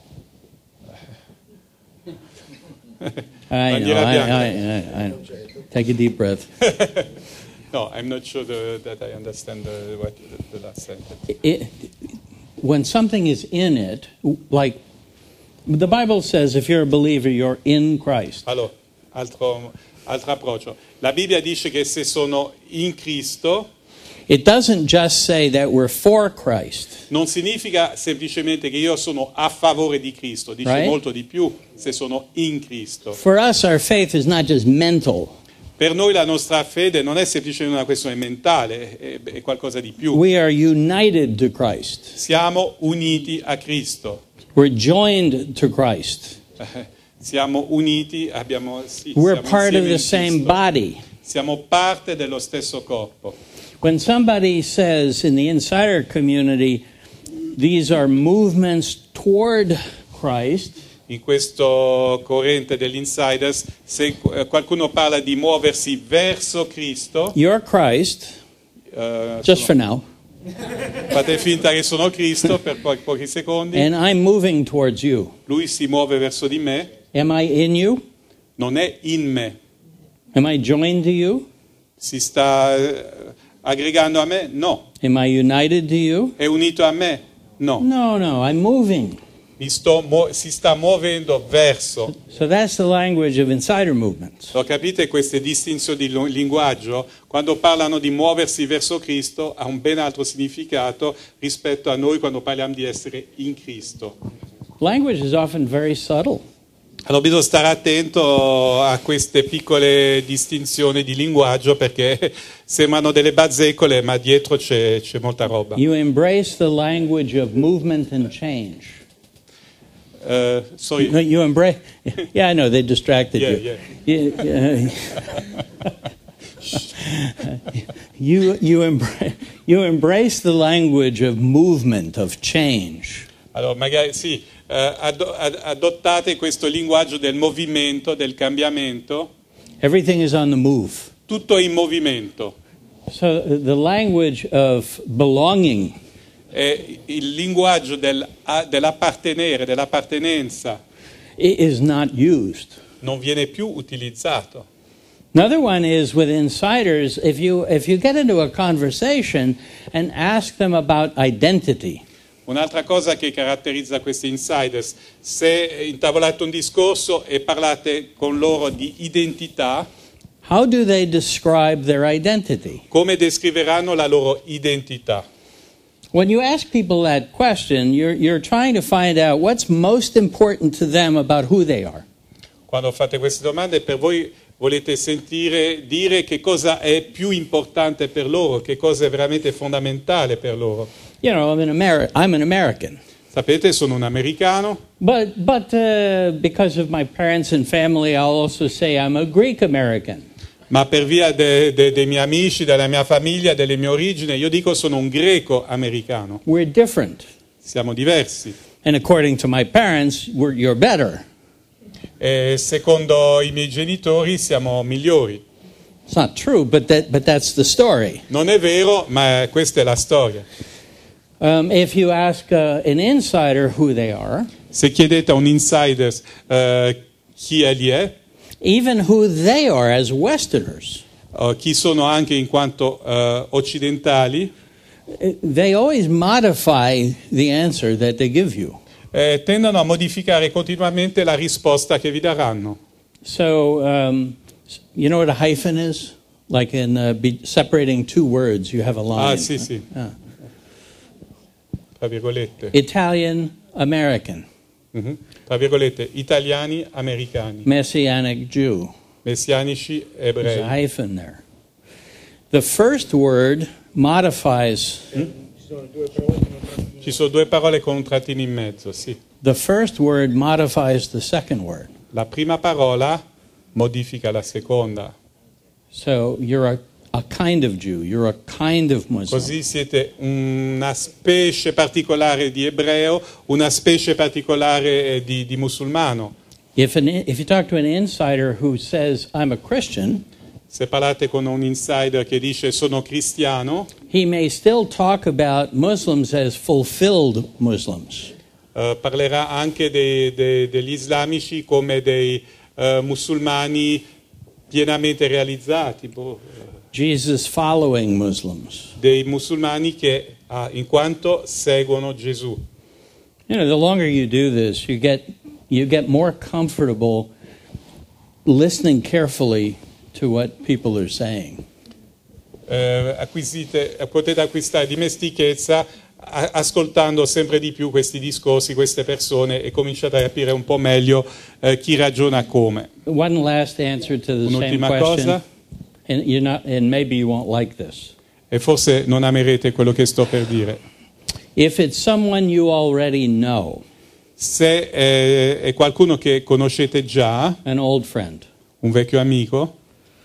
I know, I, I, I, I know. Take a deep breath. No, I'm not sure the, that I understand the, what, the, the last sentence. It, when something is in it, like the Bible says, if you're a believer, you're in Christ. Allora, altro, altro approccio. La Bibbia dice che se sono in Cristo, it doesn't just say that we're for Christ. Non significa semplicemente che io sono a favore di Cristo, dice Right? molto di più se sono in Cristo. For us, our faith is not just mental. Per noi la nostra fede non è semplicemente una questione mentale, è, è qualcosa di più. We are united to Christ. Siamo uniti a Cristo. We're joined to Christ. Siamo uniti, abbiamo, sì, We're siamo part of insieme the in same Cristo. body. Siamo parte dello stesso corpo. When somebody says in the insider community, these are movements toward Christ, In questo corrente degli insiders, se qualcuno parla di muoversi verso Cristo, you're Christ, uh, just for sono, now, fate finta che sono Cristo per po- pochi secondi, and I'm moving towards you. lui si muove verso di me, Am I in you? non è in me, Am I joined to you? si sta eh, aggregando a me? No. Am I united to you? È unito a me? No. No, no, I'm moving. Mi sto mu- si sta muovendo verso. So that's the language of insider movements. Lo capite queste distinzioni di lo- linguaggio? Quando parlano di muoversi verso Cristo ha un ben altro significato rispetto a noi quando parliamo di essere in Cristo. Language is often very subtle. Allora bisogna stare attento a queste piccole distinzioni di linguaggio perché sembrano delle bazzecole ma dietro c'è, c'è molta roba. You embrace the language of movement and change. Uh, sorry. No, you embrace. Yeah, I know they distracted Yeah, you. yeah. You, you, you, embra- you embrace the language of movement, of change. Allora, magari sì, eh, ado- ad- adottate questo linguaggio del movimento, del cambiamento, Everything is on the move. tutto in movimento. So uh, the language of belonging È il linguaggio del, a- dell'appartenere, dell'appartenenza, i- is not used. non viene più utilizzato. Another one is with insiders, if you, if you get into a conversation and ask them about identity, Un'altra cosa che caratterizza questi insiders, se intavolate un discorso e parlate con loro di identità, how do they describe their identity? come descriveranno la loro identità? When you ask people that question, you're, you're trying to find out what's most important to them about who they are. Quando fate queste domande per voi volete sentire dire che cosa è più importante per loro, che cosa è veramente fondamentale per loro. You know, I'm an, Ameri- I'm an American. Sapete, sono un americano, But, but uh, because of my parents and family, I'll also say I'm a Greek American. ma per via de- de- dei miei amici, della mia famiglia, delle mie origini, io dico sono un greco americano. We're different. Siamo diversi. And according to my parents, we're, you're better. E secondo i miei genitori siamo migliori. It's not true, but, that, but that's the story. Non è vero, ma questa è la storia. Um, if you ask uh, an insider who they are, Se chiedete a un insider eh, chi egli è, even who they are as Westerners, o chi sono anche in quanto eh, occidentali, they always modify the answer that they give you. eh, tendono a modificare continuamente la risposta che vi daranno. So, um, you know what a hyphen is? Like in uh, be separating two words, you have a line. Ah, sì, sì. Ah. Tra virgolette. Italian, American, Mhm. Tra virgolette, italiani, americani, Messianic Jew. messianici, There's a ebrei. hyphen there. The first word modifies, Ci sono due parole con un trattino in mezzo, sì. the first word modifies the second word. La prima parola modifica la seconda. So you're a, a kind of Jew, you're a kind of Muslim. Così siete una specie particolare di ebreo, una specie particolare di, di musulmano. If, an, if you talk to an insider who says, I'm a Christian, Se parlate con un insider che dice sono cristiano, he may still talk about Muslims as fulfilled Muslims. uh, parlerà anche dei, dei, degli islamici come dei uh, musulmani pienamente realizzati, boh, Jesus following Muslims. dei musulmani che uh, in quanto seguono Gesù. You know, the longer you do this, you get you get more comfortable listening carefully to what people are saying. Eh, acquisite, potete acquistare dimestichezza a, ascoltando sempre di più questi discorsi, queste persone, e cominciate a capire un po' meglio eh, chi ragiona come. One last answer to the same Un'ultima question, cosa, and you're not, and maybe you won't like this. e forse non amerete quello che sto per dire. If it's someone you already know, Se eh, è qualcuno che conoscete già, an old friend, un vecchio amico,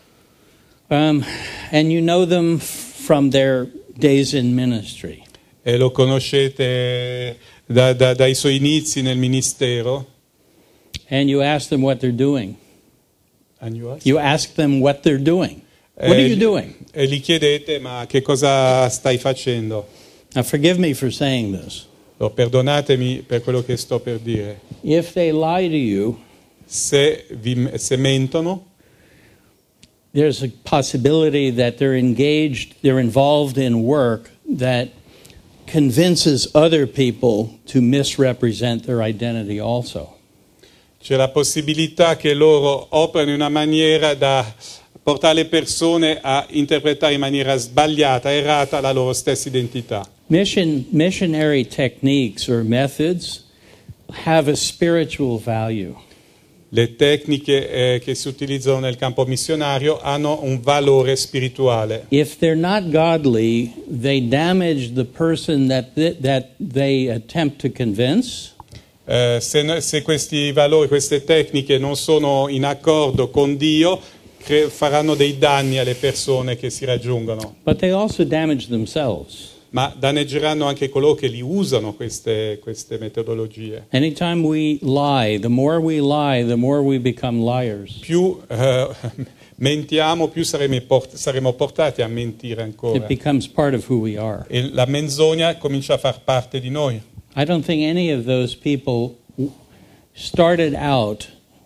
um, and you know them from their days in ministry, e lo conoscete da, da, dai suoi inizi nel ministero, and you ask them what they're doing. and you ask? You ask them what they're doing. What are E you gli- doing? E gli chiedete, ma che cosa stai facendo? Now, forgive me for saying this. Oh, perdonatemi per quello che sto per dire. If they lie to you, Se, vi, se mentono, there's a possibility that they're engaged, they're involved in work that convinces other people to misrepresent their identity also. c'è la possibilità che loro operano in una maniera da portare le persone a interpretare in maniera sbagliata, errata, la loro stessa identità. Mission, missionary techniques or methods have a spiritual value. Le tecniche eh, che si utilizzano nel campo missionario hanno un valore spirituale. If they're not godly, they damage the person that th- that they attempt to convince. Eh, se, no- se questi valori, queste tecniche non sono in accordo con Dio, cre- faranno dei danni alle persone che si raggiungono, But they also damage themselves. ma danneggeranno anche coloro che li usano queste, queste metodologie. Anytime we lie, the more we lie, the more we become liars. Più eh, mentiamo, più saremo, port- saremo portati a mentire It ancora. becomes part of who we are. E la menzogna comincia a far parte di noi. I don't think any of those people started out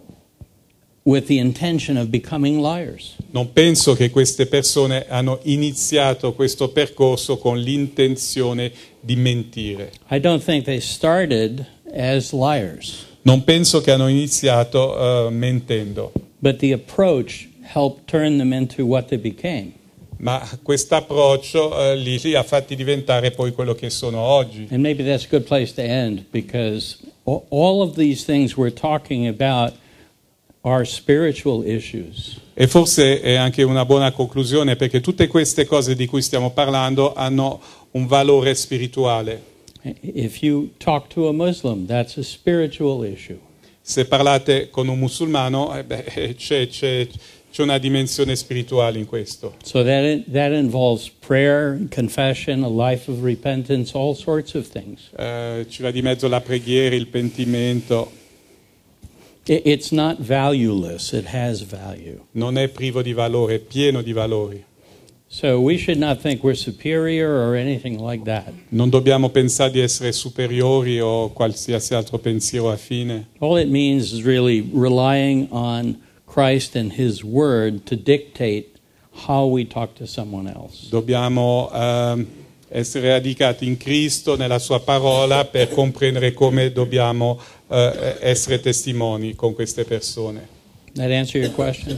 with the intention of becoming liars. Non penso che queste persone hanno iniziato questo percorso con l'intenzione di mentire. I don't think they started as liars, Non penso che hanno iniziato eh, mentendo, but the approach helped turn them into what they became. ma questo approccio eh, li, li ha fatti diventare poi quello che sono oggi. And maybe that's a good place to end, because a- all of these things we're talking about are spiritual issues. E forse è anche una buona conclusione, perché tutte queste cose di cui stiamo parlando hanno un valore spirituale. If you talk to a Muslim, that's a spiritual issue. Se parlate con un musulmano, eh beh, c'è, c'è, c'è una dimensione spirituale in questo. So that that involves prayer, confession, a life of repentance, all sorts of things. Eh, ci va di mezzo la preghiera, il pentimento. I- It's not valueless, it has value. Non è privo di valore, è pieno di valori. So we should not think we're superior or anything like that. Non dobbiamo pensare di essere superiori o qualsiasi altro pensiero affine. All it means is really relying on Christ and His Word to dictate how we talk to someone else. Dobbiamo ehm, essere radicati in Cristo, nella sua parola, per comprendere come dobbiamo eh, essere testimoni con queste persone. That answer your question?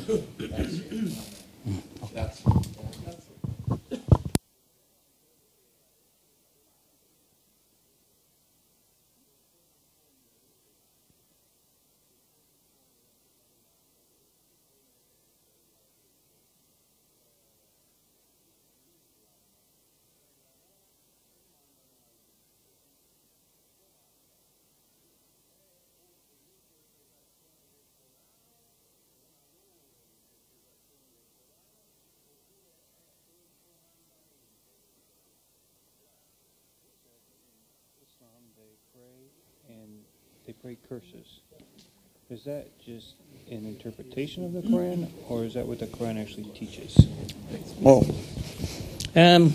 Islam, they pray and they pray curses. Is that just an interpretation of the Quran, or is that what the Quran actually teaches? Well, um,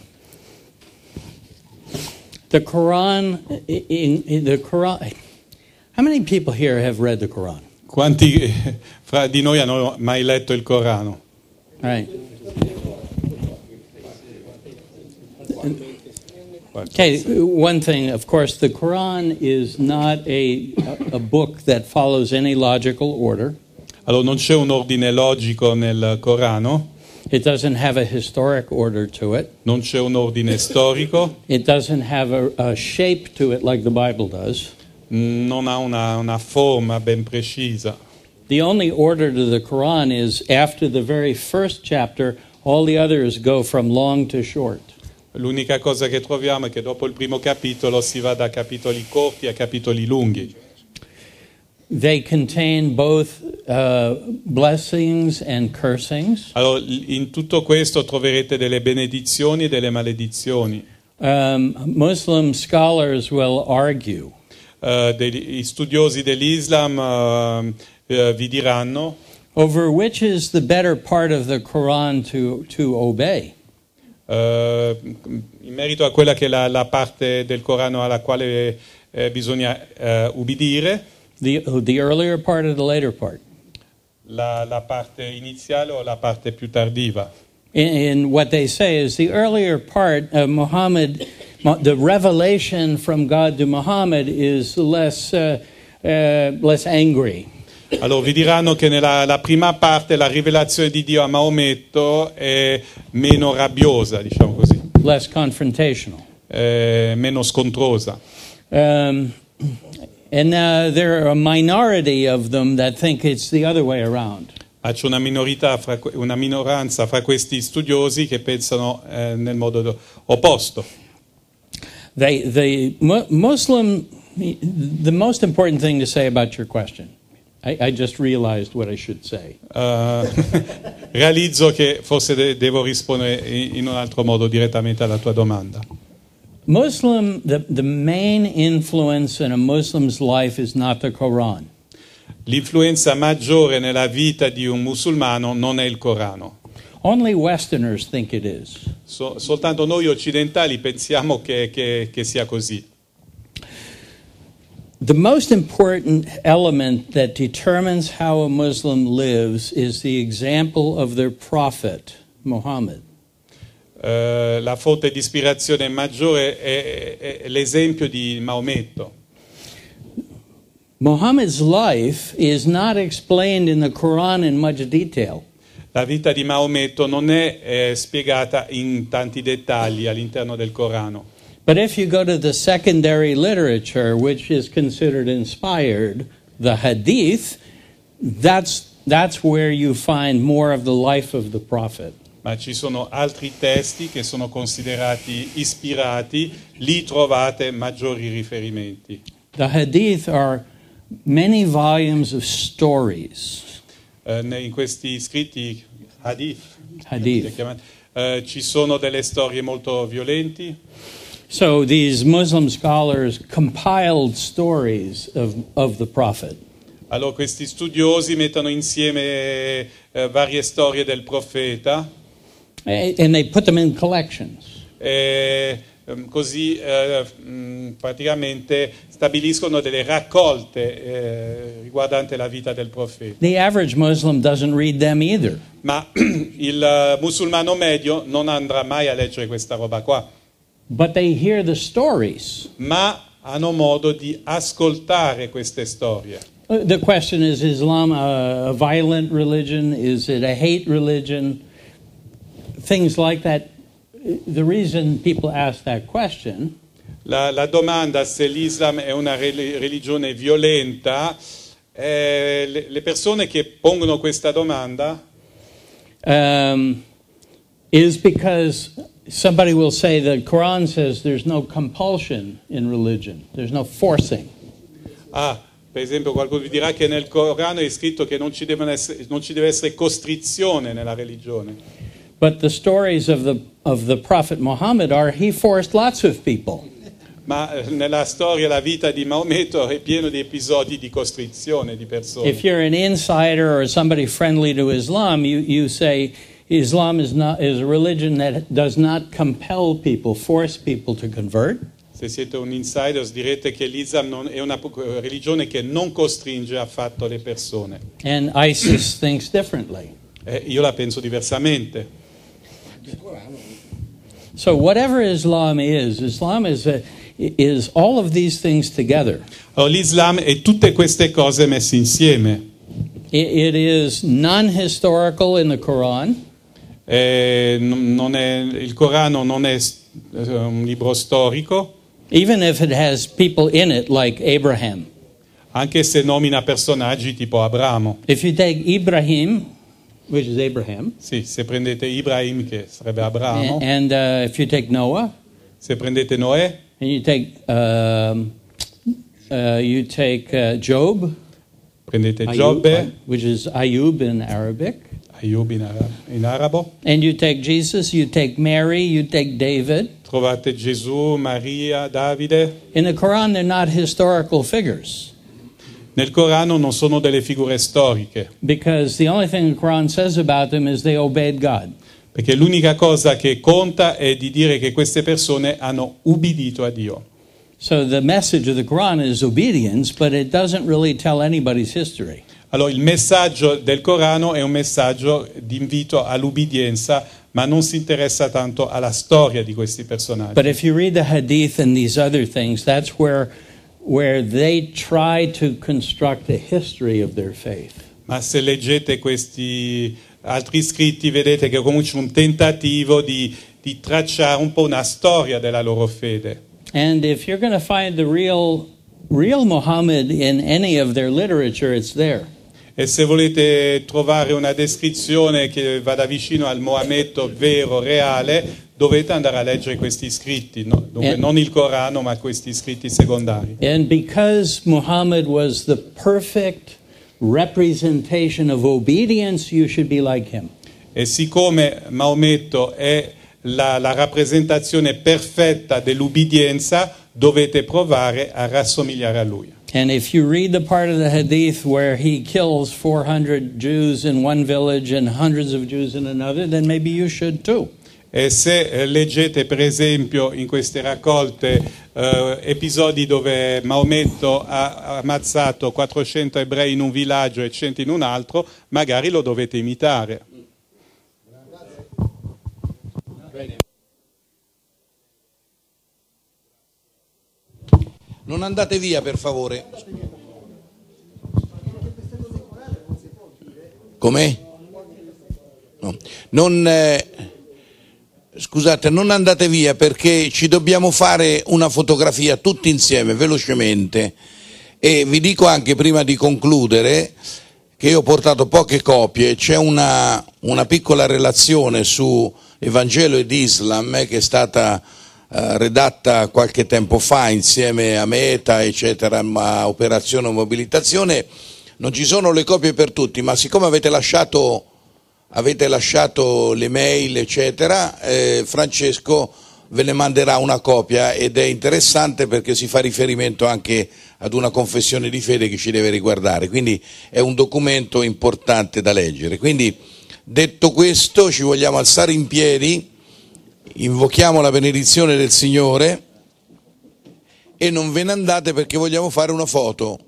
the Quran, in, in the Quran, how many people here have read the Quran? Quanti fra di noi hanno mai letto il Corano? Right. Okay, one thing, of course, the Quran is not a, a book that follows any logical order. Allora, non c'è un ordine logico nel Corano. It doesn't have a historic order to it. Non c'è un ordine storico. It doesn't have a, a shape to it like the Bible does. Non ha una, una forma ben precisa. The only order to the Quran is after the very first chapter, all the others go from long to short. L'unica cosa che troviamo è che dopo il primo capitolo si va da capitoli corti a capitoli lunghi. They contain both uh, blessings and cursings. Allora, in tutto questo troverete delle benedizioni e delle maledizioni. Um, Muslim scholars will argue. Uh, degli, I studiosi dell'Islam uh, uh, vi diranno over which is the better part of the Quran to, to obey. Uh, in merito a quella che è la, la parte del Corano alla quale eh, bisogna uh, ubbidire, the, the earlier part or the later part? La, la parte iniziale o la parte più tardiva? In, in what they say is the earlier part of Muhammad, the revelation from God to Muhammad is less, uh, uh, less angry. Allora vi diranno che nella la prima parte la rivelazione di Dio a Maometto è meno rabbiosa, diciamo così. Less confrontational. È meno scontrosa. Um, and uh, there are a minority of them that think it's the other way around. Ma c'è una minorità, fra, una minoranza fra questi studiosi che pensano eh, nel modo opposto. They, the Muslim, the most important thing to say about your question. I, I just realized what I should say. Uh, realizzo che forse de- devo rispondere in un altro modo direttamente alla tua domanda. Muslim, the, the main influence in a Muslim's life is not the Quran. L'influenza maggiore nella vita di un musulmano non è il Corano. Only Westerners think it is. So, soltanto noi occidentali pensiamo che, che, che sia così. The most important element that determines how a Muslim lives is the example of their prophet, Muhammad. Uh, la fonte di ispirazione maggiore è, è, è l'esempio di Maometto. Muhammad's life is not explained in the Quran in much detail. La vita di Maometto non è eh, spiegata in tanti dettagli all'interno del Corano. But if you go to the secondary literature, which is considered inspired, the Hadith, that's, that's where you find more of the life of the Prophet. Ma ci sono altri testi che sono considerati ispirati, lì trovate maggiori riferimenti. The Hadith are many volumes of stories. Uh, in questi scritti Hadith, Hadith. uh, ci sono delle storie molto violenti. So these Muslim scholars compiled stories of, of the Prophet. Allora questi studiosi mettono insieme eh, varie storie del profeta. And they put them in collections. E um, così eh, mh, praticamente stabiliscono delle raccolte eh, riguardanti la vita del profeta. The average Muslim doesn't read them either. Ma il musulmano medio non andrà mai a leggere questa roba qua. But they hear the stories. Ma hanno modo di ascoltare queste storie. The question is, is Islam a, a violent religion? Is it a hate religion? Things like that. The reason people ask that question La, la domanda se l'Islam è una religione violenta, eh, le, le persone che pongono questa domanda um, is because somebody will say the Quran says there's no compulsion in religion. There's no forcing. Ah, per esempio qualcuno vi dirà che nel Corano è scritto che non ci, devono essere, non ci deve essere costrizione nella religione. But the stories of the, of the Prophet Muhammad are he forced lots of people. Ma nella storia, la vita di Maometto è pieno di episodi di costrizione di persone. If you're an insider or somebody friendly to Islam, you, you say Islam is not is a religion that does not compel people, force people to convert. Se siete un insider direte che l'Islam non, è una religione che non costringe affatto le persone. And ISIS thinks differently. Eh, io la penso diversamente. So whatever Islam is, Islam is a, is all of these things together. Allora, l'Islam è tutte queste cose messe insieme. It, it is non-historical in the Quran. Eh, non è, il Corano non è un libro storico. Even if it has people in it like Abraham. Anche se nomina personaggi tipo Abramo. If you take Ibrahim, which is Abraham. Sì, se prendete Ibrahim, che sarebbe Abramo. And uh, if you take Noah. Se prendete Noè. And you take um, uh, you take uh, Job. Prendete Ayub, Giobbe, which is Ayub in Arabic. Ayub in, ara- in arabo. And you take Jesus, you take Mary, you take David. Trovate Gesù, Maria, Davide. In the Quran, they're not historical figures. Nel Corano non sono delle figure storiche. Because the only thing the Quran says about them is they obeyed God. Perché l'unica cosa che conta è di dire che queste persone hanno ubbidito a Dio. So the message of the Quran is obedience, but it doesn't really tell anybody's history. Allora, il messaggio del Corano è un messaggio di invito all'ubbidienza, ma non si interessa tanto alla storia di questi personaggi. But if you read the Hadith and these other things, that's where where they try to construct a history of their faith. Ma se leggete questi altri scritti, vedete che comunque c'è un tentativo di, di tracciare un po' una storia della loro fede. And if you're going to find the real real Muhammad in any of their literature, it's there. E se volete trovare una descrizione che vada vicino al Maometto vero, reale, dovete andare a leggere questi scritti, no? Dunque, And, non il Corano, ma questi scritti secondari. And because Muhammad was the perfect representation of obedience, you should be like him. E siccome Maometto è la, la rappresentazione perfetta dell'ubbidienza, dovete provare a rassomigliare a lui. And if you read the part of the Hadith where he kills four hundred Jews in one village and hundreds of Jews in another, then maybe you should too. E se eh, leggete per esempio in queste raccolte eh, episodi dove Maometto ha ammazzato quattrocento ebrei in un villaggio e cento in un altro, magari lo dovete imitare. Non andate via, per favore. Com'è? No. Non, eh, scusate, non andate via perché ci dobbiamo fare una fotografia tutti insieme, velocemente. E vi dico anche prima di concludere che io ho portato poche copie, c'è una, una piccola relazione su Evangelo ed Islam eh, che è stata Uh, redatta qualche tempo fa insieme a Meta, eccetera, ma Operazione Mobilitazione. Non ci sono le copie per tutti, ma siccome avete lasciato, avete lasciato le mail, eccetera, eh, Francesco ve ne manderà una copia ed è interessante perché si fa riferimento anche ad una confessione di fede che ci deve riguardare, quindi è un documento importante da leggere. Quindi, detto questo, ci vogliamo alzare in piedi. Invochiamo la benedizione del Signore e non ve ne andate perché vogliamo fare una foto.